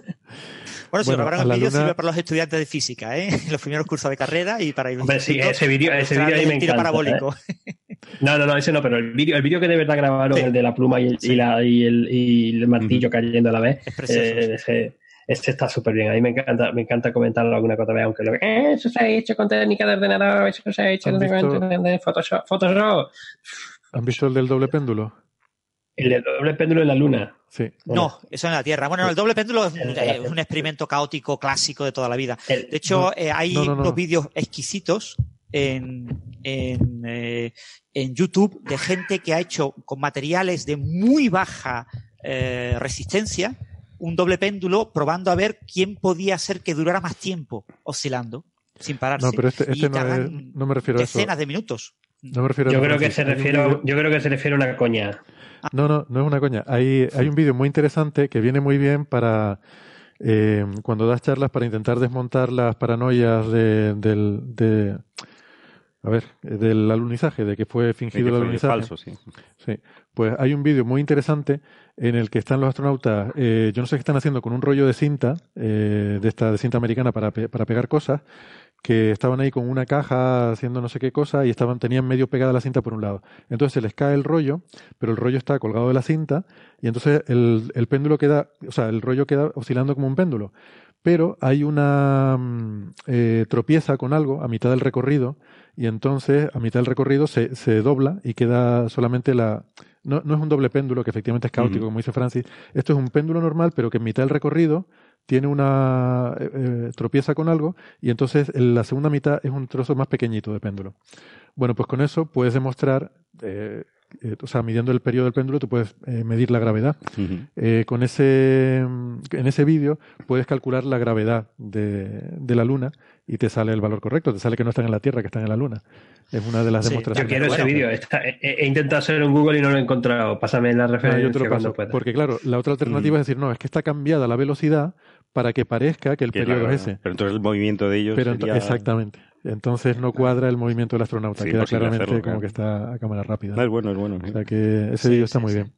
Bueno, si bueno, lo grabaron el vídeo luna... sirve para los estudiantes de física, ¿eh? Los primeros cursos de carrera y para ir. Hombre, sí, ese vídeo ese vídeo ahí me encanta. Parabólico. ¿eh? No, no, no, ese no, pero el vídeo el vídeo que de verdad grabaron, sí. el de la pluma y el, sí. y la, y el, y el martillo uh-huh. cayendo a la vez, es eh, ese, ese está súper bien. A mí me encanta, me encanta comentarlo alguna cosa vez, aunque lo eh, eso se ha hecho con técnica de ordenador, eso se ha hecho con de Photoshop, Photoshop. ¿Han visto el del doble péndulo? El del doble péndulo en la Luna. Sí. Bueno. No, eso en la Tierra. Bueno, no, el doble péndulo es un, eh, un experimento caótico clásico de toda la vida. De hecho, no, eh, hay no, no, no. unos vídeos exquisitos en, en, eh, en YouTube de gente que ha hecho con materiales de muy baja eh, resistencia un doble péndulo probando a ver quién podía hacer que durara más tiempo oscilando sin pararse. No, pero este, este no, es, no me refiero a eso. Decenas de minutos. No me refiero yo a creo que se refiere, yo creo que se refiere a una coña. No, no, no es una coña. Hay, hay un vídeo muy interesante que viene muy bien para eh, cuando das charlas para intentar desmontar las paranoias de, del, de, a ver, del alunizaje, de que fue fingido de que el alunizaje. Falso, sí. Sí. Pues hay un vídeo muy interesante en el que están los astronautas, eh, yo no sé qué están haciendo con un rollo de cinta, eh, de esta de cinta americana para, pe para pegar cosas, que estaban ahí con una caja haciendo no sé qué cosa y estaban tenían medio pegada la cinta por un lado. Entonces se les cae el rollo, pero el rollo está colgado de la cinta y entonces el, el péndulo queda, o sea, el rollo queda oscilando como un péndulo. pero hay una eh, tropieza con algo a mitad del recorrido y entonces a mitad del recorrido se, se dobla y queda solamente la... No, no es un doble péndulo, que efectivamente es caótico, uh-huh. como dice Francis. Esto es un péndulo normal, pero que en mitad del recorrido tiene una... Eh, eh, tropieza con algo y entonces en la segunda mitad es un trozo más pequeñito de péndulo. Bueno, pues con eso puedes demostrar... Eh, Eh, o sea, midiendo el periodo del péndulo, tú puedes eh, medir la gravedad. Uh-huh. Eh, con ese, en ese vídeo puedes calcular la gravedad de, de la Luna y te sale el valor correcto. Te sale que no están en la Tierra, que están en la Luna. Es una de las sí, demostraciones. Yo quiero ese vídeo. He, he intentado hacer en Google y no lo he encontrado. Pásame la referencia. No, yo te lo paso, porque claro, la otra alternativa uh-huh. es decir, no, es que está cambiada la velocidad para que parezca que el que periodo la, es ese. Pero entonces el movimiento de ellos pero sería... Exactamente. Entonces no cuadra el movimiento del astronauta. Sí, queda claramente hacerlo, como claro. que está a cámara rápida. No, es bueno, es bueno. O sea que ese sí, vídeo está sí, muy sí. bien.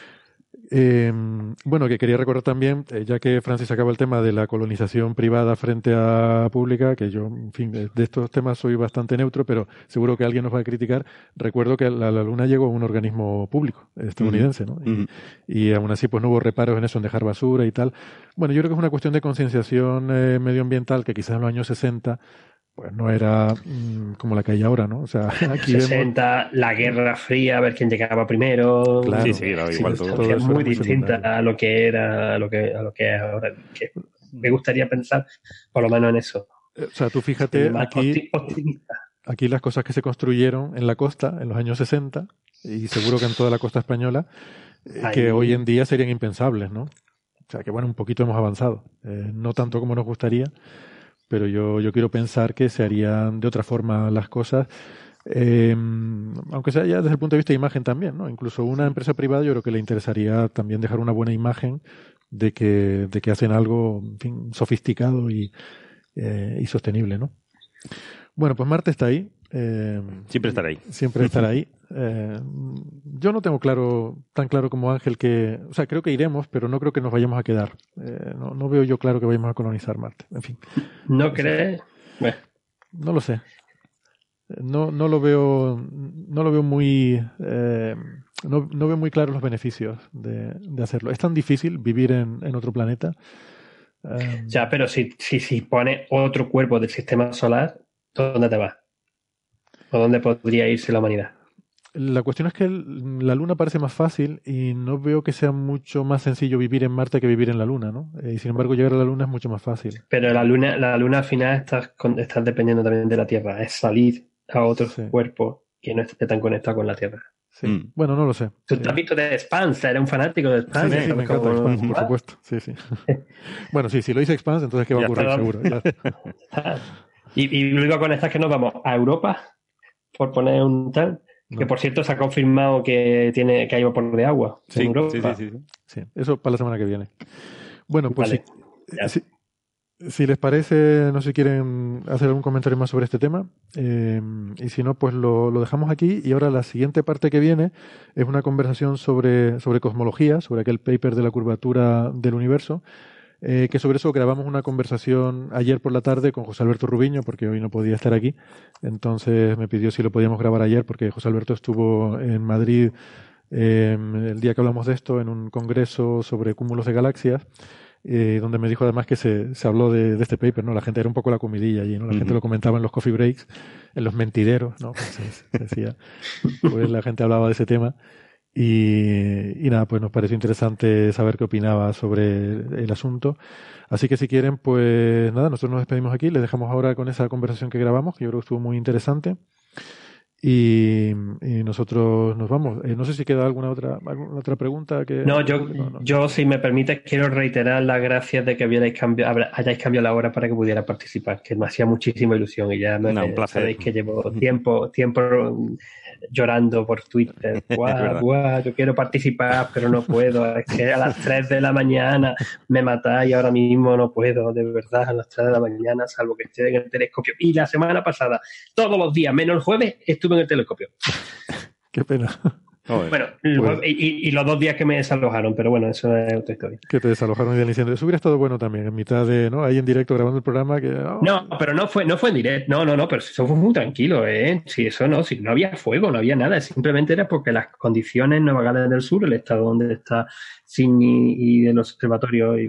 Eh, bueno, que quería recordar también, eh, ya que Francis acaba el tema de la colonización privada frente a pública, que yo, en fin, de, de estos temas soy bastante neutro, pero seguro que alguien nos va a criticar. Recuerdo que la, la Luna llegó a un organismo público estadounidense, ¿no? Uh-huh. Y, y aún así pues no hubo reparos en eso, en dejar basura y tal. Bueno, yo creo que es una cuestión de concienciación eh, medioambiental que quizás en los años sesenta pues no era mmm, como la que hay ahora, ¿no? O sea, aquí sesenta, vemos... la Guerra Fría, a ver quién llegaba primero. Claro, sí, sí, era igual sí, todo. todo es muy, muy distinta secundario. a lo que era, a lo que, a lo que es ahora. Que me gustaría pensar, por lo menos en eso. O sea, tú fíjate, aquí, aquí las cosas que se construyeron en la costa en los años sesenta, y seguro que en toda la costa española, eh, que hoy en día serían impensables, ¿no? O sea, que bueno, un poquito hemos avanzado. Eh, no tanto como nos gustaría, pero yo, yo quiero pensar que se harían de otra forma las cosas, eh, aunque sea ya desde el punto de vista de imagen también, ¿no? Incluso una empresa privada yo creo que le interesaría también dejar una buena imagen de que, de que hacen algo, en fin, sofisticado y, eh, y sostenible, ¿no? Bueno, pues Marte está ahí. Eh, siempre estará ahí. Siempre estará ahí. Eh, yo no tengo claro, tan claro como Ángel que... O sea, creo que iremos, pero no creo que nos vayamos a quedar. Eh, no, no veo yo claro que vayamos a colonizar Marte. En fin. ¿No crees? Bueno. No lo sé. No, no lo veo... No lo veo muy... Eh, no, no veo muy claros los beneficios de, de hacerlo. Es tan difícil vivir en, en otro planeta. Um, ya, pero si, si, si pone otro cuerpo del sistema solar, ¿dónde te vas? ¿O dónde podría irse la humanidad? La cuestión es que el, la Luna parece más fácil y no veo que sea mucho más sencillo vivir en Marte que vivir en la Luna, ¿no? Y sin embargo llegar a la Luna es mucho más fácil. Pero la Luna, la Luna al final estás, con, estás dependiendo también de la Tierra. Es salir a otro sí. cuerpo que no esté tan conectado con la Tierra. Sí. Mm. Bueno, no lo sé. ¿Tú te has visto de Expanse? ¿Eres un fanático de Expanse? Sí, sí, sí me encanta Expanse, por supuesto. Sí, sí. Bueno, sí, si lo dice Expanse, entonces ¿qué va a ocurrir? Seguro. y, y luego con estas que nos vamos a Europa, por poner un tal, no. que por cierto se ha confirmado que tiene que hay vapor de agua sí, en Europa. Sí, sí, sí, sí. sí, eso para la semana que viene. Bueno, pues vale. si, si, si les parece, no sé si quieren hacer algún comentario más sobre este tema, eh, y si no, pues lo, lo dejamos aquí. Y ahora la siguiente parte que viene es una conversación sobre, sobre cosmología, sobre aquel paper de la curvatura del universo. Eh, que sobre eso grabamos una conversación ayer por la tarde con José Alberto Rubiño, porque hoy no podía estar aquí. Entonces me pidió si lo podíamos grabar ayer, porque José Alberto estuvo en Madrid eh, el día que hablamos de esto, en un congreso sobre cúmulos de galaxias, eh, donde me dijo además que se, se habló de, de este paper, ¿no? La gente era un poco la comidilla allí, ¿no? La uh-huh. gente lo comentaba en los coffee breaks, en los mentideros, ¿no? Pues se, se decía, pues la gente hablaba de ese tema. Y, y nada, pues nos pareció interesante saber qué opinaba sobre el asunto. Así que si quieren, pues nada, nosotros nos despedimos aquí. Les dejamos ahora con esa conversación que grabamos, que yo creo que estuvo muy interesante. Y, y nosotros nos vamos. Eh, no sé si queda alguna otra alguna otra pregunta. Que No, yo, no, no. yo si me permites, quiero reiterar las gracias de que hayáis cambiado, hayáis cambiado la hora para que pudiera participar, que me hacía muchísima ilusión. Y ya me, no, un placer. Sabéis que llevo tiempo, tiempo llorando por Twitter. Guau, guau, yo quiero participar, pero no puedo. Es que a las tres de la mañana me matáis y ahora mismo no puedo, de verdad, a las tres de la mañana, salvo que esté en el telescopio. Y la semana pasada, todos los días, menos el jueves, estuve en el telescopio. Qué pena. Joder. Bueno, pues, y, y los dos días que me desalojaron, pero bueno, eso es otra historia. Que te desalojaron y diciendo, eso hubiera estado bueno también, en mitad de, ¿no? Ahí en directo grabando el programa que... Oh. No, pero no fue, no fue en directo, no, no, no, pero eso fue muy tranquilo, ¿eh? Sí, eso no, sí, no había fuego, no había nada, simplemente era porque las condiciones en Nueva Gales del Sur, el estado donde está Sydney y del observatorio, y bueno,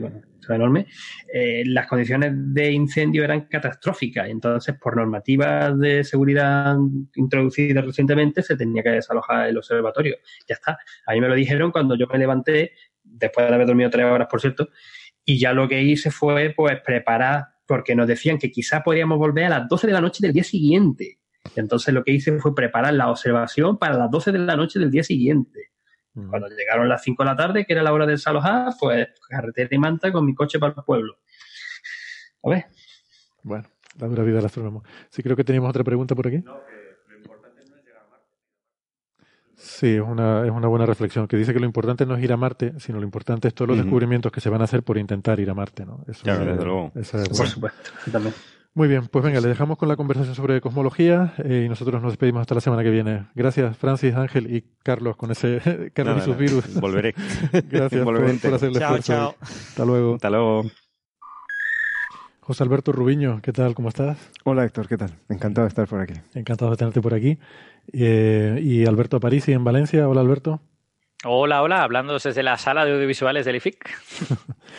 estaba enorme, eh, las condiciones de incendio eran catastróficas. Entonces, por normativas de seguridad introducidas recientemente, se tenía que desalojar el observatorio. Ya está. A mí me lo dijeron cuando yo me levanté, después de haber dormido tres horas, por cierto, y ya lo que hice fue pues preparar, porque nos decían que quizás podríamos volver a las doce de la noche del día siguiente. Entonces lo que hice fue preparar la observación para las doce de la noche del día siguiente. Uh-huh. Cuando llegaron las cinco de la tarde, que era la hora de desalojar, pues carretera y manta con mi coche para el pueblo. A ver. Bueno, la dura vida del astrónomo. Sí, creo que teníamos otra pregunta por aquí. No, que lo importante no es llegar a Marte. Sí, es una, es una buena reflexión, que dice que lo importante no es ir a Marte, sino lo importante es todos los uh-huh. descubrimientos que se van a hacer por intentar ir a Marte, ¿no? Eso claro, es, desde luego. Esa es, por bueno. supuesto, también. Muy bien, pues venga, le dejamos con la conversación sobre cosmología eh, y nosotros nos despedimos hasta la semana que viene. Gracias, Francis, Ángel y Carlos, con ese Carlos no, y sus no, virus. Volveré. Gracias por, por hacer el chao, esfuerzo. Chao, Hasta luego. Hasta luego. José Alberto Rubiño, ¿qué tal? ¿Cómo estás? Hola, Héctor, ¿qué tal? Encantado de estar por aquí. Encantado de tenerte por aquí. Eh, y Alberto Aparici en Valencia. Hola, Alberto. Hola, hola, hablando desde la sala de audiovisuales del I F I C.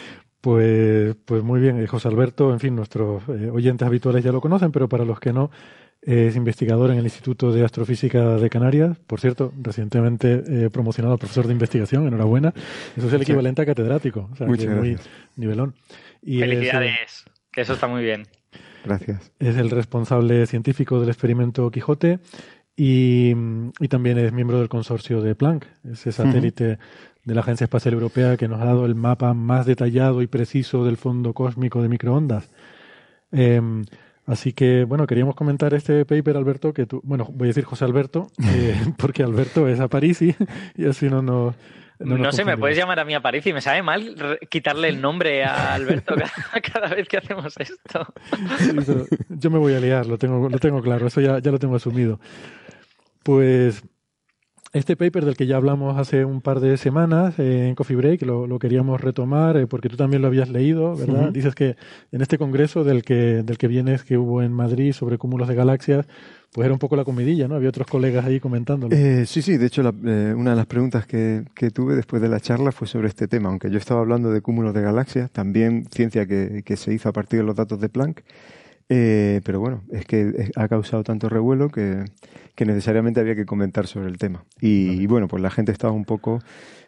Pues, pues muy bien, José Alberto, en fin, nuestros eh, oyentes habituales ya lo conocen, pero para los que no, eh, es investigador en el Instituto de Astrofísica de Canarias, por cierto, recientemente eh, promocionado a profesor de investigación, enhorabuena. Eso es el equivalente a catedrático, o sea, muchas que es gracias. Muy nivelón. Y felicidades, es, eh, que eso está muy bien. Gracias. Es el responsable científico del experimento Quijote y, y también es miembro del consorcio de Planck, ese satélite uh-huh. de la Agencia Espacial Europea que nos ha dado el mapa más detallado y preciso del fondo cósmico de microondas. Eh, así que, bueno, queríamos comentar este paper, Alberto, que tú, bueno, voy a decir José Alberto, eh, porque Alberto es Aparici y así no nos... No, no sé, me puedes llamar a mí Aparici. Me sabe mal re- quitarle el nombre a Alberto cada, cada vez que hacemos esto. Sí, pero yo me voy a liar, lo tengo, lo tengo claro, eso ya, ya lo tengo asumido. Pues este paper del que ya hablamos hace un par de semanas eh, en Coffee Break, lo, lo queríamos retomar eh, porque tú también lo habías leído, ¿verdad? Uh-huh. Dices que en este congreso del que, del que vienes, que hubo en Madrid sobre cúmulos de galaxias, pues era un poco la comidilla, ¿no? Había otros colegas ahí comentándolo. Eh, sí, sí, de hecho la, eh, una de las preguntas que, que tuve después de la charla fue sobre este tema, aunque yo estaba hablando de cúmulos de galaxias, también ciencia que, que se hizo a partir de los datos de Planck, eh, pero bueno, es que ha causado tanto revuelo que, que necesariamente había que comentar sobre el tema. Y, vale. y bueno, pues la gente estaba un poco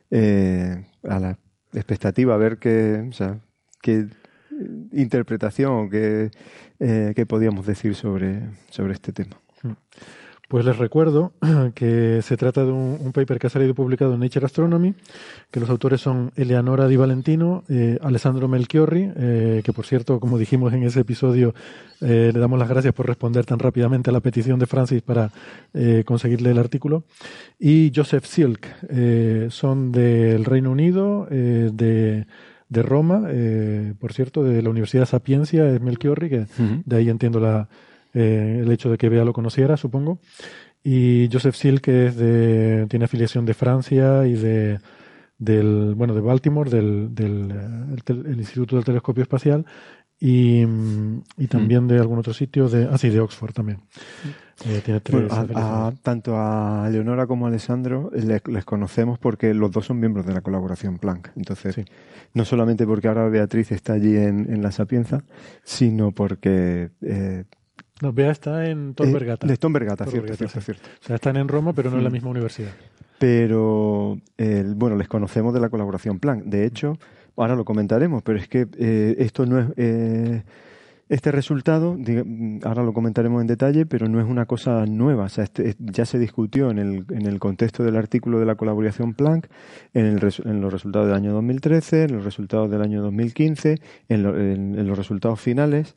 eh, a la expectativa a ver qué, o sea, qué interpretación o qué, eh, qué podíamos decir sobre, sobre este tema. Pues les recuerdo que se trata de un, un paper que ha salido publicado en Nature Astronomy, que los autores son Eleonora Di Valentino, eh, Alessandro Melchiorri, eh, que por cierto, como dijimos en ese episodio, eh, le damos las gracias por responder tan rápidamente a la petición de Francis para eh, conseguirle el artículo, y Joseph Silk, eh, son del Reino Unido, eh, de... de Roma, eh, por cierto, de la Universidad Sapienza, es Melchiorri, que uh-huh. de ahí entiendo la, eh, el hecho de que Bea lo conociera, supongo. Y Joseph Silk, que es de, tiene afiliación de Francia y de, del, bueno, de Baltimore, del, del el, tel, el Instituto del Telescopio Espacial, y, y también uh-huh. de algún otro sitio, de, ah sí, de Oxford también. Eh, tiene tres bueno, a, a, tanto a Leonora como a Alessandro les, les conocemos porque los dos son miembros de la colaboración Planck. Entonces, sí. no solamente porque ahora Beatriz está allí en, en la Sapienza, sino porque... Eh, no, Bea está en Tor Vergata. Eh, de Tor Vergata, Tor cierto, Vergata, cierto, sí. cierto. O sea, están en Roma, pero no mm. en la misma universidad. Pero, eh, bueno, les conocemos de la colaboración Planck. De hecho, ahora lo comentaremos, pero es que eh, esto no es... Eh, Este resultado, ahora lo comentaremos en detalle, pero no es una cosa nueva. O sea, este, ya se discutió en el, en el contexto del artículo de la colaboración Planck, en, el, en los resultados del año dos mil trece, en los resultados del año dos mil quince, en, lo, en, en los resultados finales.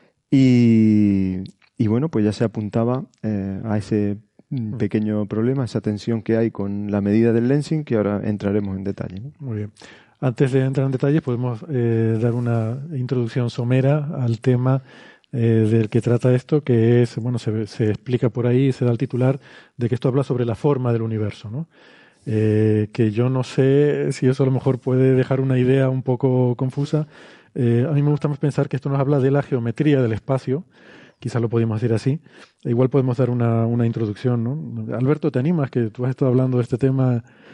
Y, y bueno, pues ya se apuntaba eh, a ese pequeño problema, esa tensión que hay con la medida del lensing, que ahora entraremos en detalle, ¿no? Muy bien. Antes de entrar en detalles, podemos eh, dar una introducción somera al tema eh, del que trata esto, que es, bueno, se, se explica por ahí, se da el titular de que esto habla sobre la forma del universo, ¿no? Eh, que yo no sé si eso a lo mejor puede dejar una idea un poco confusa. Eh, a mí me gusta más pensar que esto nos habla de la geometría del espacio, quizás lo podemos decir así. E igual podemos dar una, una introducción, ¿no? Alberto, ¿te animas? Que tú has estado hablando de este tema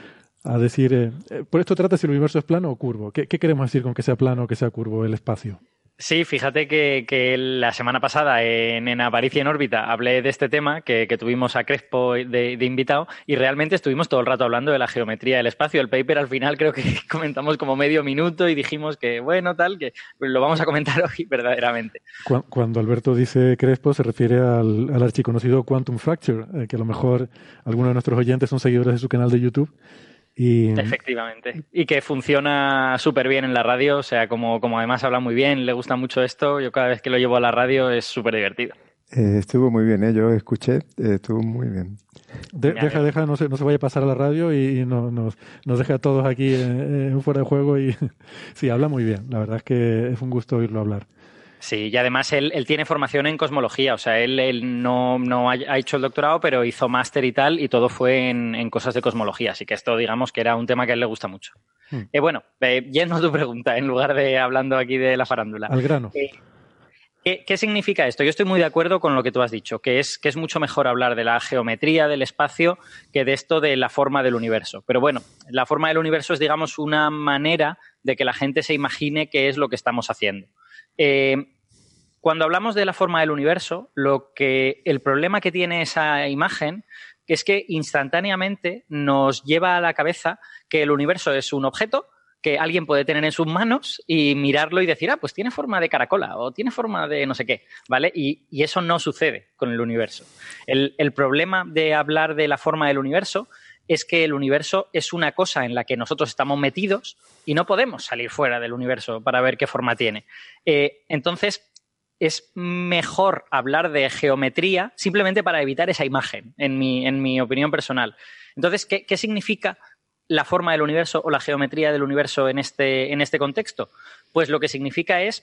a decir, eh, por esto trata si el universo es plano o curvo. ¿Qué, qué queremos decir con que sea plano o que sea curvo el espacio? Sí, fíjate que, que la semana pasada en, en Aparicio en órbita hablé de este tema, que, que tuvimos a Crespo de, de invitado, y realmente estuvimos todo el rato hablando de la geometría del espacio. El paper al final creo que comentamos como medio minuto y dijimos que, bueno, tal, que lo vamos a comentar hoy verdaderamente. Cuando Alberto dice Crespo se refiere al, al archiconocido Quantum Fracture, eh, que a lo mejor algunos de nuestros oyentes son seguidores de su canal de YouTube. Y... Efectivamente. Y que funciona súper bien en la radio, o sea, como, como además habla muy bien, le gusta mucho esto, yo cada vez que lo llevo a la radio es súper divertido. Eh, estuvo muy bien, ¿eh? Yo escuché, eh, estuvo muy bien. De, deja, deja, no se, no se vaya a pasar a la radio y, y no, nos, nos deja a todos aquí en, en fuera de juego y sí, habla muy bien, la verdad es que es un gusto oírlo hablar. Sí, y además él, él tiene formación en cosmología, o sea, él, él no, no ha, ha hecho el doctorado, pero hizo máster y tal, y todo fue en, en cosas de cosmología, así que esto, digamos, que era un tema que a él le gusta mucho. Hmm. Eh, bueno, eh, yendo a tu pregunta, en lugar de hablando aquí de la farándula. Al grano. Eh, ¿qué, ¿Qué significa esto? Yo estoy muy de acuerdo con lo que tú has dicho, que es, que es mucho mejor hablar de la geometría del espacio que de esto de la forma del universo. Pero bueno, la forma del universo es, digamos, una manera de que la gente se imagine qué es lo que estamos haciendo. Eh, Cuando hablamos de la forma del universo, lo que, el problema que tiene esa imagen es que instantáneamente nos lleva a la cabeza que el universo es un objeto que alguien puede tener en sus manos y mirarlo y decir, ah, pues tiene forma de caracola o tiene forma de no sé qué, ¿vale? Y, y eso no sucede con el universo. El, el problema de hablar de la forma del universo es que el universo es una cosa en la que nosotros estamos metidos y no podemos salir fuera del universo para ver qué forma tiene. Eh, entonces, es mejor hablar de geometría simplemente para evitar esa imagen, en mi, en mi opinión personal. Entonces, ¿qué, qué significa la forma del universo o la geometría del universo en este, en este contexto? Pues lo que significa es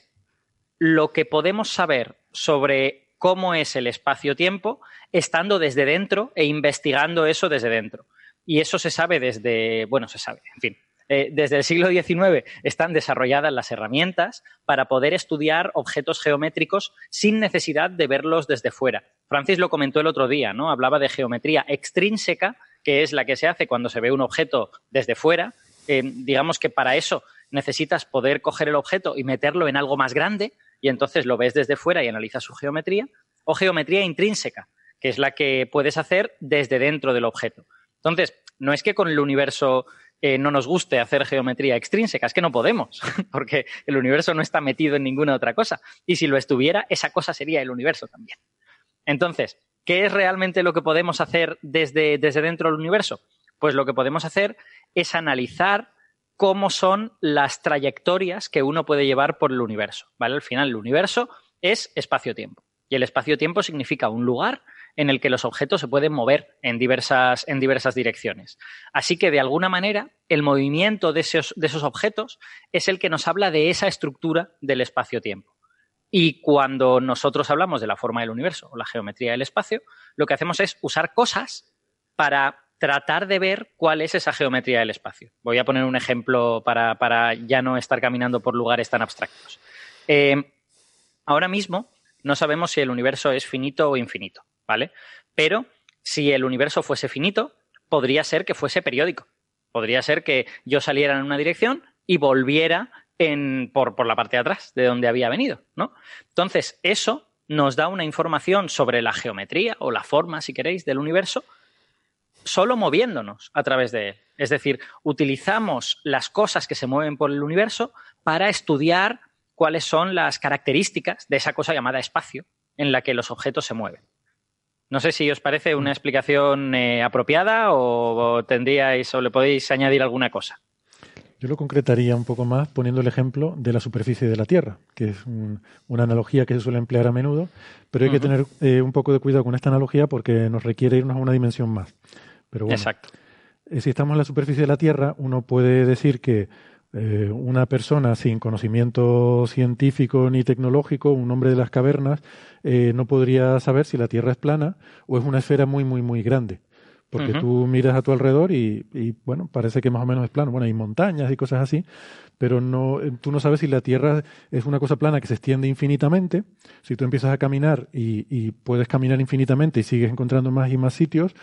lo que podemos saber sobre cómo es el espacio-tiempo estando desde dentro e investigando eso desde dentro. Y eso se sabe desde, bueno, se sabe, en fin. Eh, desde el siglo diecinueve están desarrolladas las herramientas para poder estudiar objetos geométricos sin necesidad de verlos desde fuera. Francis lo comentó el otro día, ¿no? Hablaba de geometría extrínseca, que es la que se hace cuando se ve un objeto desde fuera. Eh, digamos que para eso necesitas poder coger el objeto y meterlo en algo más grande y entonces lo ves desde fuera y analizas su geometría. O geometría intrínseca, que es la que puedes hacer desde dentro del objeto. Entonces, no es que con el universo Eh, no nos guste hacer geometría extrínseca, es que no podemos, porque el universo no está metido en ninguna otra cosa. Y si lo estuviera, esa cosa sería el universo también. Entonces, ¿qué es realmente lo que podemos hacer desde, desde dentro del universo? Pues lo que podemos hacer es analizar cómo son las trayectorias que uno puede llevar por el universo, ¿vale? Al final, el universo es espacio-tiempo. Y el espacio-tiempo significa un lugar en el que los objetos se pueden mover en diversas, en diversas direcciones. Así que, de alguna manera, el movimiento de esos, de esos objetos es el que nos habla de esa estructura del espacio-tiempo. Y cuando nosotros hablamos de la forma del universo o la geometría del espacio, lo que hacemos es usar cosas para tratar de ver cuál es esa geometría del espacio. Voy a poner un ejemplo para, para ya no estar caminando por lugares tan abstractos. Eh, ahora mismo no sabemos si el universo es finito o infinito, ¿vale? Pero si el universo fuese finito, podría ser que fuese periódico. Podría ser que yo saliera en una dirección y volviera en, por, por la parte de atrás de donde había venido, ¿no? Entonces, eso nos da una información sobre la geometría o la forma, si queréis, del universo, solo moviéndonos a través de él. Es decir, utilizamos las cosas que se mueven por el universo para estudiar cuáles son las características de esa cosa llamada espacio en la que los objetos se mueven. No sé si os parece una explicación eh, apropiada o, o tendríais o le podéis añadir alguna cosa. Yo lo concretaría un poco más poniendo el ejemplo de la superficie de la Tierra, que es un, una analogía que se suele emplear a menudo, pero hay uh-huh. que tener eh, un poco de cuidado con esta analogía porque nos requiere irnos a una dimensión más. Pero bueno, exacto. Eh, si estamos en la superficie de la Tierra, uno puede decir que Eh, una persona sin conocimiento científico ni tecnológico, un hombre de las cavernas, eh, no podría saber si la Tierra es plana o es una esfera muy, muy, muy grande. Porque uh-huh. tú miras a tu alrededor y, y, bueno, parece que más o menos es plano. Bueno, hay montañas y cosas así, pero no, tú no sabes si la Tierra es una cosa plana que se extiende infinitamente. Si tú empiezas a caminar y, y puedes caminar infinitamente y sigues encontrando más y más sitios,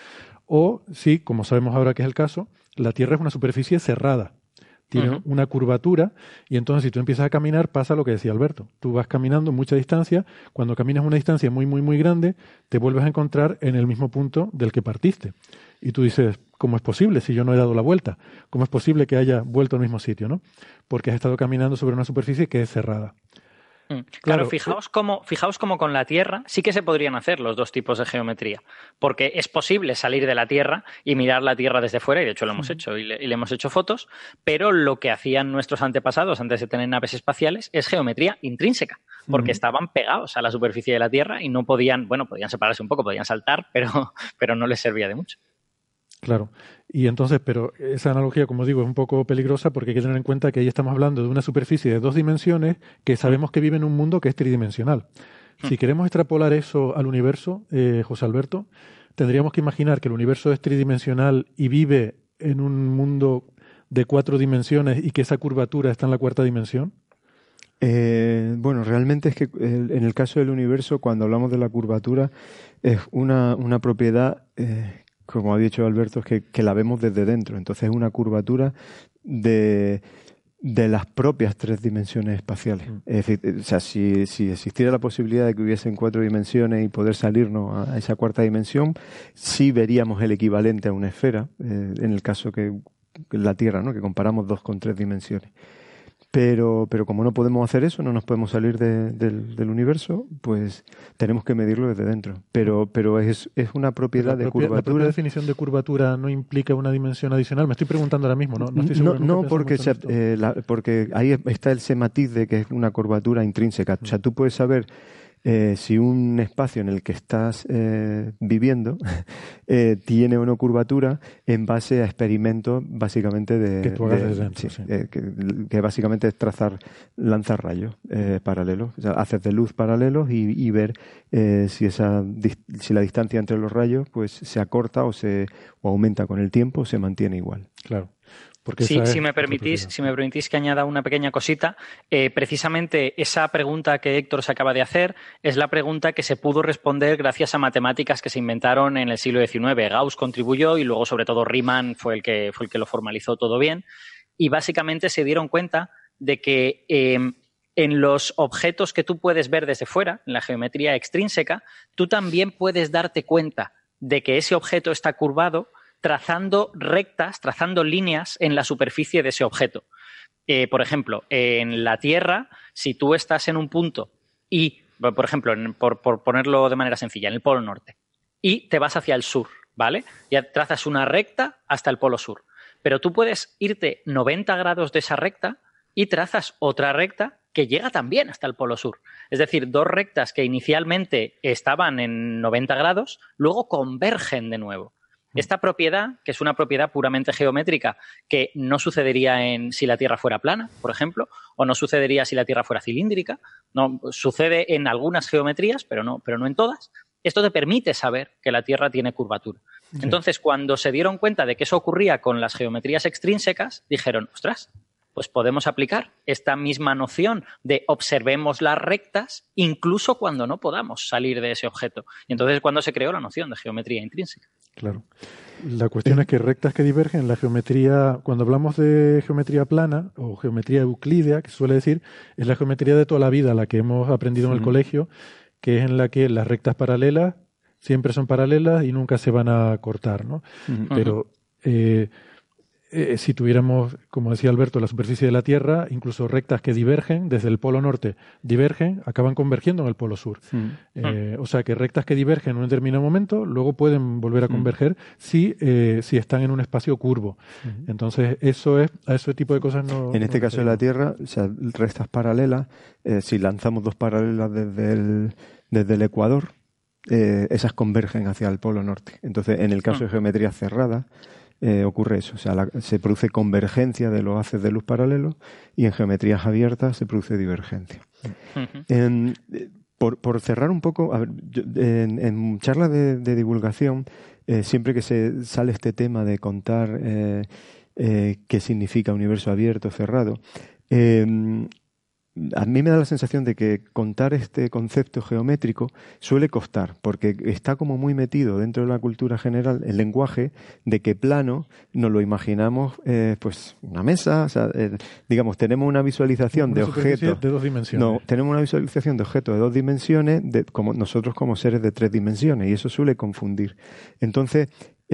O si, como sabemos ahora que es el caso, la Tierra es una superficie cerrada. Tiene uh-huh. una curvatura y entonces si tú empiezas a caminar pasa lo que decía Alberto. Tú vas caminando mucha distancia, cuando caminas una distancia muy, muy, muy grande, te vuelves a encontrar en el mismo punto del que partiste. Y tú dices, ¿cómo es posible si yo no he dado la vuelta? ¿Cómo es posible que haya vuelto al mismo sitio, no? Porque has estado caminando sobre una superficie que es cerrada. Claro, claro, fijaos cómo, fijaos cómo con la Tierra sí que se podrían hacer los dos tipos de geometría, porque es posible salir de la Tierra y mirar la Tierra desde fuera, y de hecho lo hemos hecho y le, y le hemos hecho fotos, pero lo que hacían nuestros antepasados antes de tener naves espaciales es geometría intrínseca, porque uh-huh. estaban pegados a la superficie de la Tierra y no podían, bueno, podían separarse un poco, podían saltar, pero, pero no les servía de mucho. Claro, y entonces, pero esa analogía, como digo, es un poco peligrosa porque hay que tener en cuenta que ahí estamos hablando de una superficie de dos dimensiones que sabemos que vive en un mundo que es tridimensional. Si queremos extrapolar eso al universo, eh, José Alberto, tendríamos que imaginar que el universo es tridimensional y vive en un mundo de cuatro dimensiones y que esa curvatura está en la cuarta dimensión. Eh, bueno, realmente es que el, en el caso del universo, cuando hablamos de la curvatura, es una, una propiedad... Eh, como ha dicho Alberto, es que, que la vemos desde dentro. Entonces es una curvatura de, de las propias tres dimensiones espaciales. Mm. Es decir, o sea, si, si existiera la posibilidad de que hubiesen cuatro dimensiones y poder salirnos a esa cuarta dimensión, sí veríamos el equivalente a una esfera, eh, en el caso que la Tierra, ¿no? Que comparamos dos con tres dimensiones. Pero, pero como no podemos hacer eso, no nos podemos salir de, del, del universo, pues tenemos que medirlo desde dentro. Pero, pero es, es una propiedad propia, de curvatura. ¿La propia definición de curvatura no implica una dimensión adicional? Me estoy preguntando ahora mismo, ¿no? No, estoy seguro, no, no porque, se, eh, la, porque ahí está ese matiz de que es una curvatura intrínseca. O sea, tú puedes saber... Eh, si un espacio en el que estás eh, viviendo eh, tiene o no curvatura en base a experimentos básicamente de... Que tú hagas de, desde dentro, sí, sí. eh, que, que básicamente es trazar, lanzar rayos eh, paralelos. O sea, haces de luz paralelos y, y ver eh, si esa si la distancia entre los rayos pues se acorta o se o aumenta con el tiempo o se mantiene igual. Claro. Sí, si me permitís, si me permitís que añada una pequeña cosita, eh, precisamente esa pregunta que Héctor se acaba de hacer es la pregunta que se pudo responder gracias a matemáticas que se inventaron en el siglo diecinueve. Gauss contribuyó y luego, sobre todo, Riemann fue el que, fue el que lo formalizó todo bien. Y básicamente se dieron cuenta de que eh, en los objetos que tú puedes ver desde fuera, en la geometría extrínseca, tú también puedes darte cuenta de que ese objeto está curvado trazando rectas, trazando líneas en la superficie de ese objeto. Eh, por ejemplo, en la Tierra, si tú estás en un punto y, por ejemplo, en, por, por ponerlo de manera sencilla, en el Polo Norte, y te vas hacia el sur, ¿vale? Ya trazas una recta hasta el Polo Sur. Pero tú puedes irte noventa grados de esa recta y trazas otra recta que llega también hasta el Polo Sur. Es decir, dos rectas que inicialmente estaban en noventa grados, luego convergen de nuevo. Esta propiedad, que es una propiedad puramente geométrica, que no sucedería en si la Tierra fuera plana, por ejemplo, o no sucedería si la Tierra fuera cilíndrica, no sucede en algunas geometrías, pero no, pero no en todas. Esto te permite saber que la Tierra tiene curvatura. Sí. Entonces, cuando se dieron cuenta de que eso ocurría con las geometrías extrínsecas, dijeron, ostras, pues podemos aplicar esta misma noción de observemos las rectas incluso cuando no podamos salir de ese objeto. Y entonces es cuando se creó la noción de geometría intrínseca. Claro. La cuestión es que rectas que divergen, la geometría, cuando hablamos de geometría plana o geometría euclídea, que se suele decir, es la geometría de toda la vida, la que hemos aprendido en el uh-huh. colegio, que es en la que las rectas paralelas siempre son paralelas y nunca se van a cortar, ¿no? Uh-huh. Pero eh, eh, si tuviéramos, como decía Alberto, la superficie de la Tierra, incluso rectas que divergen, desde el polo norte divergen, acaban convergiendo en el polo sur. Mm. Eh, o sea que rectas que divergen en un determinado momento, luego pueden volver a converger mm. si, eh, si están en un espacio curvo. Mm. Entonces, eso es, a ese tipo de cosas no... En este no caso de la Tierra, o sea, rectas paralelas, eh, si lanzamos dos paralelas desde el, desde el ecuador, eh, esas convergen hacia el polo norte. Entonces, en el caso mm. de geometría cerrada, Eh, ocurre eso, o sea, la, se produce convergencia de los haces de luz paralelos y en geometrías abiertas se produce divergencia. Uh-huh. En, por, por cerrar un poco, a ver, yo, en, en charlas de, de divulgación, eh, siempre que se sale este tema de contar eh, eh, qué significa universo abierto o cerrado, eh, a mí me da la sensación de que contar este concepto geométrico suele costar, porque está como muy metido dentro de la cultura general el lenguaje de que plano nos lo imaginamos, eh, pues una mesa, o sea, eh, digamos, tenemos una visualización una de objetos de dos dimensiones. No, tenemos una visualización de objetos de dos dimensiones, de, como nosotros como seres de tres dimensiones, y eso suele confundir. Entonces,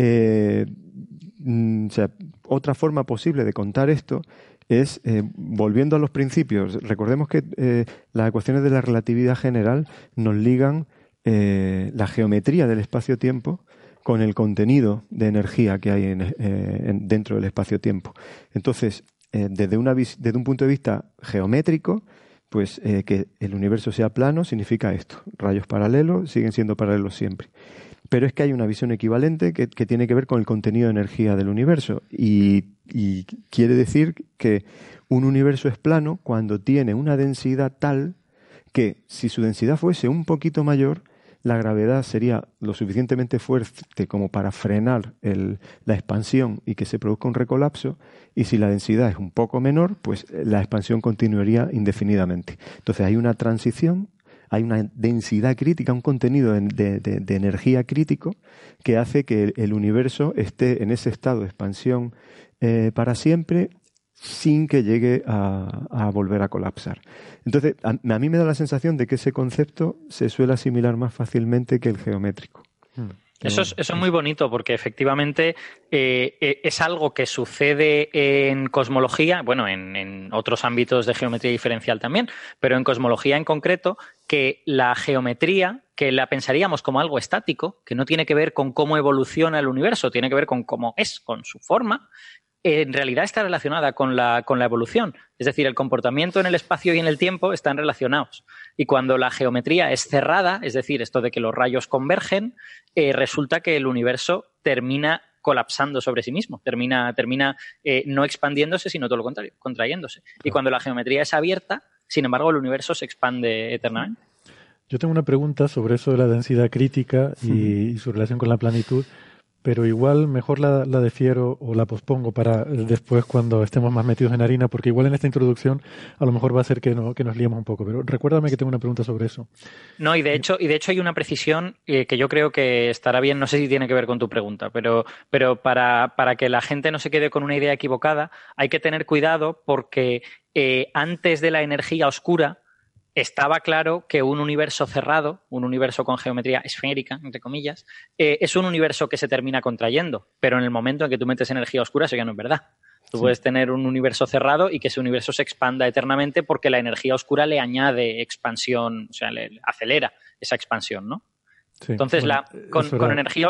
eh, mm, o sea, otra forma posible de contar esto es, eh, volviendo a los principios, recordemos que eh, las ecuaciones de la relatividad general nos ligan eh, la geometría del espacio-tiempo con el contenido de energía que hay en, eh, en, dentro del espacio-tiempo. Entonces, eh, desde, una, desde un punto de vista geométrico, pues eh, que el universo sea plano significa esto. Rayos paralelos siguen siendo paralelos siempre. Pero es que hay una visión equivalente que, que tiene que ver con el contenido de energía del universo. Y, y quiere decir que un universo es plano cuando tiene una densidad tal que, si su densidad fuese un poquito mayor, la gravedad sería lo suficientemente fuerte como para frenar el, la expansión y que se produzca un recolapso. Y si la densidad es un poco menor, pues la expansión continuaría indefinidamente. Entonces hay una transición. Hay una densidad crítica, un contenido de, de, de energía crítico que hace que el universo esté en ese estado de expansión eh, para siempre sin que llegue a, a volver a colapsar. Entonces, a, a mí me da la sensación de que ese concepto se suele asimilar más fácilmente que el geométrico. Hmm. Eso es, eso es muy bonito porque efectivamente eh, es algo que sucede en cosmología, bueno, en, en otros ámbitos de geometría diferencial también, pero en cosmología en concreto, que la geometría, que la pensaríamos como algo estático, que no tiene que ver con cómo evoluciona el universo, tiene que ver con cómo es, con su forma, en realidad está relacionada con la, con la evolución. Es decir, el comportamiento en el espacio y en el tiempo están relacionados. Y cuando la geometría es cerrada, es decir, esto de que los rayos convergen, eh, resulta que el universo termina colapsando sobre sí mismo, termina, termina eh, no expandiéndose, sino todo lo contrario, contrayéndose. Y cuando la geometría es abierta, sin embargo, el universo se expande eternamente. Yo tengo una pregunta sobre eso de la densidad crítica y, y su relación con la planitud. Pero igual mejor la, la defiero o la pospongo para después cuando estemos más metidos en harina, porque igual en esta introducción a lo mejor va a ser que, no, que nos liemos un poco. Pero recuérdame que tengo una pregunta sobre eso. No, y de hecho, y de hecho hay una precisión eh, que yo creo que estará bien, no sé si tiene que ver con tu pregunta, pero, pero para, para que la gente no se quede con una idea equivocada, hay que tener cuidado porque eh, antes de la energía oscura estaba claro que un universo cerrado, un universo con geometría esférica, entre comillas, eh, es un universo que se termina contrayendo, pero en el momento en que tú metes energía oscura eso ya no es verdad. Tú sí. puedes tener un universo cerrado y que ese universo se expanda eternamente porque la energía oscura le añade expansión, o sea, le, le acelera esa expansión, ¿no? Sí, Entonces, bueno, la, con, con energía...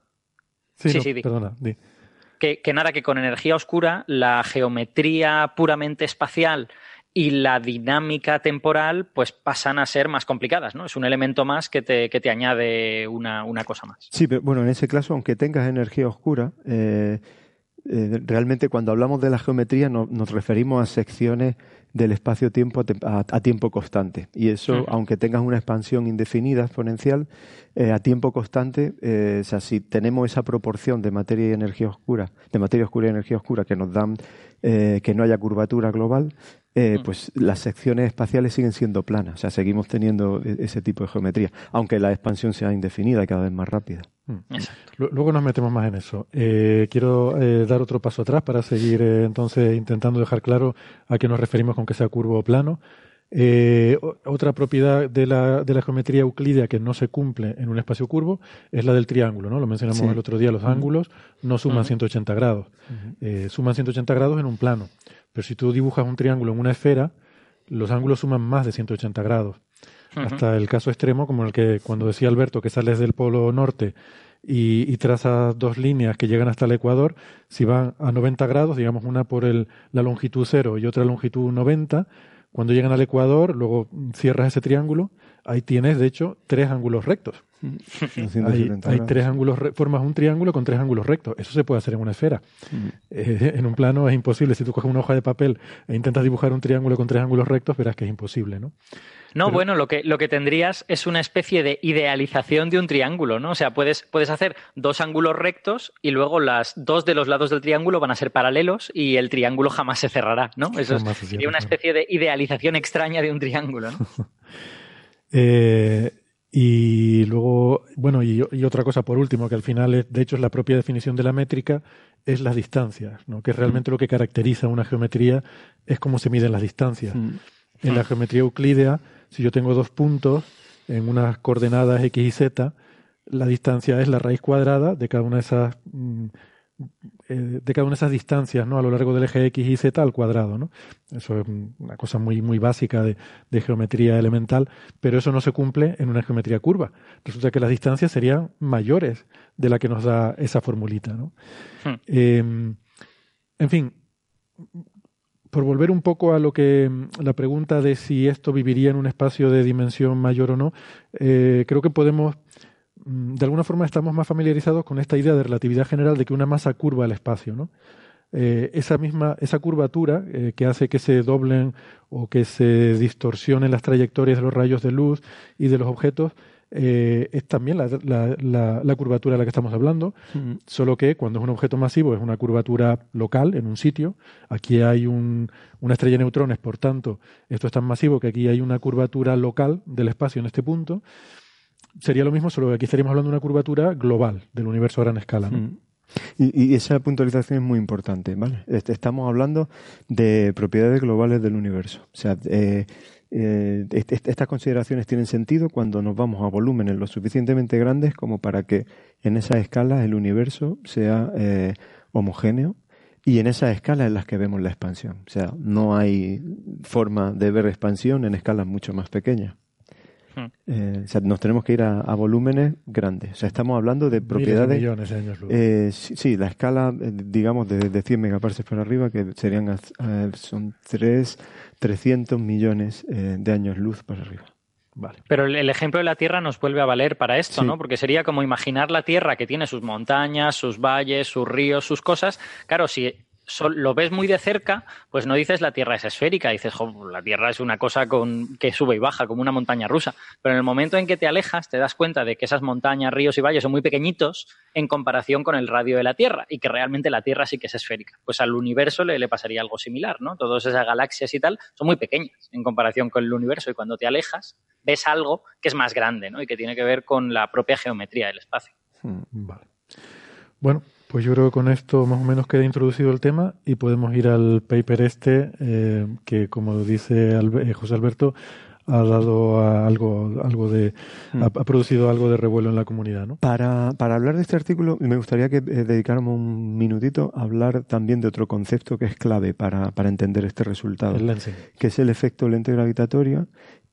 Sí, sí, no, sí, di. Perdona, di. Que, que nada, que con energía oscura la geometría puramente espacial y la dinámica temporal pues pasan a ser más complicadas, ¿no? Es un elemento más que te, que te añade una, una cosa más. Sí, pero bueno, en ese caso, aunque tengas energía oscura, eh, eh, realmente cuando hablamos de la geometría no, nos referimos a secciones del espacio-tiempo a, a tiempo constante. Y eso, uh-huh. aunque tengas una expansión indefinida exponencial, eh, a tiempo constante, eh, o sea, si tenemos esa proporción de materia y energía oscura, de materia oscura y energía oscura que nos dan eh, que no haya curvatura global, eh, uh-huh. pues las secciones espaciales siguen siendo planas. O sea, seguimos teniendo ese tipo de geometría, aunque la expansión sea indefinida y cada vez más rápida. Exacto. Luego nos metemos más en eso. Eh, quiero eh, dar otro paso atrás para seguir eh, entonces intentando dejar claro a qué nos referimos con que sea curvo o plano. Eh, otra propiedad de la, de la geometría euclídea que no se cumple en un espacio curvo es la del triángulo, ¿no? Lo mencionamos sí. el otro día, los uh-huh. ángulos no suman uh-huh. ciento ochenta grados. Uh-huh. Eh, suman ciento ochenta grados en un plano. Pero si tú dibujas un triángulo en una esfera, los ángulos suman más de ciento ochenta grados. Uh-huh. Hasta el caso extremo, como el que cuando decía Alberto que sales del polo norte y, y trazas dos líneas que llegan hasta el ecuador, si van a noventa grados, digamos una por el, la longitud cero y otra longitud noventa, cuando llegan al ecuador, luego cierras ese triángulo, ahí tienes de hecho tres ángulos rectos. hay, hay tres ángulos, formas un triángulo con tres ángulos rectos. Eso se puede hacer en una esfera. Mm. Eh, en un plano es imposible. Si tú coges una hoja de papel e intentas dibujar un triángulo con tres ángulos rectos, verás que es imposible, ¿no? No, Pero, bueno, lo que, lo que tendrías es una especie de idealización de un triángulo, ¿no? O sea, puedes, puedes hacer dos ángulos rectos y luego las dos de los lados del triángulo van a ser paralelos y el triángulo jamás se cerrará, ¿no? Eso es, sería una especie de idealización extraña de un triángulo, ¿no? eh, y luego, bueno, y, y otra cosa por último, que al final, es, de hecho, es la propia definición de la métrica, es las distancias, ¿no? Que realmente mm. lo que caracteriza una geometría es cómo se miden las distancias. Mm. En la geometría euclídea, si yo tengo dos puntos en unas coordenadas X y Z, la distancia es la raíz cuadrada de cada una de esas eh, de cada una de esas distancias, ¿no? A lo largo del eje X y Z al cuadrado, ¿no? Eso es una cosa muy, muy básica de, de geometría elemental, pero eso no se cumple en una geometría curva. Resulta que las distancias serían mayores de la que nos da esa formulita, ¿no? Hmm. Eh, en fin, por volver un poco a lo que la pregunta de si esto viviría en un espacio de dimensión mayor o no, eh, creo que podemos, de alguna forma estamos más familiarizados con esta idea de relatividad general de que una masa curva el espacio, ¿no? Eh, esa misma, esa curvatura eh, que hace que se doblen o que se distorsionen las trayectorias de los rayos de luz y de los objetos, Eh, es también la, la, la, la curvatura de la que estamos hablando, mm. solo que cuando es un objeto masivo es una curvatura local en un sitio. Aquí hay un, una estrella de neutrones, por tanto, esto es tan masivo que aquí hay una curvatura local del espacio en este punto. Sería lo mismo, solo que aquí estaríamos hablando de una curvatura global del universo a gran escala, ¿no? Mm. Y, y esa puntualización es muy importante, ¿vale? Estamos hablando de propiedades globales del universo. O sea, eh, Eh, est estas consideraciones tienen sentido cuando nos vamos a volúmenes lo suficientemente grandes como para que en esas escalas el universo sea eh, homogéneo y en esas escalas en las que vemos la expansión. O sea, no hay forma de ver expansión en escalas mucho más pequeñas. Hmm. Eh, o sea, nos tenemos que ir a, a volúmenes grandes. O sea, estamos hablando de propiedades... Miles de millones de años luz. Eh, sí, sí, la escala, eh, digamos, de, de cien megaparsecs para arriba, que serían eh, son tres... trescientos millones eh, de años luz para arriba. Vale. Pero el, el ejemplo de la Tierra nos vuelve a valer para esto, sí. ¿no? Porque sería como imaginar la Tierra que tiene sus montañas, sus valles, sus ríos, sus cosas. Claro, si lo ves muy de cerca, pues no dices la Tierra es esférica, dices, jo, la Tierra es una cosa con, que sube y baja, como una montaña rusa. Pero en el momento en que te alejas, te das cuenta de que esas montañas, ríos y valles son muy pequeñitos en comparación con el radio de la Tierra y que realmente la Tierra sí que es esférica. Pues al universo le, le pasaría algo similar, ¿no? Todas esas galaxias y tal son muy pequeñas en comparación con el universo y cuando te alejas ves algo que es más grande, ¿no? Y que tiene que ver con la propia geometría del espacio. Hmm, vale. Bueno, pues yo creo que con esto más o menos queda introducido el tema y podemos ir al paper este eh, que, como dice Albe- José Alberto, ha dado a algo, algo de, mm. ha, ha producido algo de revuelo en la comunidad, ¿no? Para, para hablar de este artículo me gustaría que eh, dedicáramos un minutito a hablar también de otro concepto que es clave para, para entender este resultado, el lensing, que es el efecto lente gravitatorio.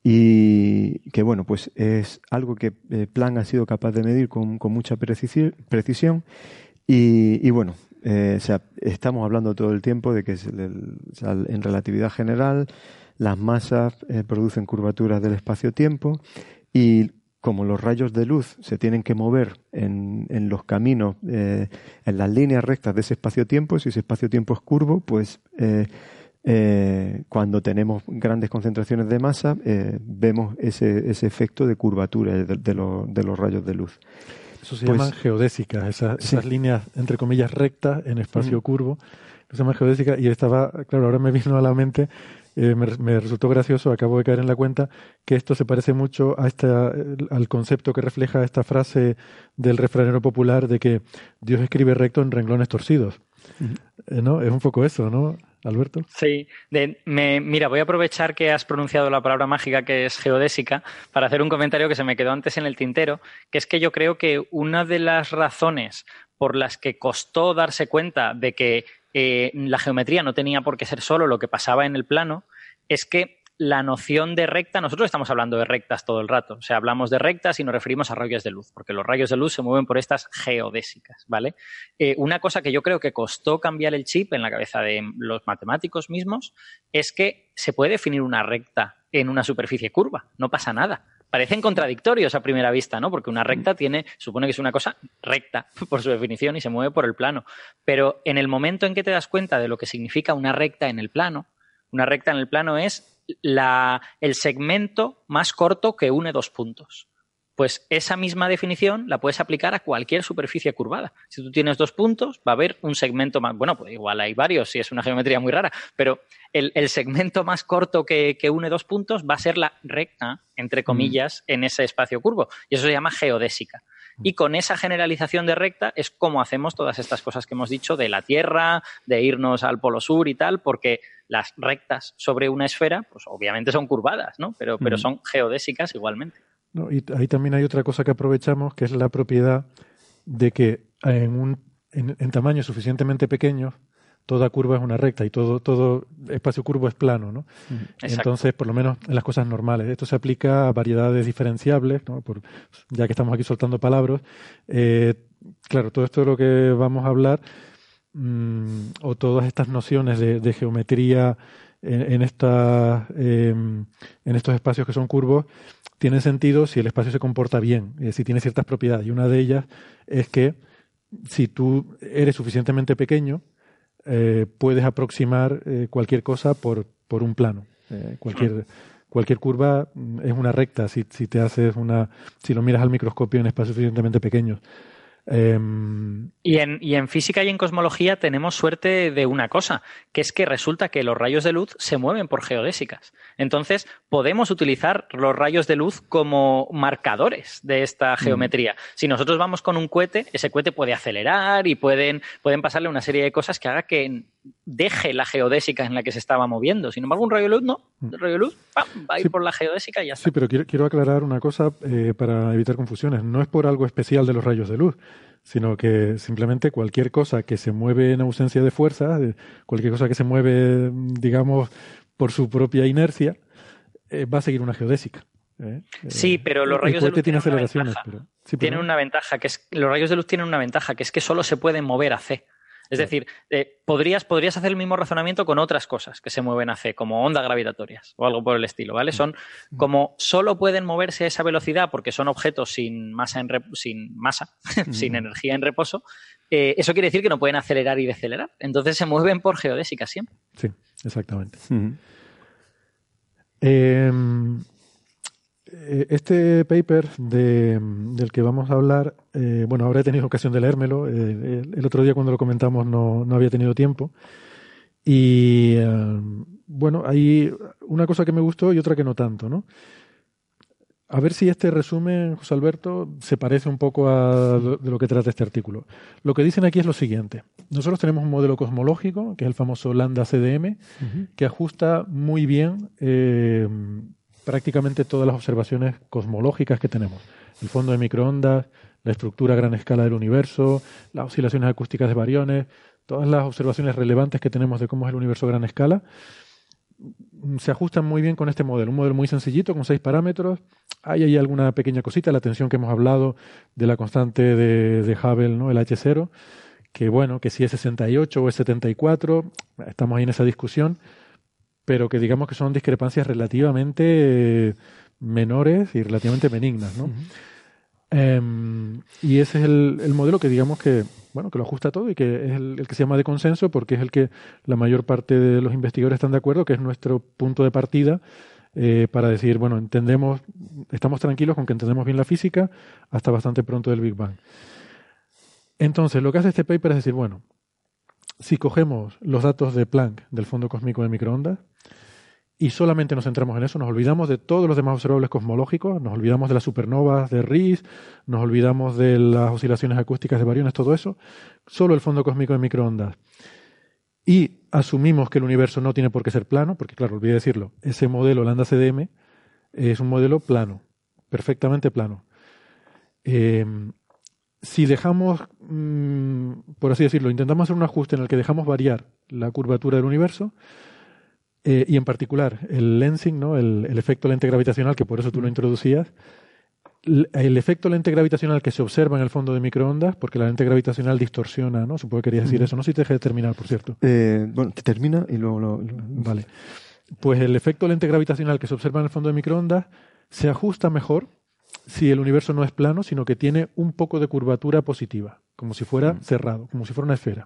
Y que, bueno, pues es algo que eh, Planck ha sido capaz de medir con, con mucha precisi- precisión. Y, y bueno, eh, o sea, estamos hablando todo el tiempo de que es el, el, o sea, en relatividad general las masas eh, producen curvaturas del espacio-tiempo y como los rayos de luz se tienen que mover en, en los caminos, eh, en las líneas rectas de ese espacio-tiempo, si ese espacio-tiempo es curvo, pues eh, eh, cuando tenemos grandes concentraciones de masa eh, vemos ese, ese efecto de curvatura de, de, lo, de los rayos de luz. Eso se pues, llaman geodésicas, esas, sí. esas líneas, entre comillas, rectas en espacio mm. curvo. Se llaman geodésicas y estaba, claro, ahora me vino a la mente, eh, me, me resultó gracioso, acabo de caer en la cuenta, que esto se parece mucho a esta, al concepto que refleja esta frase del refranero popular de que Dios escribe recto en renglones torcidos. Mm. Eh, ¿no? Es un poco eso, ¿no, Alberto? Sí. De, me, mira, voy a aprovechar que has pronunciado la palabra mágica que es geodésica para hacer un comentario que se me quedó antes en el tintero, que es que yo creo que una de las razones por las que costó darse cuenta de que eh, la geometría no tenía por qué ser solo lo que pasaba en el plano es que la noción de recta, nosotros estamos hablando de rectas todo el rato, o sea, hablamos de rectas y nos referimos a rayos de luz, porque los rayos de luz se mueven por estas geodésicas, ¿vale? Eh, una cosa que yo creo que costó cambiar el chip en la cabeza de los matemáticos mismos es que se puede definir una recta en una superficie curva, no pasa nada. parecen contradictorios a primera vista, ¿no? Porque una recta tiene, supone que es una cosa recta por su definición y se mueve por el plano. Pero en el momento en que te das cuenta de lo que significa una recta en el plano, una recta en el plano es la, el segmento más corto que une dos puntos. Pues esa misma definición la puedes aplicar a cualquier superficie curvada. Si tú tienes dos puntos, va a haber un segmento más... Bueno, pues igual hay varios si es una geometría muy rara, pero el, el segmento más corto que, que une dos puntos va a ser la recta, entre comillas, mm. en ese espacio curvo. Y eso se llama geodésica. Y con esa generalización de recta es como hacemos todas estas cosas que hemos dicho de la Tierra, de irnos al Polo Sur y tal, porque las rectas sobre una esfera, pues obviamente son curvadas, ¿no? Pero, pero son geodésicas igualmente. No, y ahí también hay otra cosa que aprovechamos, que es la propiedad de que en, un, en, en tamaños suficientemente pequeños toda curva es una recta y todo, todo espacio curvo es plano, ¿no? Exacto. Entonces, por lo menos en las cosas normales. Esto se aplica a variedades diferenciables, ¿no? Por, ya que estamos aquí soltando palabras. Eh, claro, todo esto de lo que vamos a hablar, mmm, o todas estas nociones de, de geometría en, en, esta, eh, en estos espacios que son curvos, tiene sentido si el espacio se comporta bien, eh, si tiene ciertas propiedades. Y una de ellas es que si tú eres suficientemente pequeño, eh, puedes aproximar eh, cualquier cosa por, por un plano. Eh, cualquier, cualquier curva es una recta si, si te haces una, si lo miras al microscopio en espacios suficientemente pequeños. Eh, y, en, y en física y en cosmología tenemos suerte de una cosa, que es que resulta que los rayos de luz se mueven por geodésicas. Entonces, podemos utilizar los rayos de luz como marcadores de esta geometría. Mm. Si nosotros vamos con un cohete, ese cohete puede acelerar y pueden, pueden pasarle una serie de cosas que haga que deje la geodésica en la que se estaba moviendo. Sin embargo, un rayo de luz no. El rayo de luz ¡pam! Va a ir sí, por la geodésica y ya está. Sí, pero quiero, quiero aclarar una cosa eh, para evitar confusiones. No es por algo especial de los rayos de luz, sino que simplemente cualquier cosa que se mueve en ausencia de fuerza, cualquier cosa que se mueve, digamos, por su propia inercia, eh, va a seguir una geodésica. ¿eh? Sí, pero los rayos de luz tienen una ventaja. Pero, sí, tienen una ventaja, que es los rayos de luz tienen una ventaja, que es que solo se pueden mover a C. Es decir, eh, podrías, podrías hacer el mismo razonamiento con otras cosas que se mueven a C, como ondas gravitatorias o algo por el estilo, ¿vale? Son como solo pueden moverse a esa velocidad porque son objetos sin masa, en rep- sin, masa sin energía en reposo. Eh, eso quiere decir que no pueden acelerar y decelerar. Entonces se mueven por geodésica siempre. Sí, exactamente. Uh-huh. Eh, Este paper de, del que vamos a hablar, eh, bueno, ahora he tenido ocasión de leérmelo. Eh, el, el otro día cuando lo comentamos no, no había tenido tiempo. Y eh, bueno, hay una cosa que me gustó y otra que no tanto, ¿no? A ver si este resumen, José Alberto, se parece un poco a lo, de lo que trata este artículo. Lo que dicen aquí es lo siguiente. Nosotros tenemos un modelo cosmológico, que es el famoso lambda C D M, uh-huh. que ajusta muy bien eh, prácticamente todas las observaciones cosmológicas que tenemos. El fondo de microondas, la estructura a gran escala del universo, las oscilaciones acústicas de bariones, todas las observaciones relevantes que tenemos de cómo es el universo a gran escala, se ajustan muy bien con este modelo. Un modelo muy sencillito, con seis parámetros. Hay ahí alguna pequeña cosita, la tensión que hemos hablado de la constante de, de Hubble, ¿no? El H cero, que bueno, que si es sesenta y ocho o es setenta y cuatro, estamos ahí en esa discusión, pero que digamos que son discrepancias relativamente eh, menores y relativamente benignas, ¿no? Uh-huh. Um, y ese es el, el modelo que digamos que, bueno, que lo ajusta todo y que es el, el que se llama de consenso, porque es el que la mayor parte de los investigadores están de acuerdo, que es nuestro punto de partida eh, para decir, bueno, entendemos, estamos tranquilos con que entendemos bien la física hasta bastante pronto del Big Bang. Entonces, lo que hace este paper es decir, bueno, si cogemos los datos de Planck del fondo cósmico de microondas y solamente nos centramos en eso, nos olvidamos de todos los demás observables cosmológicos, nos olvidamos de las supernovas de Riss, nos olvidamos de las oscilaciones acústicas de bariones, todo eso, solo el fondo cósmico de microondas. Y asumimos que el universo no tiene por qué ser plano, porque claro, olvidé decirlo, ese modelo lambda C D M es un modelo plano, perfectamente plano. Eh, Si dejamos, mmm, por así decirlo, intentamos hacer un ajuste en el que dejamos variar la curvatura del universo eh, y en particular el lensing, ¿no? el, el efecto lente gravitacional, que por eso tú lo introducías, el, el efecto lente gravitacional que se observa en el fondo de microondas, porque la lente gravitacional distorsiona, ¿no? Supongo que querías decir eso. No sé si te dejé de terminar, por cierto. Eh, bueno, te termina y luego lo, lo... Vale. pues el efecto lente gravitacional que se observa en el fondo de microondas se ajusta mejor si el universo no es plano, sino que tiene un poco de curvatura positiva, como si fuera cerrado, como si fuera una esfera.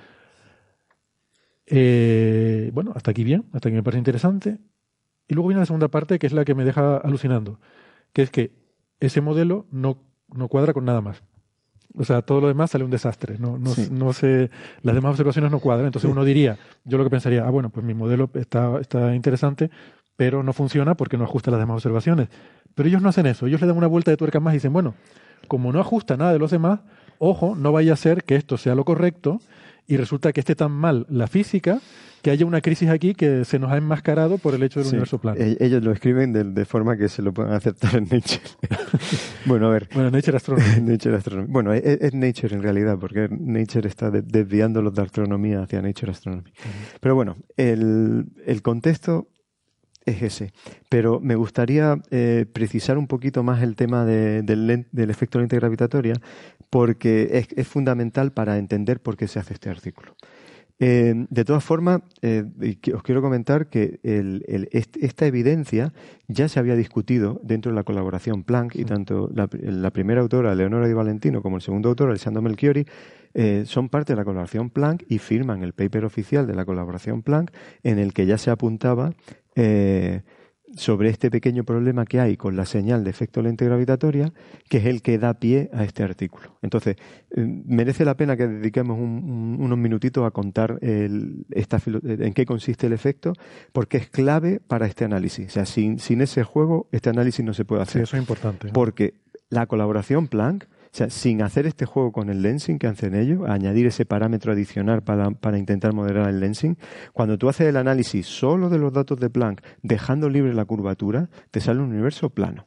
Eh, bueno, hasta aquí bien, hasta aquí me parece interesante. Y luego viene la segunda parte, que es la que me deja alucinando, que es que ese modelo no, no cuadra con nada más. O sea, todo lo demás sale un desastre. No, no, sí. no se, las demás observaciones no cuadran. Entonces sí. uno diría, yo lo que pensaría, ah, bueno, pues mi modelo está, está interesante, pero no funciona porque no ajusta las demás observaciones. Pero ellos no hacen eso. Ellos le dan una vuelta de tuerca más y dicen, bueno, como no ajusta nada de los demás, ojo, no vaya a ser que esto sea lo correcto y resulta que esté tan mal la física que haya una crisis aquí que se nos ha enmascarado por el hecho del sí, universo plano. Ellos lo escriben de, de forma que se lo puedan aceptar en Nature. Bueno, a ver. Bueno, Nature Astronomy. Nature Astronomy. Bueno, es, es Nature en realidad, porque Nature está de, desviando los de astronomía hacia Nature Astronomy. Uh-huh. Pero bueno, el, el contexto es ese. Pero me gustaría eh, precisar un poquito más el tema de, del, del efecto lente gravitatoria, porque es, es fundamental para entender por qué se hace este artículo. Eh, de todas formas, eh, os quiero comentar que el, el, este, esta evidencia ya se había discutido dentro de la colaboración Planck y tanto la, la primera autora, Leonora Di Valentino, como el segundo autor, Alessandro Melchiori, eh, son parte de la colaboración Planck y firman el paper oficial de la colaboración Planck en el que ya se apuntaba eh, sobre este pequeño problema que hay con la señal de efecto lente gravitatoria, que es el que da pie a este artículo. Entonces, eh, merece la pena que dediquemos un, un, unos minutitos a contar el, esta, en qué consiste el efecto, porque es clave para este análisis. O sea, sin, sin ese juego, este análisis no se puede hacer. Sí, eso es importante, ¿no? Porque la colaboración Planck, o sea, sin hacer este juego con el lensing que hacen ellos, añadir ese parámetro adicional para, para intentar moderar el lensing, cuando tú haces el análisis solo de los datos de Planck, dejando libre la curvatura, te sale un universo plano.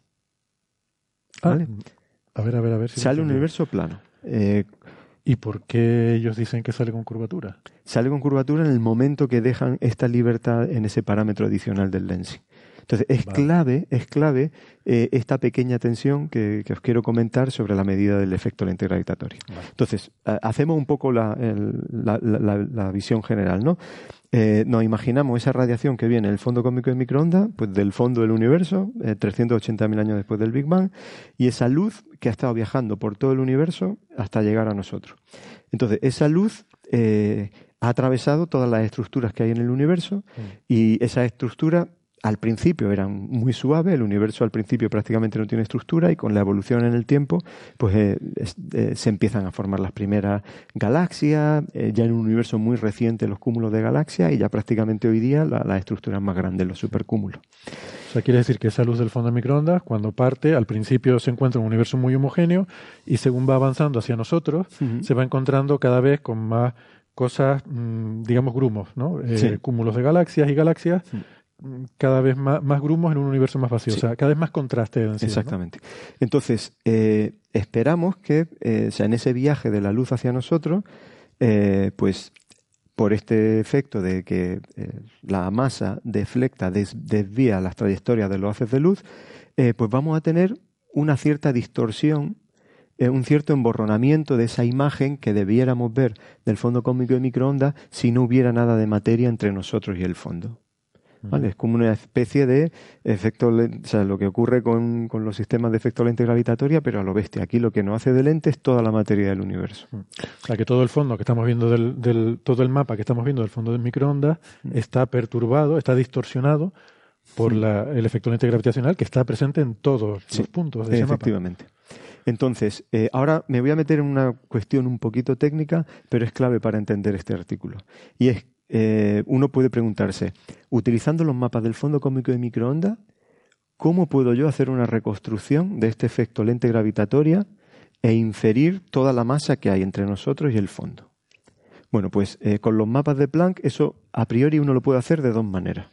¿Vale? Ah, a ver, a ver, a ver. Si sale un universo plano. Eh, ¿Y por qué ellos dicen que sale con curvatura? Sale con curvatura en el momento que dejan esta libertad en ese parámetro adicional del lensing. Entonces, es vale. clave, es clave eh, esta pequeña tensión que, que os quiero comentar sobre la medida del efecto lente gravitatorio. Vale. Entonces, eh, hacemos un poco la, el, la, la, la visión general, ¿no? Eh, nos imaginamos esa radiación que viene del fondo cósmico de microondas, pues del fondo del universo, eh, trescientos ochenta mil años después del Big Bang, y esa luz que ha estado viajando por todo el universo hasta llegar a nosotros. Entonces, esa luz eh, ha atravesado todas las estructuras que hay en el universo, mm. y esa estructura al principio eran muy suaves, el universo al principio prácticamente no tiene estructura y con la evolución en el tiempo pues eh, eh, se empiezan a formar las primeras galaxias, eh, ya en un universo muy reciente los cúmulos de galaxias y ya prácticamente hoy día las la estructuras más grandes, los supercúmulos. O sea, quiere decir que esa luz del fondo de microondas, cuando parte, al principio se encuentra un universo muy homogéneo y según va avanzando hacia nosotros, uh-huh. se va encontrando cada vez con más cosas, mmm, digamos grumos, ¿no? Eh, sí. Cúmulos de galaxias y galaxias, sí. cada vez más, más grumos en un universo más vacío, sí. o sea, cada vez más contraste de densidad. Exactamente. ¿No? Entonces, eh, esperamos que, eh, o sea, en ese viaje de la luz hacia nosotros, eh, pues por este efecto de que eh, la masa deflecta, des, desvía las trayectorias de los haces de luz, eh, pues vamos a tener una cierta distorsión, eh, un cierto emborronamiento de esa imagen que debiéramos ver del fondo cósmico de microondas si no hubiera nada de materia entre nosotros y el fondo. ¿Vale? Es como una especie de efecto, o sea, lo que ocurre con, con los sistemas de efecto lente gravitatoria, pero a lo bestia. Aquí lo que nos hace de lente es toda la materia del universo. O sea, que todo el fondo que estamos viendo, del, del todo el mapa que estamos viendo del fondo del microondas mm. está perturbado, está distorsionado por la, el efecto lente gravitacional que está presente en todos sí, los puntos de ese efectivamente. Mapa. Entonces, eh, ahora me voy a meter en una cuestión un poquito técnica, pero es clave para entender este artículo. Y es Eh, uno puede preguntarse, utilizando los mapas del fondo cósmico de microondas, ¿cómo puedo yo hacer una reconstrucción de este efecto lente gravitatoria e inferir toda la masa que hay entre nosotros y el fondo? Bueno, pues eh, con los mapas de Planck eso a priori uno lo puede hacer de dos maneras.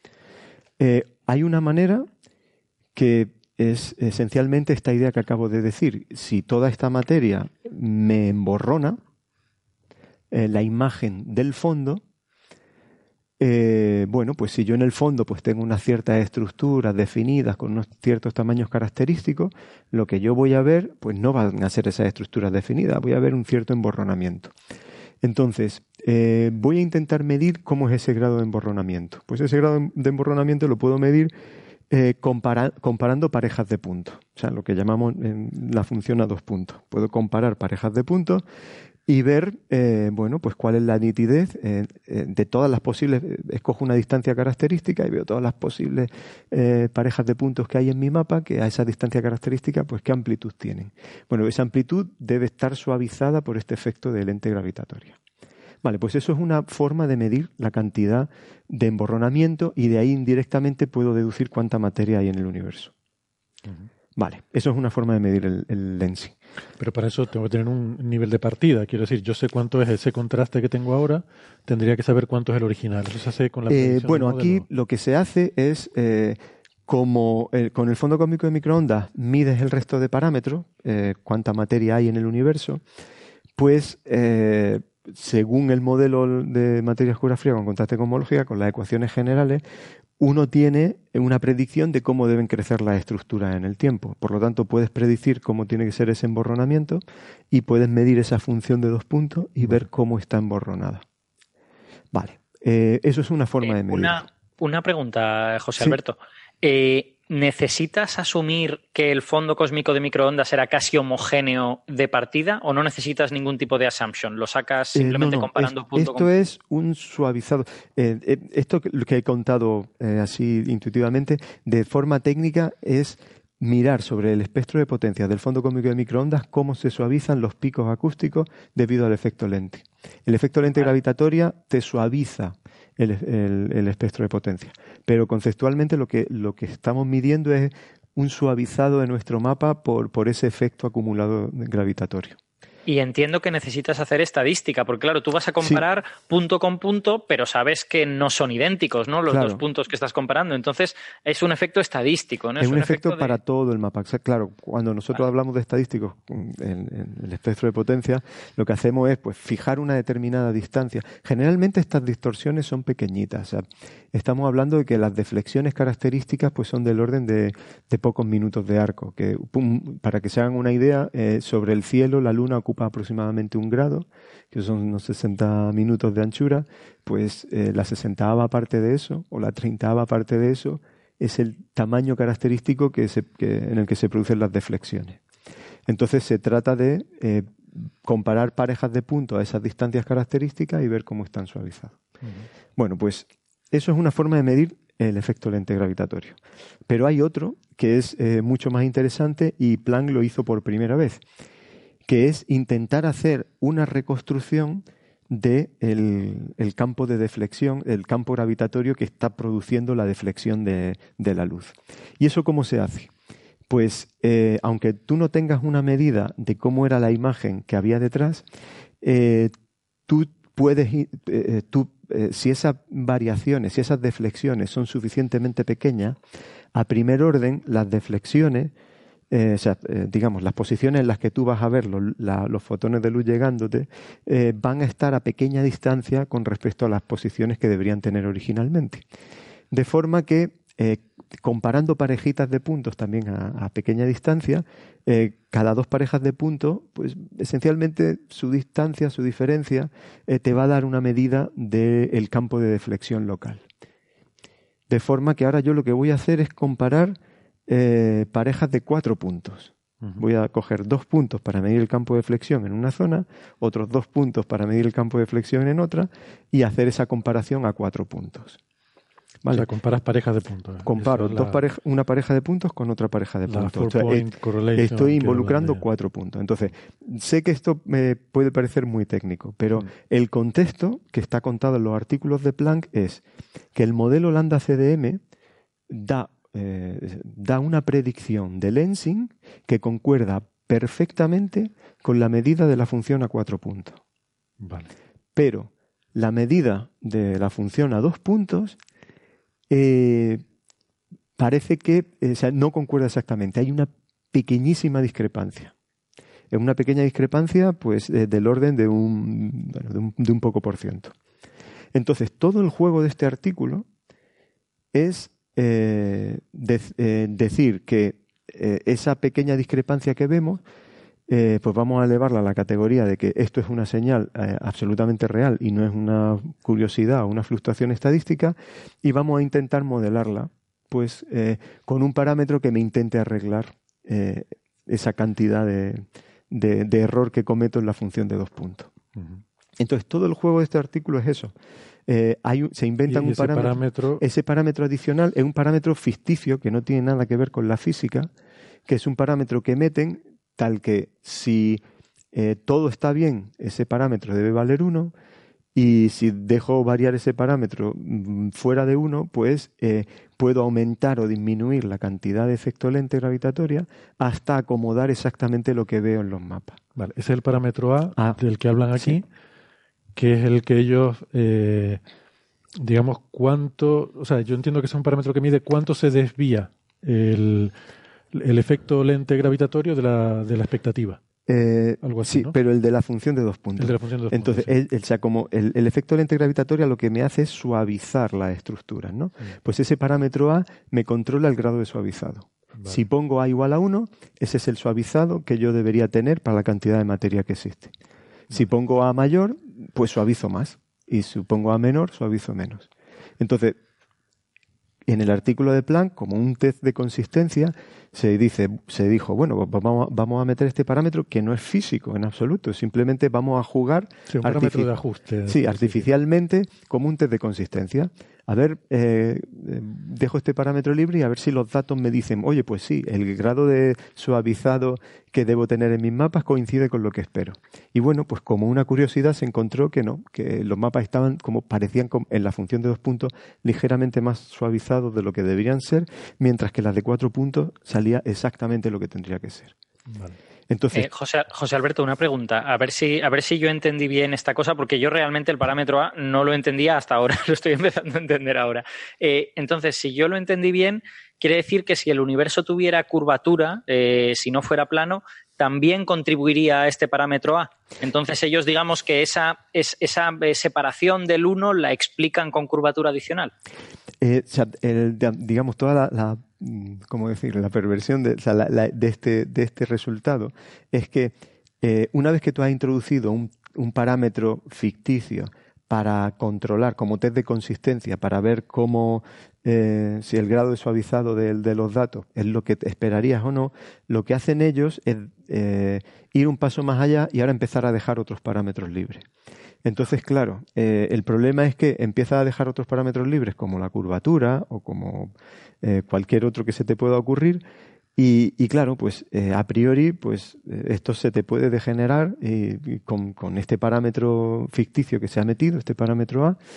Eh, hay una manera que es esencialmente esta idea que acabo de decir. Si toda esta materia me emborrona eh, la imagen del fondo, Eh, bueno, pues si yo en el fondo pues tengo unas ciertas estructuras definidas con unos ciertos tamaños característicos, lo que yo voy a ver pues no van a ser esas estructuras definidas, voy a ver un cierto emborronamiento. Entonces, eh, voy a intentar medir cómo es ese grado de emborronamiento. Pues ese grado de emborronamiento lo puedo medir eh, compara- comparando parejas de puntos. O sea, lo que llamamos en la función a dos puntos. Puedo comparar parejas de puntos y ver, eh, bueno, pues cuál es la nitidez eh, eh, de todas las posibles. Escojo una distancia característica y veo todas las posibles eh, parejas de puntos que hay en mi mapa, que a esa distancia característica, pues qué amplitud tienen. Bueno, esa amplitud debe estar suavizada por este efecto de lente gravitatoria. Vale, pues eso es una forma de medir la cantidad de emborronamiento y de ahí indirectamente puedo deducir cuánta materia hay en el universo. Uh-huh. Vale, eso es una forma de medir el, el lensing. Pero para eso tengo que tener un nivel de partida. Quiero decir, yo sé cuánto es ese contraste que tengo ahora, tendría que saber cuánto es el original. Eso se hace con la predicción eh, Bueno, del aquí modelo. lo que se hace es, eh, como eh, con el fondo cósmico de microondas mides el resto de parámetros, eh, cuánta materia hay en el universo, pues eh, según el modelo de materia oscura fría con contraste cosmológica, con las ecuaciones generales, uno tiene una predicción de cómo deben crecer las estructuras en el tiempo. Por lo tanto, puedes predecir cómo tiene que ser ese emborronamiento y puedes medir esa función de dos puntos y ver cómo está emborronada. Vale, eh, eso es una forma eh, de medir. Una, una pregunta, José Sí. Alberto. Eh, ¿Necesitas asumir que el fondo cósmico de microondas será casi homogéneo de partida o no necesitas ningún tipo de assumption? ¿Lo sacas simplemente Eh, no, no, comparando es, punto esto con es un suavizado. Eh, eh, esto que, que he contado eh, así intuitivamente, de forma técnica, es mirar sobre el espectro de potencias del fondo cósmico de microondas cómo se suavizan los picos acústicos debido al efecto lente. El efecto lente gravitatoria te suaviza el, el, el espectro de potencia, pero conceptualmente lo que, lo que estamos midiendo es un suavizado de nuestro mapa por, por ese efecto acumulado gravitatorio. Y entiendo que necesitas hacer estadística, porque claro, tú vas a comparar sí. punto con punto, pero sabes que no son idénticos, ¿no? Los claro. dos puntos que estás comparando. Entonces, es un efecto estadístico, ¿no? Es, es un, un efecto, efecto de... para todo el mapa. O sea, claro, cuando nosotros vale. hablamos de estadísticos en, en el espectro de potencia, lo que hacemos es pues fijar una determinada distancia. Generalmente estas distorsiones son pequeñitas. O sea, estamos hablando de que las deflexiones características pues son del orden de, de pocos minutos de arco. Que, pum, para que se hagan una idea, eh, sobre el cielo la luna ocupa aproximadamente un grado, que son unos sesenta minutos de anchura, pues eh, la sesentava parte de eso, o la treintava parte de eso, es el tamaño característico que se, que, en el que se producen las deflexiones. Entonces se trata de eh, comparar parejas de puntos a esas distancias características y ver cómo están suavizados. Uh-huh. Bueno, pues eso es una forma de medir el efecto lente gravitatorio. Pero hay otro que es eh, mucho más interesante y Planck lo hizo por primera vez, que es intentar hacer una reconstrucción del de el campo de deflexión, el campo gravitatorio que está produciendo la deflexión de, de la luz. ¿Y eso cómo se hace? Pues eh, aunque tú no tengas una medida de cómo era la imagen que había detrás, eh, tú puedes, eh, tú, eh, si esas variaciones, si esas deflexiones son suficientemente pequeñas, a primer orden las deflexiones, Eh, o sea, eh, digamos, las posiciones en las que tú vas a ver los, la, los fotones de luz llegándote eh, van a estar a pequeña distancia con respecto a las posiciones que deberían tener originalmente. De forma que, eh, comparando parejitas de puntos también a, a pequeña distancia, eh, cada dos parejas de puntos, pues esencialmente su distancia, su diferencia, eh, te va a dar una medida del campo de deflexión local. De forma que ahora yo lo que voy a hacer es comparar Eh, parejas de cuatro puntos. Uh-huh. Voy a coger dos puntos para medir el campo de flexión en una zona, otros dos puntos para medir el campo de flexión en otra y hacer esa comparación a cuatro puntos. ¿Vale? O sea, comparas parejas de puntos. Comparo dos la... pareja, una pareja de puntos con otra pareja de puntos. O sea, eh, estoy involucrando cuatro puntos. Entonces, sé que esto me puede parecer muy técnico, pero uh-huh. el contexto que está contado en los artículos de Planck es que el modelo lambda C D M da Eh, da una predicción de lensing que concuerda perfectamente con la medida de la función a cuatro puntos. Vale. Pero la medida de la función a dos puntos eh, parece que eh, o sea, no concuerda exactamente. Hay una pequeñísima discrepancia. Es una pequeña discrepancia pues eh, del orden de un, bueno, de un, de un poco por ciento. Entonces, todo el juego de este artículo es Eh, de, eh, decir que eh, esa pequeña discrepancia que vemos eh, pues vamos a elevarla a la categoría de que esto es una señal eh, absolutamente real y no es una curiosidad o una fluctuación estadística, y vamos a intentar modelarla pues eh, con un parámetro que me intente arreglar eh, esa cantidad de, de, de error que cometo en la función de dos puntos. Uh-huh. Entonces, todo el juego de este artículo es eso. Eh, hay un, se inventan un ese parámetro, parámetro... Ese parámetro adicional es un parámetro ficticio que no tiene nada que ver con la física, que es un parámetro que meten tal que si eh, todo está bien, ese parámetro debe valer uno, y si dejo variar ese parámetro mmm, fuera de uno, pues eh, puedo aumentar o disminuir la cantidad de efecto lente gravitatoria hasta acomodar exactamente lo que veo en los mapas. Vale, ese es el parámetro A ah, del que hablan aquí, sí. que es el que ellos, eh, digamos, cuánto, o sea, yo entiendo que es un parámetro que mide cuánto se desvía el, el efecto lente gravitatorio de la, de la expectativa. Eh, Algo así, sí, ¿no? pero el de la función de dos puntos. El de la función de dos Entonces, puntos, sí. el, el, o sea, como el, el efecto lente gravitatoria lo que me hace es suavizar las estructuras, ¿no? Sí. Pues ese parámetro A me controla el grado de suavizado. Vale. Si pongo A igual a uno, ese es el suavizado que yo debería tener para la cantidad de materia que existe. Si pongo A mayor, pues suavizo más. Y si pongo A menor, suavizo menos. Entonces, en el artículo de Planck, como un test de consistencia, se dice, se dijo, bueno, vamos a, vamos a meter este parámetro que no es físico en absoluto, simplemente vamos a jugar sí, un parámetro de ajuste. Sí, artificialmente como un test de consistencia. A ver, eh, dejo este parámetro libre y a ver si los datos me dicen, oye, pues sí, el grado de suavizado que debo tener en mis mapas coincide con lo que espero. Y bueno, pues como una curiosidad se encontró que no, que los mapas estaban como parecían en la función de dos puntos ligeramente más suavizados de lo que deberían ser, mientras que las de cuatro puntos salía exactamente lo que tendría que ser. Vale. Entonces, eh, José, José Alberto, una pregunta. A ver si, a ver si yo entendí bien esta cosa, porque yo realmente el parámetro A no lo entendía hasta ahora, lo estoy empezando a entender ahora. Eh, entonces, si yo lo entendí bien, quiere decir que si el universo tuviera curvatura, eh, si no fuera plano, también contribuiría a este parámetro A. Entonces, ellos digamos que esa, es, esa separación del uno la explican con curvatura adicional. Eh, o sea, el, digamos, toda la, la ¿cómo decir? La perversión de, o sea, la, la, de, este, de este resultado es que eh, una vez que tú has introducido un, un parámetro ficticio para controlar, como test de consistencia, para ver cómo, eh, si el grado de suavizado de, de los datos es lo que esperarías o no, lo que hacen ellos es eh, ir un paso más allá y ahora empezar a dejar otros parámetros libres. Entonces, claro, eh, el problema es que empieza a dejar otros parámetros libres como la curvatura o como eh, cualquier otro que se te pueda ocurrir y, y claro, pues eh, a priori pues eh, esto se te puede degenerar y, y con, con este parámetro ficticio que se ha metido, este parámetro A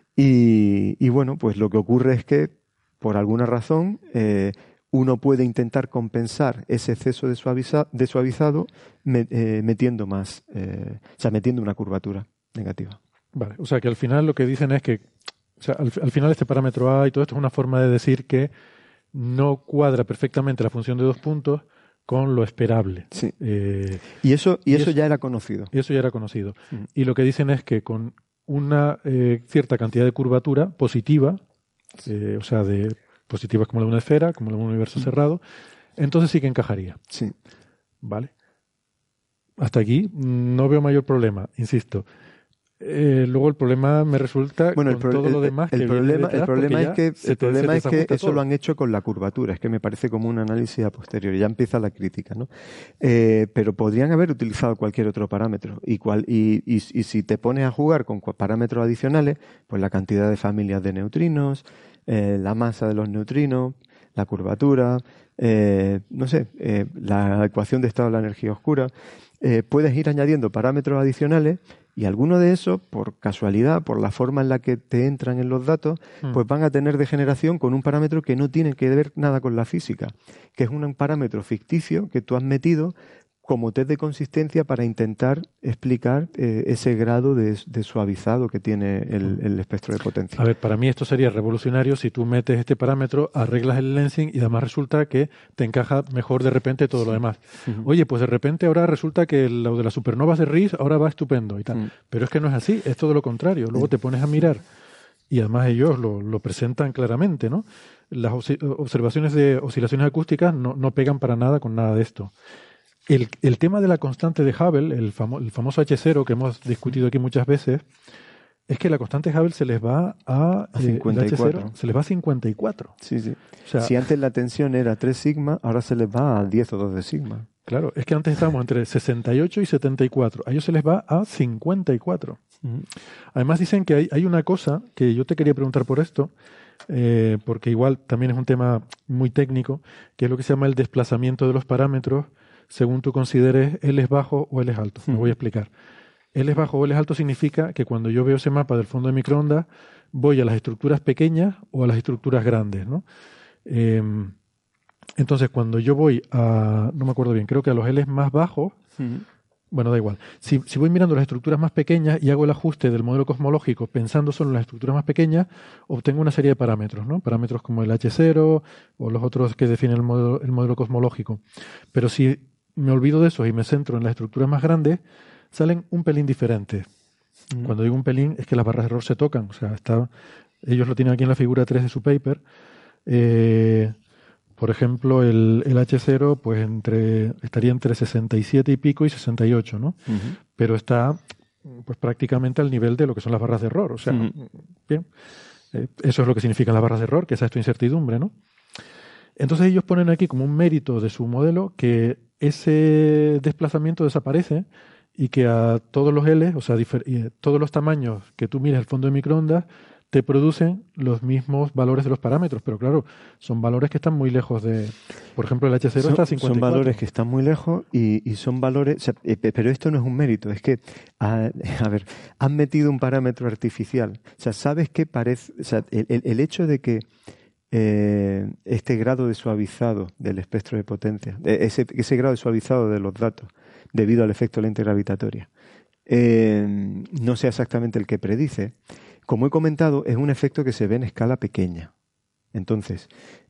y, y bueno, pues lo que ocurre es que por alguna razón eh, uno puede intentar compensar ese exceso de, suaviza, de suavizado me, eh, metiendo más, eh, o sea, metiendo una curvatura negativa. Vale, o sea que al final lo que dicen es que, o sea, al, al final este parámetro A y todo esto es una forma de decir que no cuadra perfectamente la función de dos puntos con lo esperable. Sí. Eh, y eso, y, y eso, eso ya era conocido. Eso ya era conocido. Mm. Y lo que dicen es que con una eh, cierta cantidad de curvatura positiva, eh, o sea, de positivas como la de una esfera, como la de un universo mm. cerrado, entonces sí que encajaría. Sí. Vale. Hasta aquí no veo mayor problema, insisto. Eh, luego el problema me resulta bueno, con el todo el, lo demás el que problema, viene detrás, el problema es que, el te, problema es que eso todo. lo han hecho con la curvatura, es que me parece como un análisis a posteriori, ya empieza la crítica, ¿no? Eh, pero podrían haber utilizado cualquier otro parámetro y, cual, y, y, y si te pones a jugar con parámetros adicionales, pues la cantidad de familias de neutrinos, eh, la masa de los neutrinos, la curvatura, eh, no sé, eh, la ecuación de estado de la energía oscura, eh, puedes ir añadiendo parámetros adicionales y algunos de esos, por casualidad, por la forma en la que te entran en los datos, mm. pues van a tener degeneración con un parámetro que no tiene que ver nada con la física, que es un parámetro ficticio que tú has metido como test de consistencia para intentar explicar eh, ese grado de, de suavizado que tiene el, el espectro de potencia. A ver, para mí esto sería revolucionario si tú metes este parámetro, arreglas el lensing y además resulta que te encaja mejor de repente todo sí. lo demás. Uh-huh. Oye, pues de repente ahora resulta que lo de las supernovas de Riss ahora va estupendo y tal. Uh-huh. Pero es que no es así, es todo lo contrario. Luego te pones a mirar y además ellos lo, lo presentan claramente, ¿no? Las observaciones de oscilaciones acústicas no, no pegan para nada con nada de esto. el, el tema de la constante de Hubble, el, famo, el famoso H cero que hemos discutido aquí muchas veces, es que la constante Hubble se les va a, a cincuenta y cuatro. Eh, H cero, se les va a cincuenta y cuatro. Sí, sí. O sea, si antes la tensión era tres sigma, ahora se les va a diez o dos de sigma. Claro, es que antes estábamos entre sesenta y ocho y setenta y cuatro. A ellos se les va a cincuenta y cuatro. Uh-huh. Además dicen que hay, hay una cosa que yo te quería preguntar por esto, eh, porque igual también es un tema muy técnico, que es lo que se llama el desplazamiento de los parámetros según tú consideres L es bajo o L es alto. Uh-huh. Me voy a explicar. L es bajo o L es alto significa que cuando yo veo ese mapa del fondo de microondas voy a las estructuras pequeñas o a las estructuras grandes, ¿no? Eh, entonces cuando yo voy a, no me acuerdo bien, creo que a los L más bajos, uh-huh. bueno, da igual. Si, si voy mirando las estructuras más pequeñas y hago el ajuste del modelo cosmológico pensando solo en las estructuras más pequeñas, obtengo una serie de parámetros, ¿no? Parámetros como el H cero o los otros que definen el modelo, el modelo cosmológico. Pero si me olvido de eso y me centro en las estructuras más grandes, salen un pelín diferentes. Mm. Cuando digo un pelín es que las barras de error se tocan. O sea, está, ellos lo tienen aquí en la figura tres de su paper. Eh, por ejemplo, el, el H cero pues entre, estaría entre sesenta y siete y pico y sesenta y ocho, ¿no? Uh-huh. Pero está pues prácticamente al nivel de lo que son las barras de error. O sea, uh-huh. bien. Eh, eso es lo que significan las barras de error, que es esto incertidumbre, ¿no? Entonces ellos ponen aquí como un mérito de su modelo que ese desplazamiento desaparece y que a todos los L, o sea, difer- todos los tamaños que tú mires al fondo de microondas, te producen los mismos valores de los parámetros. Pero claro, son valores que están muy lejos de... Por ejemplo, el H cero son, está a cincuenta y cuatro. Son valores que están muy lejos y, y son valores... O sea, eh, pero esto no es un mérito, es que, a, a ver, han metido un parámetro artificial. O sea, ¿sabes qué parece...? O sea, el, el, el hecho de que eh, este grado de suavizado del espectro de potencia, ese, ese grado de suavizado de los datos, debido al efecto lente gravitatoria, eh, no sea exactamente el que predice. Como he comentado, es un efecto que se ve en escala pequeña. Entonces,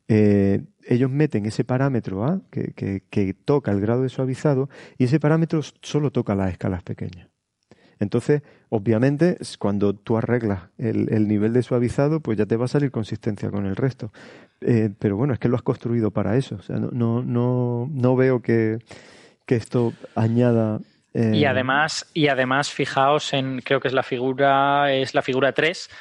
eh, ellos meten ese parámetro A, que, que, que toca el grado de suavizado, y ese parámetro solo toca las escalas pequeñas. Entonces, obviamente, cuando tú arreglas el, el nivel de suavizado, pues ya te va a salir consistencia con el resto. Eh, pero bueno, es que lo has construido para eso. O sea, no, no, no, no veo que... que esto añada... Eh... Y además, y además, fijaos en, creo que es la figura, es la figura tres,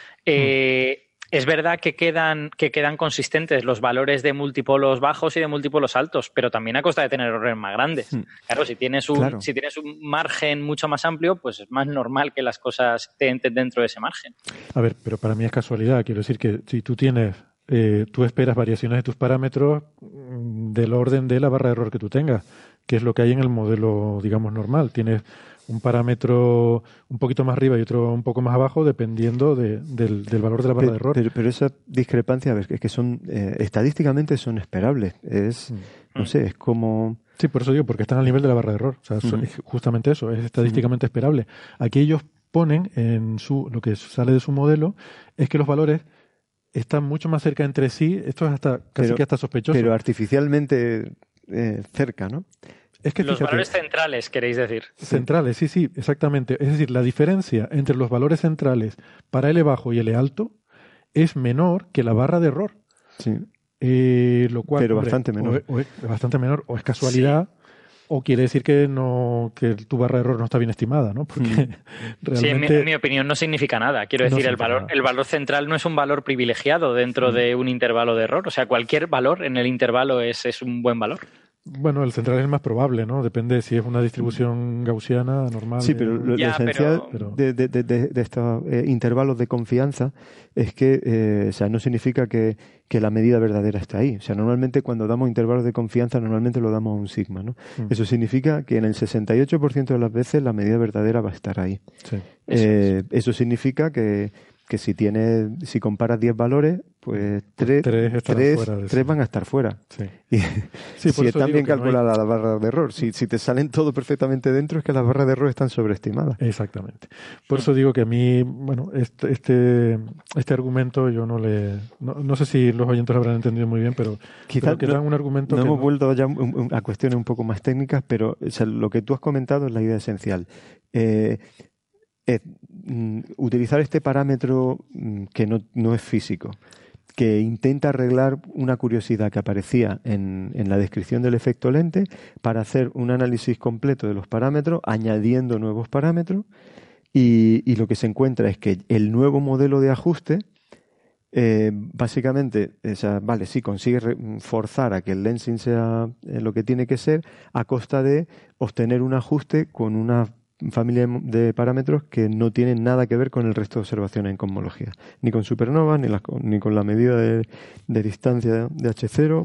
eh, mm. es verdad que quedan, que quedan consistentes los valores de multipolos bajos y de multipolos altos, pero también a costa de tener errores más grandes. Mm. Claro, si tienes, un, claro. si tienes un margen mucho más amplio, pues es más normal que las cosas te entren dentro de ese margen. A ver, pero para mí es casualidad. Quiero decir que si tú tienes... Eh, tú esperas variaciones de tus parámetros del orden de la barra de error que tú tengas, que es lo que hay en el modelo, digamos, normal. Tienes un parámetro un poquito más arriba y otro un poco más abajo, dependiendo de, del, del valor de la barra pero, de error. Pero, pero esa discrepancia, a ver, es que son eh, estadísticamente son esperables. Es, mm. no sé, es como... Sí, por eso digo, porque están al nivel de la barra de error. O sea, mm. es justamente eso, es estadísticamente mm. esperable. Aquí ellos ponen en su, lo que sale de su modelo, es que los valores están mucho más cerca entre sí. Esto es hasta casi pero, que hasta sospechoso. Pero artificialmente eh, cerca, ¿no? Es que, los fíjate, valores centrales, queréis decir. Centrales, sí, sí, exactamente. Es decir, la diferencia entre los valores centrales para L bajo y L alto es menor que la barra de error. Sí. Eh, lo cual, pero hombre, bastante menor. O es, o es bastante menor, o es casualidad, sí. O quiere decir que no que tu barra de error no está bien estimada, ¿no? Porque mm. realmente... Sí, en mi, en mi opinión no significa nada. Quiero decir, no el valor nada. el valor central no es un valor privilegiado dentro mm. de un intervalo de error. O sea, cualquier valor en el intervalo es, es un buen valor. Bueno, el central es el más probable, ¿no? Depende si es una distribución gaussiana normal. Sí, pero lo, ya, lo esencial pero... de, de, de, de, de estos eh, intervalos de confianza es que, eh, o sea, no significa que, que la medida verdadera está ahí. O sea, normalmente cuando damos intervalos de confianza, normalmente lo damos a un sigma, ¿no? Mm. Eso significa que en el sesenta y ocho por ciento de las veces la medida verdadera va a estar ahí. Sí. Eh, eso significa que que si tienes, si comparas diez valores, pues tres, tres, tres, tres van a estar fuera. Sí. Y sí, si están bien calculadas no hay... las barras de error, si, si te salen todo perfectamente dentro, es que las barras de error están sobreestimadas. Exactamente. Por eso digo que a mí, bueno, este este, este argumento yo no le... No, no sé si los oyentes lo habrán entendido muy bien, pero quizás que dan un argumento no que hemos no... vuelto ya a cuestiones un poco más técnicas, pero o sea, lo que tú has comentado es la idea esencial. Eh, Es, mm, utilizar este parámetro mm, que no, no es físico, que intenta arreglar una curiosidad que aparecía en, en la descripción del efecto lente para hacer un análisis completo de los parámetros, añadiendo nuevos parámetros, y, y lo que se encuentra es que el nuevo modelo de ajuste eh, básicamente, o sea, vale, sí, consigue forzar a que el lensing sea eh, lo que tiene que ser a costa de obtener un ajuste con una familia de parámetros que no tienen nada que ver con el resto de observaciones en cosmología, ni con supernovas, ni, la, ni con la medida de, de distancia de hache cero,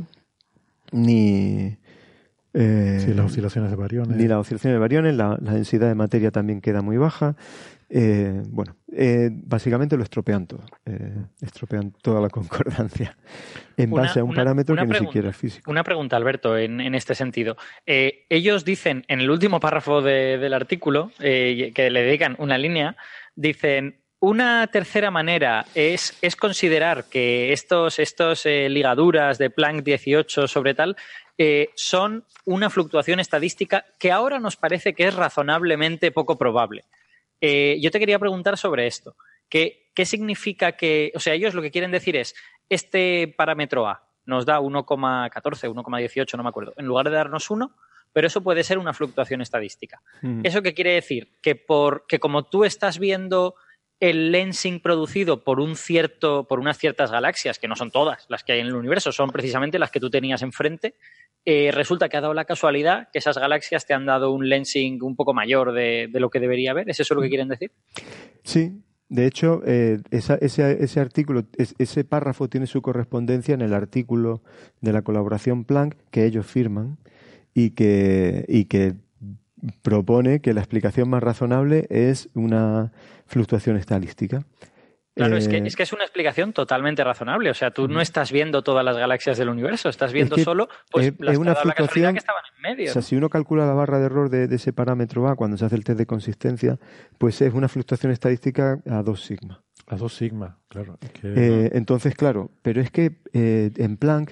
ni eh, sí, las oscilaciones de bariones. Ni las oscilaciones de bariones, la, la densidad de materia también queda muy baja. Eh, bueno, eh, básicamente lo estropean todo, eh, estropean toda la concordancia en Una- base a un una- parámetro una que ni pregunta. siquiera es físico. Una pregunta, Alberto, en, en este sentido. Eh, ellos dicen, en el último párrafo de- del artículo, eh, que le dedican una línea, dicen, una tercera manera es, es considerar que estos, estos eh, ligaduras de Planck dieciocho sobre tal eh, son una fluctuación estadística que ahora nos parece que es razonablemente poco probable. Eh, yo te quería preguntar sobre esto. ¿Qué, ¿Qué significa que, o sea, ellos lo que quieren decir es, este parámetro A nos da uno coma catorce, uno coma dieciocho, no me acuerdo, en lugar de darnos uno, pero eso puede ser una fluctuación estadística. Mm. ¿Eso qué quiere decir? Que, por, que como tú estás viendo el lensing producido por un cierto, por unas ciertas galaxias, que no son todas las que hay en el universo, son precisamente las que tú tenías enfrente, eh, resulta que ha dado la casualidad que esas galaxias te han dado un lensing un poco mayor de, de lo que debería haber. ¿Es eso lo que quieren decir? Sí, de hecho, eh, esa- ese, ese artículo, es- ese párrafo tiene su correspondencia en el artículo de la colaboración Planck que ellos firman y que, y que propone que la explicación más razonable es una fluctuación estadística. Claro, Eh, es, que, es que es una explicación totalmente razonable. O sea, tú no estás viendo todas las galaxias del universo, estás viendo que solo pues, es- las es una que ha dado la casualidad fluctuación- que estaban en medio. O sea, si uno calcula la barra de error de, de ese parámetro A cuando se hace el test de consistencia, pues es una fluctuación estadística a dos sigma. A dos sigma, claro. Es que, Eh, entonces, claro, pero es que eh, en Planck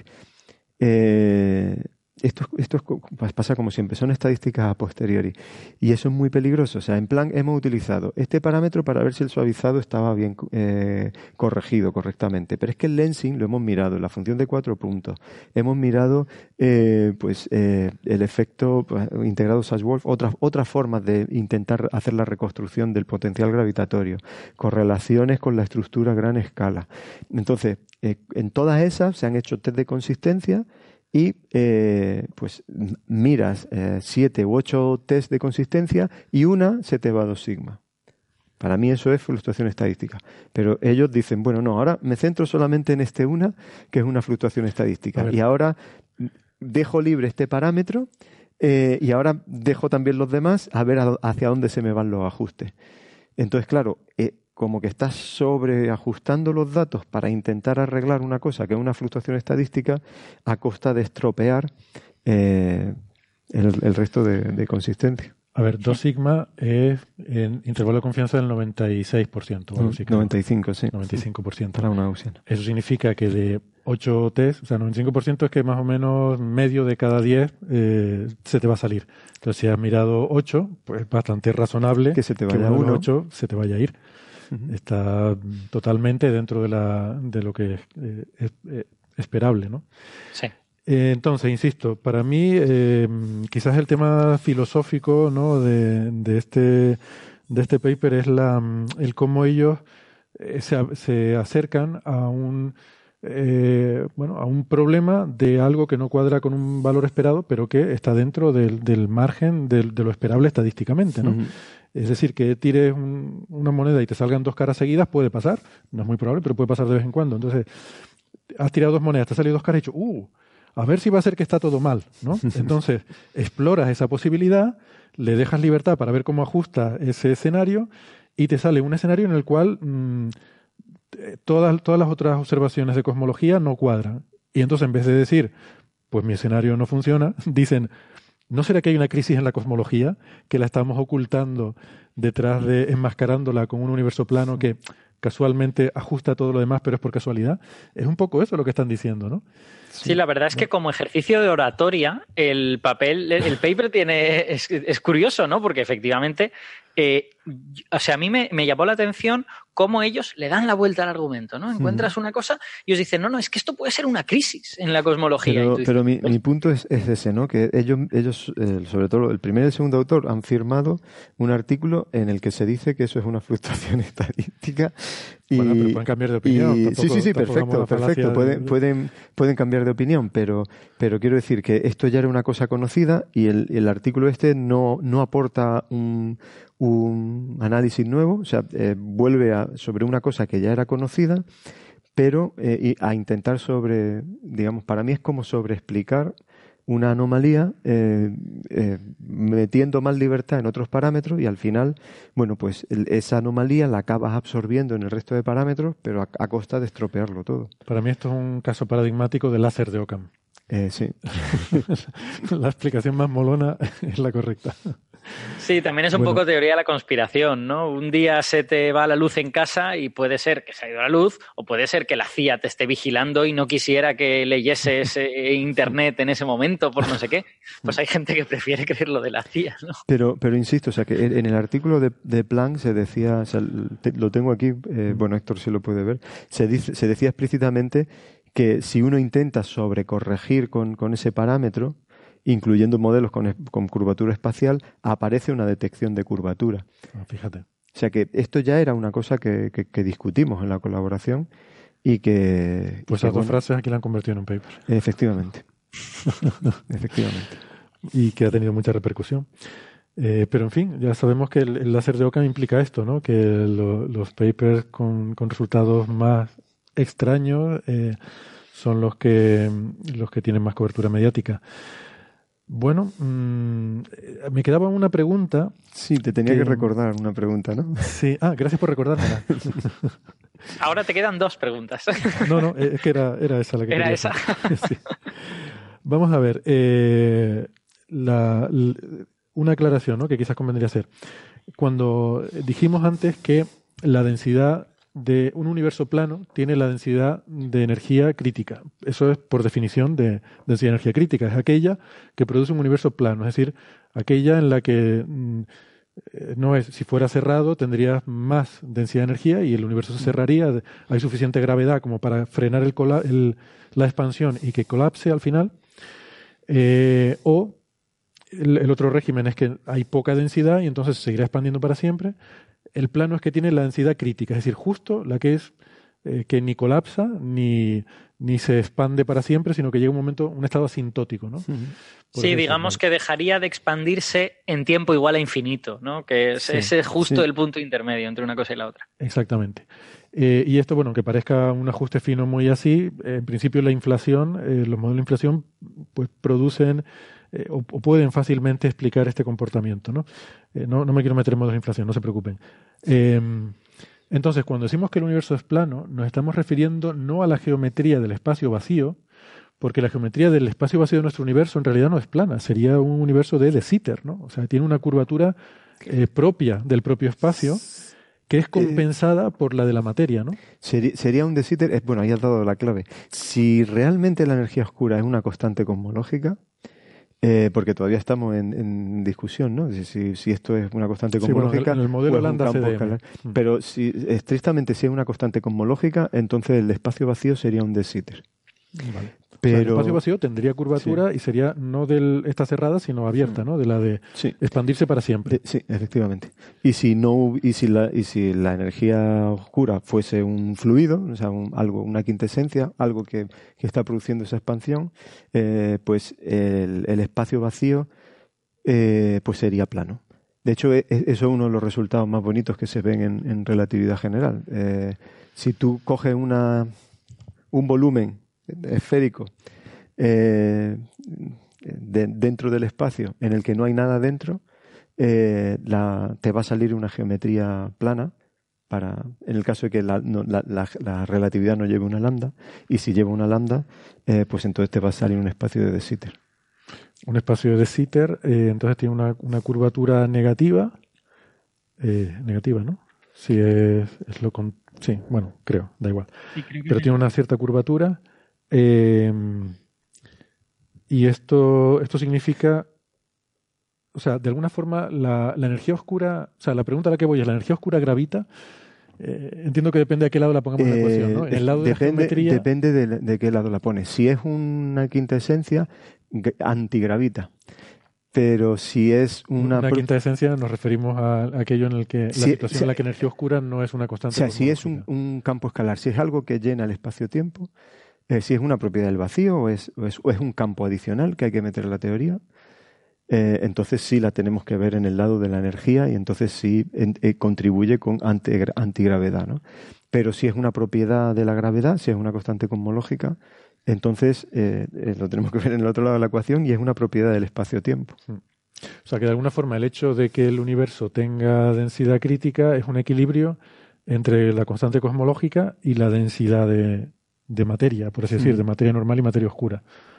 eh, esto, esto es co- pues pasa como siempre, son estadísticas a posteriori y eso es muy peligroso. O sea, en Planck hemos utilizado este parámetro para ver si el suavizado estaba bien eh, corregido correctamente, pero es que el lensing lo hemos mirado en la función de cuatro puntos, hemos mirado eh, pues eh, el efecto pues, integrado Sash-Wolf, otras otras formas de intentar hacer la reconstrucción del potencial gravitatorio, correlaciones con la estructura a gran escala. Entonces, eh, en todas esas se han hecho test de consistencia y eh, pues m- miras eh, siete u ocho test de consistencia y una se te va a dos sigma. Para mí eso es fluctuación estadística. Pero ellos dicen, bueno, no, ahora me centro solamente en este una, que es una fluctuación A estadística. ver. Y ahora mm, dejo libre este parámetro eh, y ahora dejo también los demás a ver a dó- hacia dónde se me van los ajustes. Entonces, claro, eh, como que estás sobreajustando los datos para intentar arreglar una cosa que es una fluctuación estadística a costa de estropear eh, el, el resto de, de consistencia. a ver, dos sigma es en intervalo de confianza del noventa y seis por ciento. o algo así, creo. noventa y cinco, sí. noventa y cinco por ciento. Para una gaussiana. Eso significa que de ocho test, o sea, noventa y cinco por ciento es que más o menos medio de cada diez eh, se te va a salir. Entonces, si has mirado ocho, pues es bastante razonable Que se te vaya uno de los uno. ocho se te vaya a ir. Está mm, totalmente dentro de, la, de lo que es, eh, es, eh, esperable, ¿no? Sí. Eh, entonces, insisto, para mí eh, quizás el tema filosófico, ¿no? de, de este de este paper es la mm, el cómo ellos eh, se, a- se acercan a un eh, bueno a un problema de algo que no cuadra con un valor esperado, pero que está dentro del, del margen del- de lo esperable estadísticamente, ¿no? Ujú. Es decir, que tires un- una moneda y te salgan dos caras seguidas, puede pasar, no es muy probable, pero puede pasar de vez en cuando. Entonces, has tirado dos monedas, te han salido dos caras y has dicho, uh, a ver si va a ser que está todo mal, ¿no? Entonces, exploras esa posibilidad, le dejas libertad para ver cómo ajusta ese escenario y te sale un escenario en el cual mm, eh, todas, todas las otras observaciones de cosmología no cuadran. Y entonces, en vez de decir, pues mi escenario no funciona, dicen, ¿no será que hay una crisis en la cosmología que la estamos ocultando detrás de, enmascarándola con un universo plano que casualmente ajusta todo lo demás, pero es por casualidad? Es un poco eso lo que están diciendo, ¿no? Sí, la verdad es que como ejercicio de oratoria, el papel, el, el paper tiene es, es curioso, ¿no? Porque efectivamente Eh, o sea, a mí me, me llamó la atención cómo ellos le dan la vuelta al argumento, ¿no? Encuentras mm. una cosa y os dicen, no, no, es que esto puede ser una crisis en la cosmología. Pero, dices, pero mi, mi punto es, es ese, ¿no? Que ellos, ellos eh, sobre todo el primer y el segundo autor, han firmado un artículo en el que se dice que eso es una fluctuación estadística. Y, bueno, pero pueden cambiar de opinión. Y, tampoco, sí, sí, sí, perfecto, perfecto. De... Pueden, pueden, pueden cambiar de opinión, pero, pero quiero decir que esto ya era una cosa conocida y el, el artículo este no, no aporta un, un análisis nuevo, o sea, eh, vuelve a, sobre una cosa que ya era conocida, pero eh, y a intentar sobre, digamos, para mí es como sobreexplicar una anomalía eh, eh, metiendo más libertad en otros parámetros y al final, bueno, pues el, esa anomalía la acabas absorbiendo en el resto de parámetros, pero a, a costa de estropearlo todo. Para mí esto es un caso paradigmático del láser de Occam. Eh, sí. La explicación más molona es la correcta. Sí, también es un bueno. poco teoría de la conspiración, ¿no? Un día se te va la luz en casa y puede ser que se ha ido la luz o puede ser que la C I A te esté vigilando y no quisiera que leyeses internet en ese momento por no sé qué. Pues hay gente que prefiere creer lo de la C I A, ¿no? Pero, pero insisto, o sea, que en el artículo de, de Planck se decía, o sea, te, lo tengo aquí, eh, bueno, Héctor sí lo puede ver, se, dice, se decía explícitamente que si uno intenta sobrecorregir con, con ese parámetro, incluyendo modelos con, con curvatura espacial, aparece una detección de curvatura. Ah, fíjate. O sea que esto ya era una cosa que, que, que discutimos en la colaboración y que... Pues y que, esas dos bueno, frases aquí la han convertido en un paper. Efectivamente. Efectivamente. Y que ha tenido mucha repercusión. Eh, pero en fin, ya sabemos que el, el láser de Occam implica esto, ¿no? Que lo, los papers con, con resultados más extraños eh, son los que, los que tienen más cobertura mediática. Bueno, mmm, me quedaba una pregunta. Sí, te tenía que, que recordar una pregunta, ¿no? Sí, ah, gracias por recordármela. Ahora te quedan dos preguntas. No, no, es que era, era esa la que Era quería esa. hacer. Sí. Vamos a ver, eh, la, la, una aclaración, ¿no? Que quizás convendría hacer. Cuando dijimos antes que la densidad de un universo plano tiene la densidad de energía crítica. Eso es por definición de densidad de energía crítica. Es aquella que produce un universo plano, es decir, aquella en la que mm, no es, si fuera cerrado tendrías más densidad de energía y el universo se cerraría. Hay suficiente gravedad como para frenar el, cola el la expansión y que colapse al final. Eh, o el, el otro régimen es que hay poca densidad y entonces se seguirá expandiendo para siempre. El plano es que tiene la densidad crítica, es decir, justo la que es eh, que ni colapsa ni, ni se expande para siempre, sino que llega un momento, un estado asintótico, ¿no? Uh-huh. Sí, digamos que dejaría de expandirse en tiempo igual a infinito, ¿no? Que es, sí, ese es justo sí. el punto intermedio entre una cosa y la otra. Exactamente. Eh, y esto, bueno, aunque parezca un ajuste fino muy así, eh, en principio la inflación, eh, los modelos de inflación, pues producen eh, o, o pueden fácilmente explicar este comportamiento, ¿no? Eh, no, no me quiero meter en modelos de inflación, no se preocupen. Eh, entonces, cuando decimos que el universo es plano, nos estamos refiriendo no a la geometría del espacio vacío, porque la geometría del espacio vacío de nuestro universo en realidad no es plana, sería un universo de De Sitter, ¿no? O sea, tiene una curvatura eh, propia del propio espacio, que es compensada eh, por la de la materia, ¿no? Sería, sería un De Sitter, bueno, ahí has dado la clave. Si realmente la energía oscura es una constante cosmológica, eh, porque todavía estamos en, en discusión, ¿no? Si, si, si esto es una constante cosmológica. Sí, bueno, el, el modelo o es un Lambda campo C D M. escalar. Pero si estrictamente si es una constante cosmológica, entonces el espacio vacío sería un De Sitter. Vale. Pero, o sea, el espacio vacío tendría curvatura sí. y sería no de esta cerrada, sino abierta, ¿no? De la de sí. expandirse para siempre. De, sí, efectivamente. Y si no y si la y si la energía oscura fuese un fluido, o sea, un, algo, una quintesencia, algo que, que está produciendo esa expansión, eh, pues el, el espacio vacío eh, pues sería plano. De hecho, eso es uno de los resultados más bonitos que se ven en, en relatividad general. Eh, si tú coges una un volumen esférico eh, de, dentro del espacio en el que no hay nada dentro, eh, la, te va a salir una geometría plana para, en el caso de que la, no, la, la, la relatividad no lleve una lambda, y si lleva una lambda, eh, pues entonces te va a salir un espacio de De Sitter. Un espacio de De Sitter, eh, entonces tiene una, una curvatura negativa, eh, negativa, ¿no? Si es, es lo con, sí, bueno, creo, da igual. Sí, creo que pero sí. Tiene una cierta curvatura. Eh, y esto, esto significa o sea, de alguna forma la, la energía oscura, o sea, la pregunta a la que voy es, ¿la energía oscura gravita? Eh, entiendo que depende de qué lado la pongamos en la ecuación, ¿no? En el lado de depende, la geometría... Depende de, de qué lado la pones. Si es una quinta esencia, antigravita. Pero si es una... Una quinta esencia nos referimos a, a aquello en el que la si, situación si, en la que energía oscura no es una constante. O sea, si es un, un campo escalar, si es algo que llena el espacio-tiempo, eh, si es una propiedad del vacío o es, o es, o es un campo adicional que hay que meter en la teoría, eh, entonces sí la tenemos que ver en el lado de la energía y entonces sí en, eh, contribuye con anti, antigravedad, ¿no? Pero si es una propiedad de la gravedad, si es una constante cosmológica, entonces eh, eh, lo tenemos que ver en el otro lado de la ecuación y es una propiedad del espacio-tiempo. O sea, que de alguna forma el hecho de que el universo tenga densidad crítica es un equilibrio entre la constante cosmológica y la densidad de, de materia, por así decir, mm. de materia normal y materia oscura.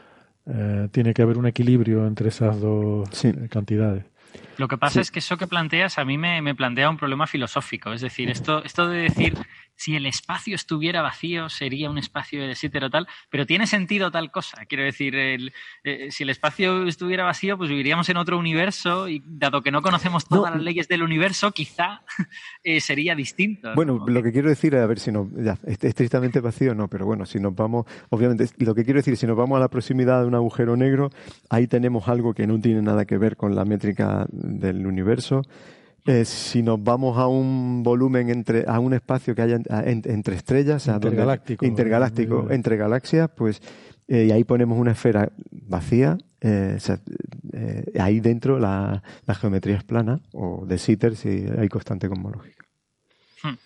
Eh, tiene que haber un equilibrio entre esas dos sí. eh, cantidades. Lo que pasa sí. es que eso que planteas a mí me, me plantea un problema filosófico. Es decir, esto, esto de decir si el espacio estuviera vacío sería un espacio de Sitter o tal, pero tiene sentido tal cosa. Quiero decir, el, eh, si el espacio estuviera vacío, pues viviríamos en otro universo y dado que no conocemos todas no. las leyes del universo, quizá eh, sería distinto. Bueno, ¿no? lo que quiero decir, a ver si no, ya, estrictamente vacío no, pero bueno, si nos vamos, obviamente, lo que quiero decir, si nos vamos a la proximidad de un agujero negro, ahí tenemos algo que no tiene nada que ver con la métrica del universo. Eh, si nos vamos a un volumen entre a un espacio que haya en, entre estrellas, intergaláctico, donde, intergaláctico entre galaxias, pues eh, y ahí ponemos una esfera vacía, eh, o sea, eh, ahí dentro la, la geometría es plana o de Sitter si hay constante cosmológica. Hmm.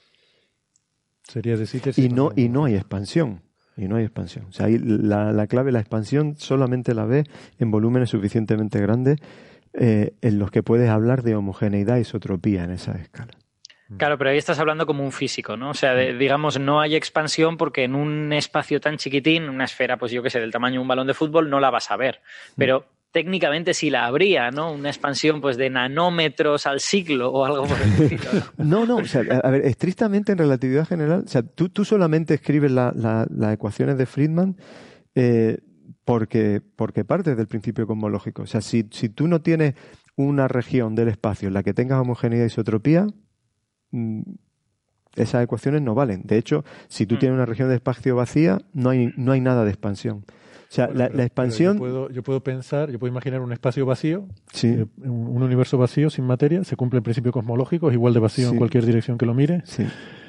Sería de Sitter y no y no hay expansión. Y no hay expansión. O sea, ahí la, la clave, la expansión, solamente la ves en volúmenes suficientemente grandes eh, en los que puedes hablar de homogeneidad e isotropía en esa escala. Claro, pero ahí estás hablando como un físico, ¿no? O sea, de, digamos, no hay expansión porque en un espacio tan chiquitín, una esfera, pues yo qué sé, del tamaño de un balón de fútbol, no la vas a ver. Pero técnicamente sí la habría, ¿no? Una expansión pues de nanómetros al siglo o algo por el estilo, ¿no? No, no, o sea, a ver, estrictamente en relatividad general, o sea, tú, tú solamente escribes las la, la ecuaciones de Friedman eh, porque, porque partes del principio cosmológico. O sea, si, si tú no tienes una región del espacio en la que tengas homogeneidad e isotropía, mmm, esas ecuaciones no valen. De hecho, si tú mm. tienes una región de espacio vacía, no hay, no hay nada de expansión. O sea, bueno, la, pero, la expansión... Yo puedo, yo puedo pensar, yo puedo imaginar un espacio vacío, sí. eh, un, un universo vacío sin materia, se cumple el principio cosmológico, es igual de vacío sí. en cualquier dirección que lo mire, sí.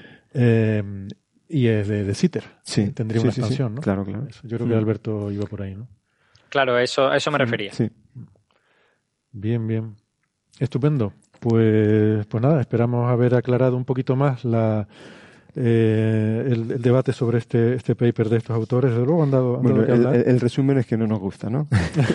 eh, y es de, de Sitter. Sí. Tendría sí, una sí, expansión, sí. ¿no? Claro, claro. Eso, yo creo que Alberto iba por ahí, ¿no? Claro, eso, a eso me refería. Sí. Bien, bien. Estupendo. Pues, pues nada, esperamos haber aclarado un poquito más la... Eh, el, el debate sobre este, este paper de estos autores. Desde luego han dado, han bueno, dado que el, hablar. El, el resumen es que no nos gusta, ¿no?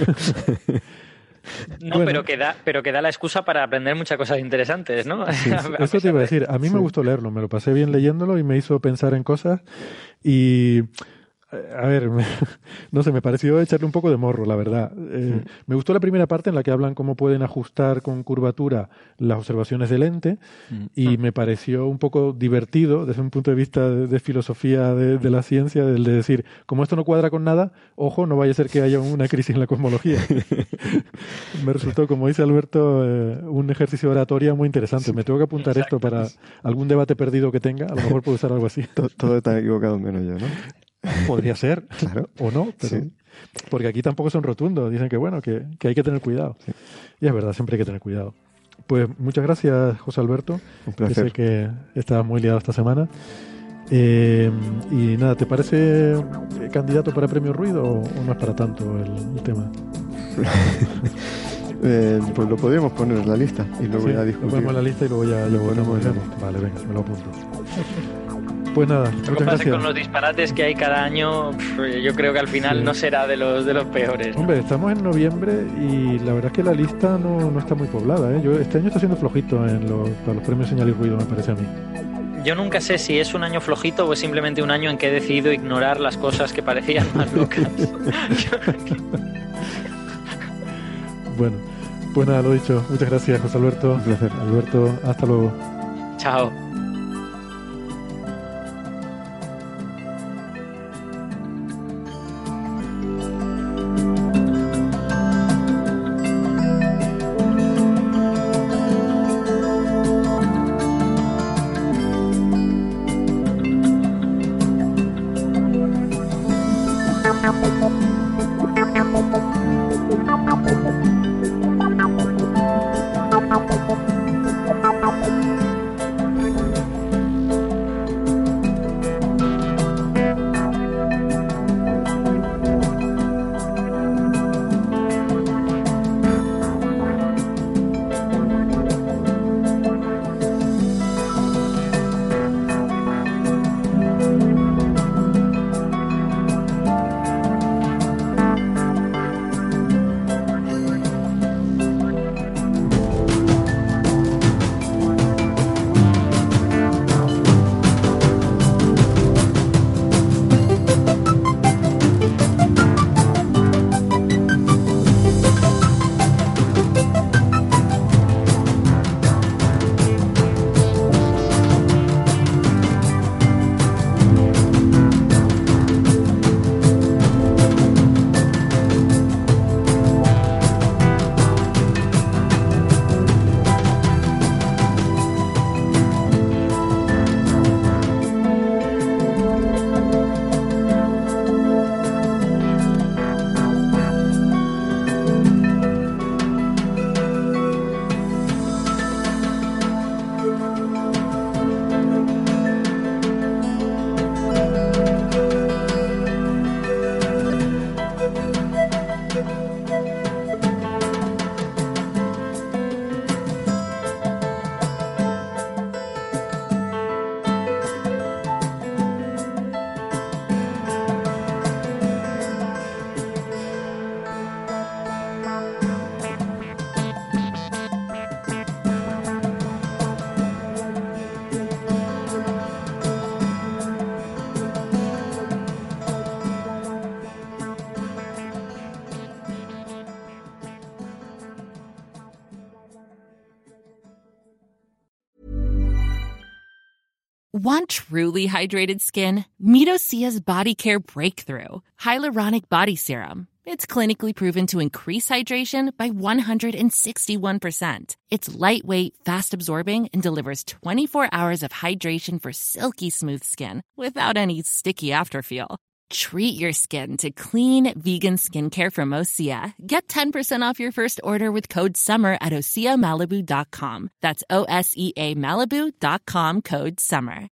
No, bueno. pero, que da, pero que da la excusa para aprender muchas cosas interesantes, ¿no? Sí, eso te iba a decir. A mí sí. me gustó leerlo, me lo pasé bien leyéndolo y me hizo pensar en cosas y... A ver, me, no sé, me pareció echarle un poco de morro, la verdad. Eh, sí. Me gustó la primera parte en la que hablan cómo pueden ajustar con curvatura las observaciones del lente mm. y me pareció un poco divertido desde un punto de vista de, de filosofía de, de la ciencia, del de decir, como esto no cuadra con nada, ojo, no vaya a ser que haya una crisis en la cosmología. Me resultó, como dice Alberto, eh, un ejercicio de oratoria muy interesante. Sí. Me tengo que apuntar Exacto. esto para algún debate perdido que tenga, a lo mejor puedo usar algo así. Todo, todo está equivocado menos yo, ¿no? Podría ser, claro. o no, pero sí. porque aquí tampoco son rotundos, dicen que bueno, que, que hay que tener cuidado. Sí. Y es verdad, siempre hay que tener cuidado. Pues muchas gracias, José Alberto. Un placer. Sé que estabas muy liado esta semana. Eh, y nada, ¿te parece candidato para Premio Ruido o, o no es para tanto el, el tema? eh, pues lo podríamos poner en la lista y luego sí, ya discutir. Lo ponemos en la lista y luego ya lo ponemos en la lista. Vale, venga, me lo apunto. Pues nada, lo que pasa con los disparates que hay cada año, yo creo que al final sí. no será de los de los peores, ¿no? Hombre, estamos en noviembre y la verdad es que la lista no, no está muy poblada, ¿eh? Yo, este año está siendo flojito en los, para los premios Señal y Ruido, me parece a mí. Yo nunca sé si es un año flojito o es simplemente un año en que he decidido ignorar las cosas que parecían más locas. Bueno, pues nada, lo dicho. Muchas gracias, José Alberto. Un placer. Alberto, hasta luego. Chao. Want truly hydrated skin? Meet Osea's Body Care Breakthrough Hyaluronic Body Serum. It's clinically proven to increase hydration by one hundred sixty-one percent. It's lightweight, fast-absorbing, and delivers twenty-four hours of hydration for silky smooth skin without any sticky afterfeel. Treat your skin to clean, vegan skincare from Osea. Get ten percent off your first order with code SUMMER at osea malibu dot com. That's O S E A Malibu dot com, code SUMMER.